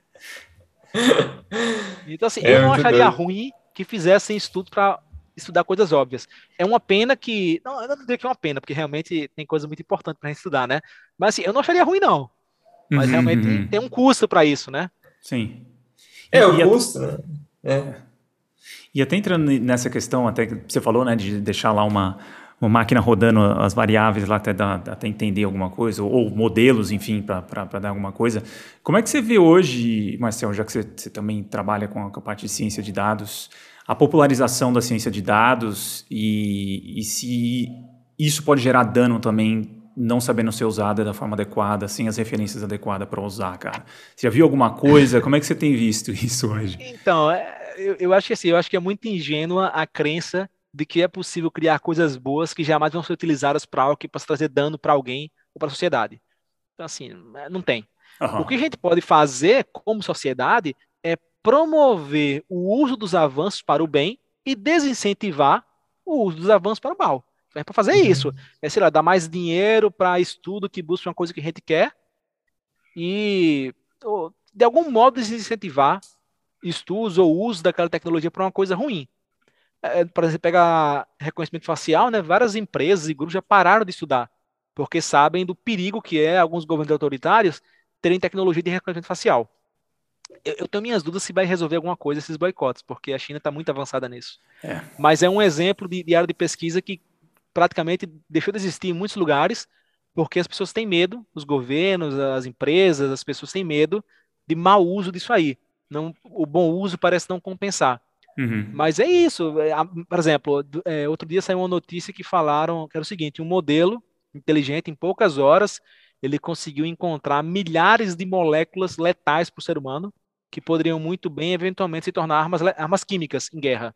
Então, assim, eu não acharia ruim que fizessem estudo para estudar coisas óbvias. É uma pena que... Não, eu não diria que é uma pena, porque realmente tem coisa muito importante para gente estudar, né? Mas, assim, eu não acharia ruim, não. Mas realmente tem um custo para isso, né? Sim. O custo, né? E até entrando nessa questão, até que você falou, né, de deixar lá uma máquina rodando as variáveis lá até entender alguma coisa, ou modelos, enfim, para dar alguma coisa. Como é que você vê hoje, Marcel, já que você também trabalha com a parte de ciência de dados, a popularização da ciência de dados e se isso pode gerar dano também, não sabendo ser usada da forma adequada, sem as referências adequadas para usar, cara? Você já viu alguma coisa? Como é que você tem visto isso hoje? Então, eu acho que assim, eu acho que é muito ingênua a crença de que é possível criar coisas boas que jamais vão ser utilizadas para algo que possa trazer dano para alguém ou para a sociedade. Então, assim, não tem. O que a gente pode fazer como sociedade é promover o uso dos avanços para o bem e desincentivar o uso dos avanços para o mal. Então, para fazer isso, sei lá, dar mais dinheiro para estudo que busca uma coisa que a gente quer e, de algum modo, desincentivar estudos ou uso daquela tecnologia para uma coisa ruim. Por exemplo, pega reconhecimento facial, né? Várias empresas e grupos já pararam de estudar, porque sabem do perigo que é alguns governos autoritários terem tecnologia de reconhecimento facial. Eu tenho minhas dúvidas se vai resolver alguma coisa esses boicotes, porque a China está muito avançada nisso. Mas é um exemplo de área de pesquisa que praticamente deixou de existir em muitos lugares, porque as pessoas têm medo, os governos, as empresas, as pessoas têm medo de mau uso disso aí. Não, o bom uso parece não compensar. Mas é isso. Por exemplo, outro dia saiu uma notícia que falaram que era o seguinte: um modelo inteligente, em poucas horas, ele conseguiu encontrar milhares de moléculas letais para o ser humano, que poderiam muito bem, eventualmente, se tornar armas químicas em guerra.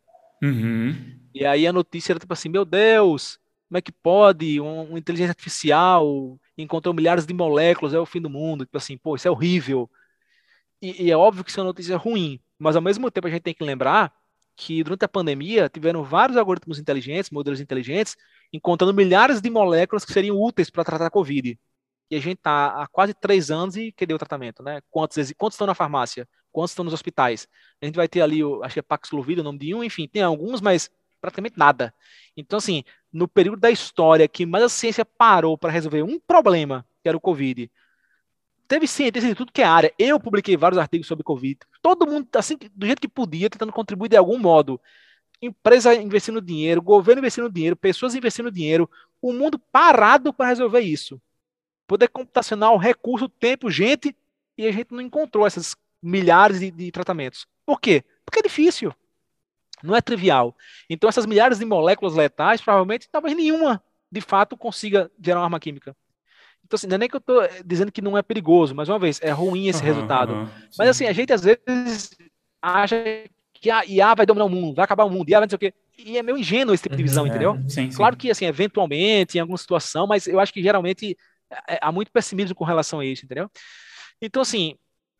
E aí a notícia era tipo assim: meu Deus, como é que pode? Uma inteligência artificial encontrou milhares de moléculas, é o fim do mundo. Tipo assim, pô, isso é horrível. E é óbvio que isso é uma notícia ruim, mas ao mesmo tempo a gente tem que lembrar que durante a pandemia tiveram vários algoritmos inteligentes, modelos inteligentes, encontrando milhares de moléculas que seriam úteis para tratar a Covid. E a gente está há quase 3 anos e cadê o tratamento, né? Quantos estão na farmácia? Quantos estão nos hospitais? A gente vai ter ali, acho que é Paxlovid, o nome de um, enfim, tem alguns, mas praticamente nada. Então, assim, no período da história que mais a ciência parou para resolver um problema, que era o Covid, teve cientista de tudo que é área. Eu publiquei vários artigos sobre Covid. Todo mundo, assim, do jeito que podia, tentando contribuir de algum modo. Empresa investindo dinheiro, governo investindo dinheiro, pessoas investindo dinheiro, o mundo parado para resolver isso. Poder computacional, recurso, tempo, gente, e a gente não encontrou essas milhares de tratamentos. Por quê? Porque é difícil. Não é trivial. Então, essas milhares de moléculas letais, provavelmente, talvez nenhuma, de fato, consiga gerar uma arma química. Então, assim, não é nem que eu estou dizendo que não é perigoso, mas uma vez, é ruim esse resultado. Mas assim, a gente às vezes acha que a IA vai dominar o mundo, vai acabar o mundo, IA vai não sei o quê. E é meio ingênuo esse tipo de visão, entendeu? Sim. Claro que, assim, eventualmente, em alguma situação, mas eu acho que geralmente há muito pessimismo com relação a isso, entendeu? Então, assim,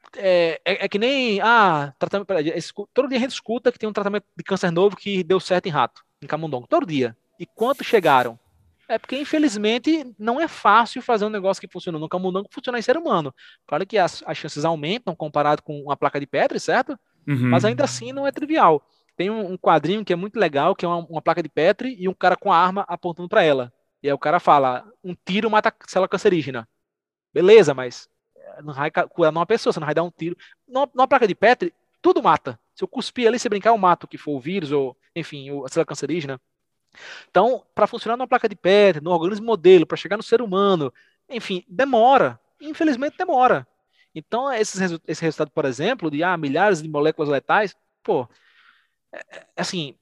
é que nem, tratamento, todo dia a gente escuta que tem um tratamento de câncer novo que deu certo em rato, em camundongo, todo dia. E quantos chegaram? É porque, infelizmente, não é fácil fazer um negócio que funciona no camundongo funcionar em ser humano. Claro que as chances aumentam comparado com uma placa de Petri, certo? Mas ainda assim não é trivial. Tem um quadrinho que é muito legal, que é uma placa de Petri e um cara com a arma apontando para ela. E aí o cara fala, um tiro mata a célula cancerígena. Beleza, mas não vai curar uma pessoa, você não vai dar um tiro. Numa placa de Petri, tudo mata. Se eu cuspir ali, se brincar, eu mato o que for o vírus, ou, enfim, a célula cancerígena. Então, para funcionar numa placa de Petri, no organismo modelo, para chegar no ser humano, enfim, demora. Infelizmente demora. Então, esse resultado, por exemplo, de milhares de moléculas letais, pô, assim,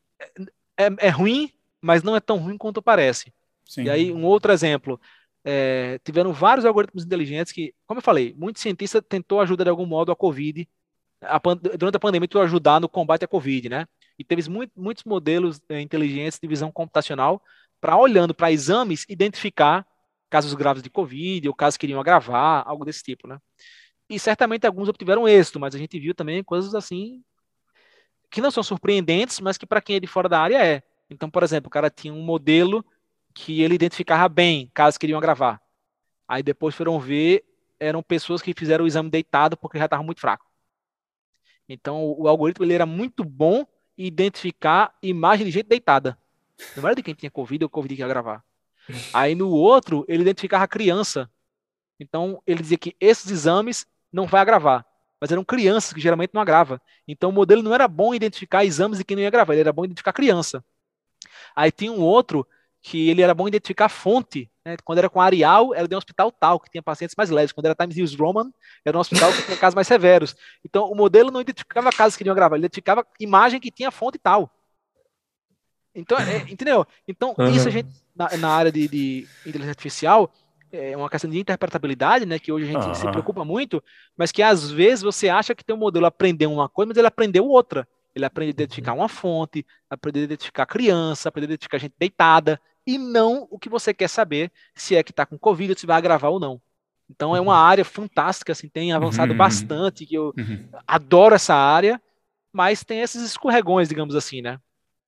é ruim, mas não é tão ruim quanto parece. Sim. E aí, um outro exemplo, tiveram vários algoritmos inteligentes que, como eu falei, muitos cientistas tentou ajudar de algum modo a Covid, durante a pandemia, tentou ajudar no combate à Covid, né? E teve muitos modelos inteligentes de visão computacional para, olhando para exames, identificar casos graves de Covid ou casos que iriam agravar, algo desse tipo, né? E certamente alguns obtiveram êxito, mas a gente viu também coisas assim que não são surpreendentes, mas que para quem é de fora da área é. Então, por exemplo, o cara tinha um modelo que ele identificava bem casos que iriam agravar. Aí depois foram ver, eram pessoas que fizeram o exame deitado porque já estavam muito fraco. Então, o algoritmo ele era muito bom em identificar imagem de gente deitada. Não era de quem tinha Covid ou Covid que ia gravar. Aí no outro, ele identificava a criança. Então, ele dizia que esses exames não vai agravar. Mas eram crianças que geralmente não agrava. Então, o modelo não era bom em identificar exames de quem não ia gravar, ele era bom em identificar criança. Aí tinha um outro que ele era bom em identificar a fonte. Né? Quando era com Arial, era de um hospital tal, que tinha pacientes mais leves. Quando era Times News Roman, era um hospital que tinha casos mais severos. Então, o modelo não identificava casos que iriam gravar, ele identificava imagem que tinha fonte tal. Então, entendeu? Então, isso a gente, na área de inteligência artificial, é uma questão de interpretabilidade, né, que hoje a gente se preocupa muito, mas que às vezes você acha que tem um modelo aprendeu uma coisa, mas ele aprendeu outra. Ele aprende a identificar uma fonte, aprende a identificar criança, aprende a identificar gente deitada, e não o que você quer saber, se é que está com Covid, ou se vai agravar ou não. Então é uma área fantástica, assim, tem avançado bastante, que eu adoro essa área, mas tem esses escorregões, digamos assim, né?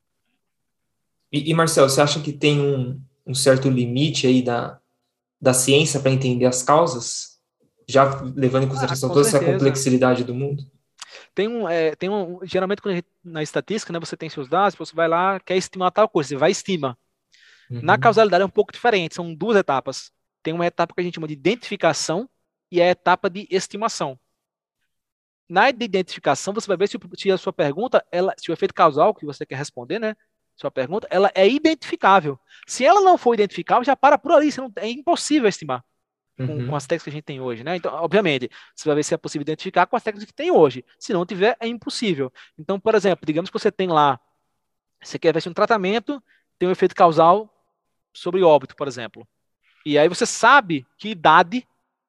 E Marcelo, você acha que tem um certo limite aí da ciência para entender as causas, já levando em consideração toda essa complexidade do mundo? Geralmente na estatística, né, você tem seus dados, você vai lá, quer estimar tal coisa, você vai e estima. Na Uhum. causalidade é um pouco diferente, são duas etapas. Tem uma etapa que a gente chama de identificação e a etapa de estimação. Na de identificação, você vai ver se a sua pergunta, se o efeito causal que você quer responder, né, sua pergunta, ela é identificável. Se ela não for identificável, já para por ali, é impossível estimar com as Uhum. técnicas que a gente tem hoje, né? Então, obviamente, você vai ver se é possível identificar com as técnicas que tem hoje. Se não tiver, é impossível. Então, por exemplo, digamos que você tem lá, você quer ver se um tratamento tem um efeito causal sobre óbito, por exemplo. E aí você sabe que idade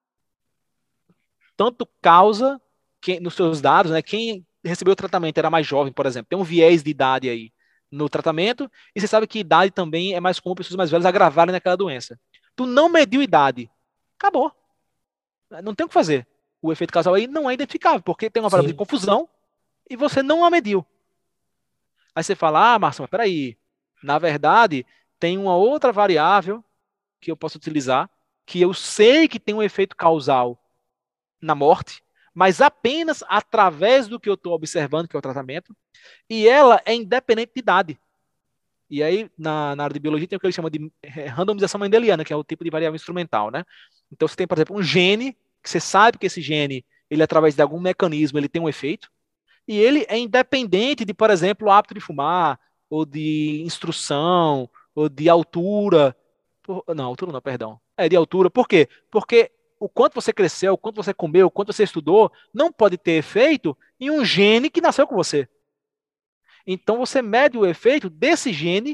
tanto causa nos seus dados, né? Quem recebeu o tratamento era mais jovem, por exemplo. Tem um viés de idade aí no tratamento, e você sabe que idade também é mais comum pessoas mais velhas agravarem naquela doença. Tu não mediu idade, acabou. Não tem o que fazer. O efeito causal aí não é identificável, porque tem uma variável de Sim. confusão e você não a mediu. Aí você fala, Márcio, mas peraí. Na verdade, tem uma outra variável que eu posso utilizar, que eu sei que tem um efeito causal na morte, mas apenas através do que eu estou observando, que é o tratamento, e ela é independente de idade. E aí, na área de biologia, tem o que eles chamam de randomização mendeliana, que é o tipo de variável instrumental, né? Então, você tem, por exemplo, um gene, que você sabe que esse gene, ele através de algum mecanismo, ele tem um efeito, e ele é independente de, por exemplo, o hábito de fumar, ou de instrução, ou de altura. Não, altura não, perdão. É de altura. Por quê? Porque o quanto você cresceu, o quanto você comeu, o quanto você estudou, não pode ter efeito em um gene que nasceu com você. Então você mede o efeito desse gene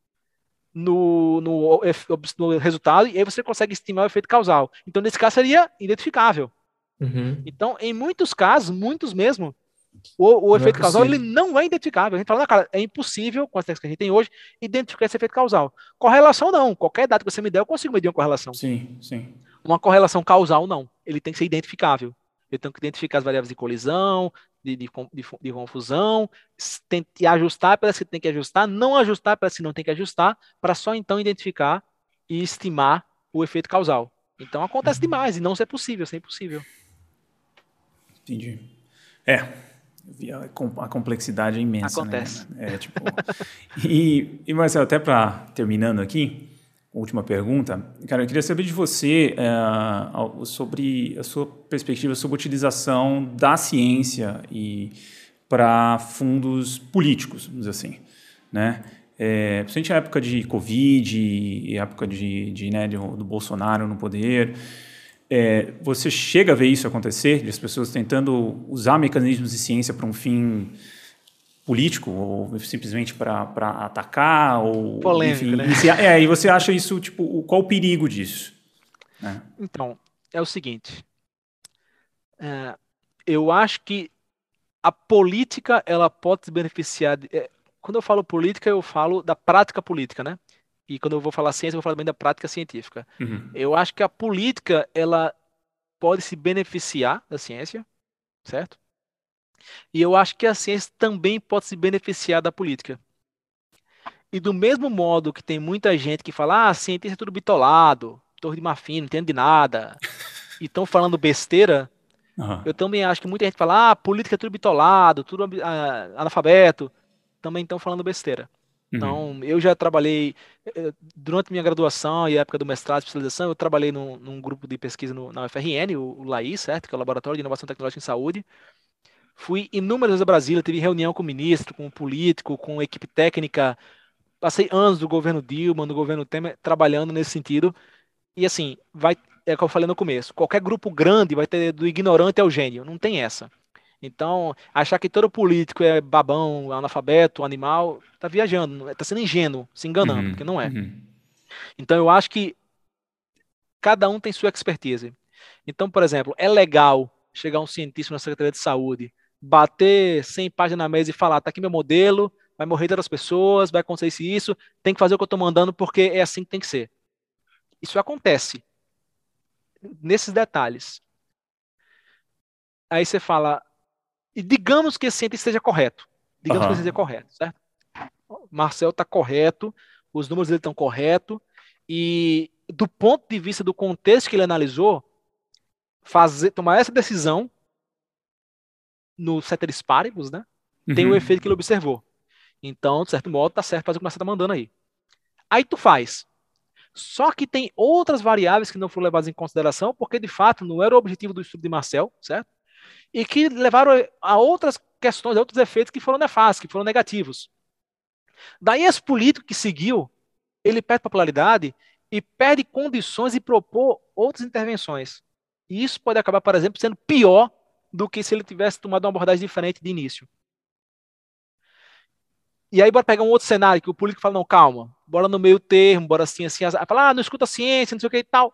no resultado e aí você consegue estimar o efeito causal. Então, nesse caso, seria identificável. Uhum. Então, em muitos casos, muitos mesmo, o Não é efeito causal ele possível. não é identificável. A gente fala, não, cara, é impossível, com as técnicas que a gente tem hoje, identificar esse efeito causal. Correlação, não. Qualquer dado que você me der, eu consigo medir uma correlação. Sim, sim. Uma correlação causal, não. Ele tem que ser identificável. Eu tenho que identificar as variáveis de colisão, de confusão, tem que ajustar para se tem que ajustar, não ajustar para se não tem que ajustar, para só então identificar e estimar o efeito causal. Então acontece Uhum. demais, e não isso é possível, isso é impossível. Entendi. É, a complexidade é imensa, né? Acontece. É tipo. E Marcelo, até para terminando aqui, última pergunta, cara, eu queria saber de você sobre a sua perspectiva sobre a utilização da ciência e para fundos políticos, vamos dizer assim, né? Principalmente na época de Covid e época do Bolsonaro no poder. Você chega a ver isso acontecer, de as pessoas tentando usar mecanismos de ciência para um fim político ou simplesmente para atacar ou Polêmico, enfim né? e você acha isso tipo qual o perigo disso, né? Então, é o seguinte, eu acho que a política ela pode se beneficiar. Quando eu falo política, eu falo da prática política, né? E quando eu vou falar ciência, eu vou falar também da prática científica. Uhum. Eu acho que a política ela pode se beneficiar da ciência, certo? E eu acho que a ciência também pode se beneficiar da política. E do mesmo modo que tem muita gente que fala, cientista é tudo bitolado, torre de marfim, não entende de nada, e estão falando besteira. Uhum. Eu também acho que muita gente fala, política é tudo bitolado, tudo analfabeto. Também estão falando besteira. Uhum. Então, eu já trabalhei, durante minha graduação e a época do mestrado e especialização, eu trabalhei num grupo de pesquisa na UFRN, o LAI, certo? Que é o Laboratório de Inovação Tecnológica em Saúde. Fui inúmeras vezes a Brasília, tive reunião com o ministro, com o político, com a equipe técnica. Passei anos do governo Dilma, do governo Temer, trabalhando nesse sentido. E assim, é o que eu falei no começo, qualquer grupo grande vai ter do ignorante ao gênio, não tem essa. Então, achar que todo político é babão, analfabeto, animal, tá viajando, tá sendo ingênuo, se enganando, porque Uhum. não é. Uhum. Então, eu acho que cada um tem sua expertise. Então, por exemplo, é legal chegar um cientista na Secretaria de Saúde, bater 100 páginas na mesa e falar, tá aqui meu modelo, vai morrer todas as pessoas, vai acontecer isso, tem que fazer o que eu tô mandando porque é assim que tem que ser. Isso acontece nesses detalhes. Aí você fala, e digamos que esse cientista esteja correto. Digamos que ele esteja Aham. correto, certo? Marcel está correto, os números dele estão corretos, e do ponto de vista do contexto que ele analisou, tomar essa decisão no ceteris paribus, né, tem o efeito que ele observou. Então, de certo modo, tá certo fazer o que você tá mandando aí. Aí tu faz. Só que tem outras variáveis que não foram levadas em consideração, porque de fato não era o objetivo do estudo de Marcel, certo? E que levaram a outras questões, a outros efeitos que foram nefastos, que foram negativos. Daí esse político que seguiu, ele perde popularidade e perde condições de propor outras intervenções. E isso pode acabar, por exemplo, sendo pior do que se ele tivesse tomado uma abordagem diferente de início. E aí bora pegar um outro cenário que o político fala, não, calma, bora no meio termo, bora assim, assim, fala, não escuta a ciência, não sei o que e tal.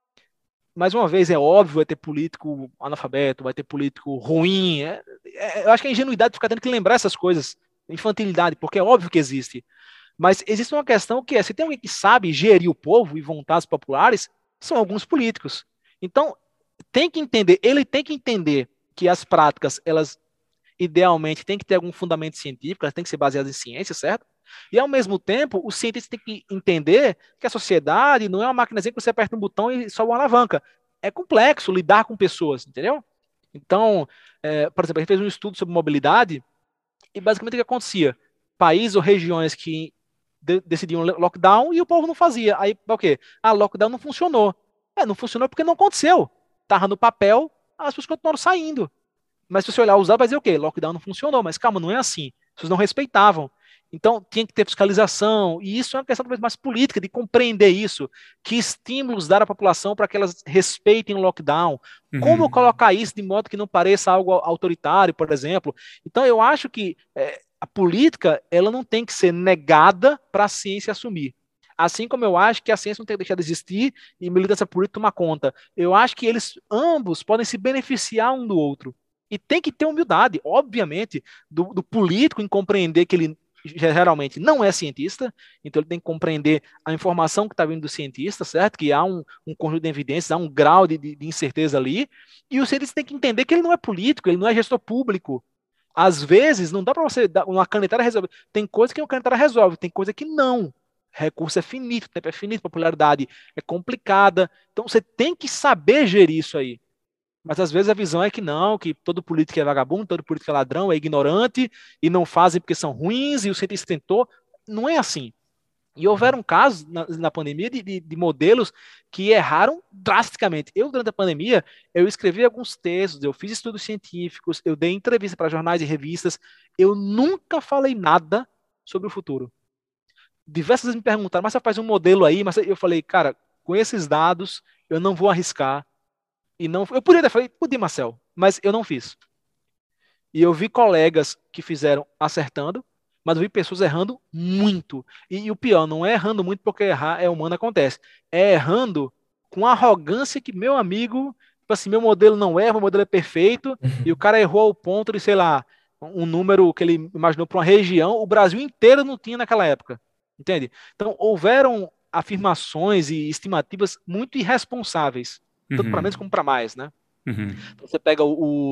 Mais uma vez, é óbvio, vai ter político analfabeto, vai ter político ruim. Eu acho que é ingenuidade ficar tendo que lembrar essas coisas, infantilidade, porque é óbvio que existe. Mas existe uma questão que é, se tem alguém que sabe gerir o povo e vontades populares, são alguns políticos. Então, tem que entender, ele tem que entender que as práticas, elas idealmente têm que ter algum fundamento científico, elas têm que ser baseadas em ciência, certo? E ao mesmo tempo, o cientista tem que entender que a sociedade não é uma máquinazinha que você aperta um botão e sobe uma alavanca. É complexo lidar com pessoas, entendeu? Então, por exemplo, a gente fez um estudo sobre mobilidade e basicamente o que acontecia? Países ou regiões que decidiam lockdown e o povo não fazia. Aí, o quê? Ah, lockdown não funcionou. Não funcionou porque não aconteceu. Tava no papel, as pessoas continuaram saindo. Mas se você olhar os dados, vai dizer o quê? Lockdown não funcionou. Mas calma, não é assim. As pessoas não respeitavam. Então, tinha que ter fiscalização. E isso é uma questão talvez mais política, de compreender isso. Que estímulos dar à população para que elas respeitem o lockdown. Como colocar isso de modo que não pareça algo autoritário, por exemplo. Então, eu acho que a política ela não tem que ser negada para a ciência assumir. Assim como eu acho que a ciência não tem que deixar de existir e a militância política tomar conta. Eu acho que eles ambos podem se beneficiar um do outro. E tem que ter humildade, obviamente, do político em compreender que ele geralmente não é cientista, então ele tem que compreender a informação que está vindo do cientista, certo? Que há um conjunto de evidências, há um grau de incerteza ali, e o cientista tem que entender que ele não é político, ele não é gestor público. Às vezes, não dá para você dar uma canetada resolver. Tem coisa que uma canetada resolve, tem coisa que não. Recurso é finito, tempo é finito, popularidade é complicada. Então você tem que saber gerir isso aí. Mas às vezes a visão é que não, que todo político é vagabundo, todo político é ladrão, é ignorante, e não fazem porque são ruins, e o cientista tentou. Não é assim. E houveram casos na pandemia de modelos que erraram drasticamente. Eu, durante a pandemia, eu escrevi alguns textos, eu fiz estudos científicos, eu dei entrevista para jornais e revistas, eu nunca falei nada sobre o futuro. Diversas vezes me perguntaram, mas você faz um modelo aí? Mas eu falei, cara, com esses dados, eu não vou arriscar. E não, eu podia ter falado, podia, Marcel, mas eu não fiz. E eu vi colegas que fizeram acertando, mas eu vi pessoas errando muito. E o pior, não é errando muito porque errar é humano, acontece. É errando com arrogância que, meu amigo, tipo assim, meu modelo não erra, meu modelo é perfeito, e o cara errou ao ponto de, sei lá, um número que ele imaginou para uma região, o Brasil inteiro não tinha naquela época. Entende? Então, houveram afirmações e estimativas muito irresponsáveis, tanto para menos como para mais, né? Então, você pega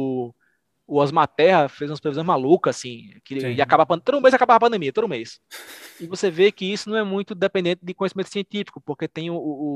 o Osmar Terra fez umas previsões malucas, assim, que ia acabar, todo mês acabava a pandemia, todo mês. E você vê que isso não é muito dependente de conhecimento científico, porque tem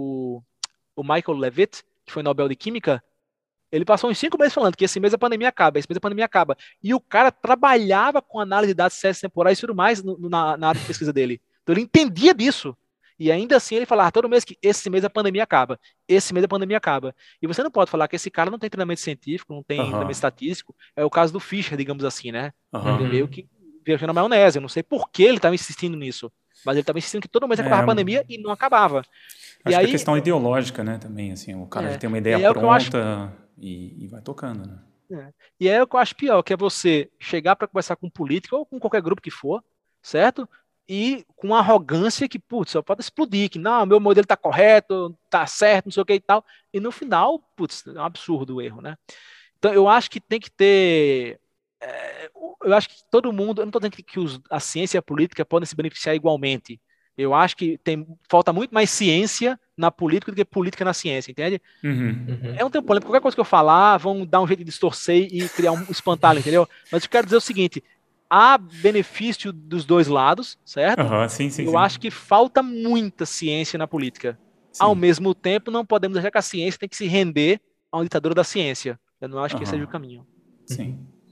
o Michael Levitt, que foi Nobel de Química, ele passou uns 5 meses falando que esse mês a pandemia acaba, esse mês a pandemia acaba. E o cara trabalhava com análise de dados temporais e tudo mais na área de pesquisa dele. Então ele entendia disso. E ainda assim ele falava todo mês que esse mês a pandemia acaba, esse mês a pandemia acaba. E você não pode falar que esse cara não tem treinamento científico, não tem treinamento estatístico. É o caso do Fischer, digamos assim, né? Ele meio que viajou na maionese. Eu não sei por que ele estava insistindo nisso. Mas ele estava insistindo que todo mês acabava a pandemia e não acabava. Acho que é questão ideológica, né? Também, assim, o cara tem uma ideia pronta e vai tocando, né? E é o que eu acho pior, que é você chegar para conversar com um político ou com qualquer grupo que for, certo? E com arrogância que, putz, só pode explodir, que não, meu modelo tá correto, tá certo, não sei o que e tal. E no final, putz, é um absurdo o erro, né? Então eu acho que tem que ter. Eu acho que todo mundo, eu não estou dizendo que a ciência e a política podem se beneficiar igualmente. Eu acho que falta muito mais ciência na política do que política na ciência, entende? É um tempo polêmico. Qualquer coisa que eu falar, vão dar um jeito de distorcer e criar um espantalho, entendeu? Mas eu quero dizer o seguinte: há benefício dos dois lados, certo? Sim. Eu acho que falta muita ciência na política. Sim. Ao mesmo tempo, não podemos achar que a ciência tem que se render a uma ditadura da ciência. Eu não acho que esse seja o caminho. Sim.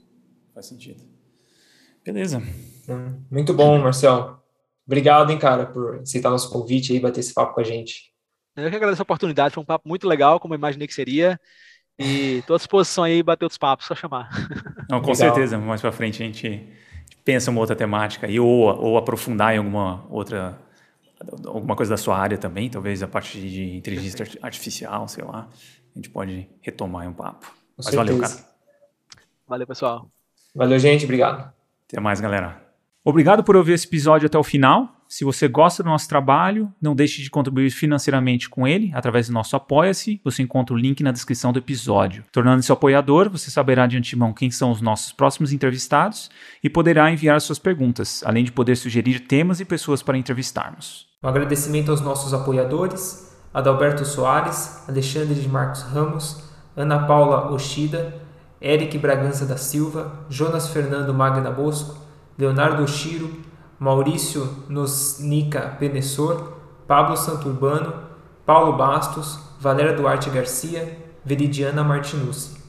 Faz sentido. Beleza. Muito bom, Marcel. Obrigado, hein, cara, por aceitar nosso convite aí, bater esse papo com a gente. Eu que agradeço a oportunidade, foi um papo muito legal, como eu imaginei que seria. E estou à disposição aí, bater outros papos, só chamar. Não, com Legal. certeza, mais para frente a gente pensa uma outra temática aí, ou aprofundar em alguma coisa da sua área também, talvez a parte de inteligência artificial, sei lá. A gente pode retomar aí um papo. Com Mas valeu, cara. certeza. Valeu, pessoal. Valeu, gente. Obrigado. Até mais, galera. Obrigado por ouvir esse episódio até o final. Se você gosta do nosso trabalho, não deixe de contribuir financeiramente com ele através do nosso Apoia-se. Você encontra o link na descrição do episódio. Tornando-se apoiador, você saberá de antemão quem são os nossos próximos entrevistados e poderá enviar suas perguntas, além de poder sugerir temas e pessoas para entrevistarmos. Um agradecimento aos nossos apoiadores, Adalberto Soares, Alexandre de Marcos Ramos, Ana Paula Oshida, Eric Bragança da Silva, Jonas Fernando Magna Bosco, Leonardo Oshiro, Maurício Nosnica Penessor, Pablo Santurbano, Paulo Bastos, Valéria Duarte Garcia, Veridiana Martinucci.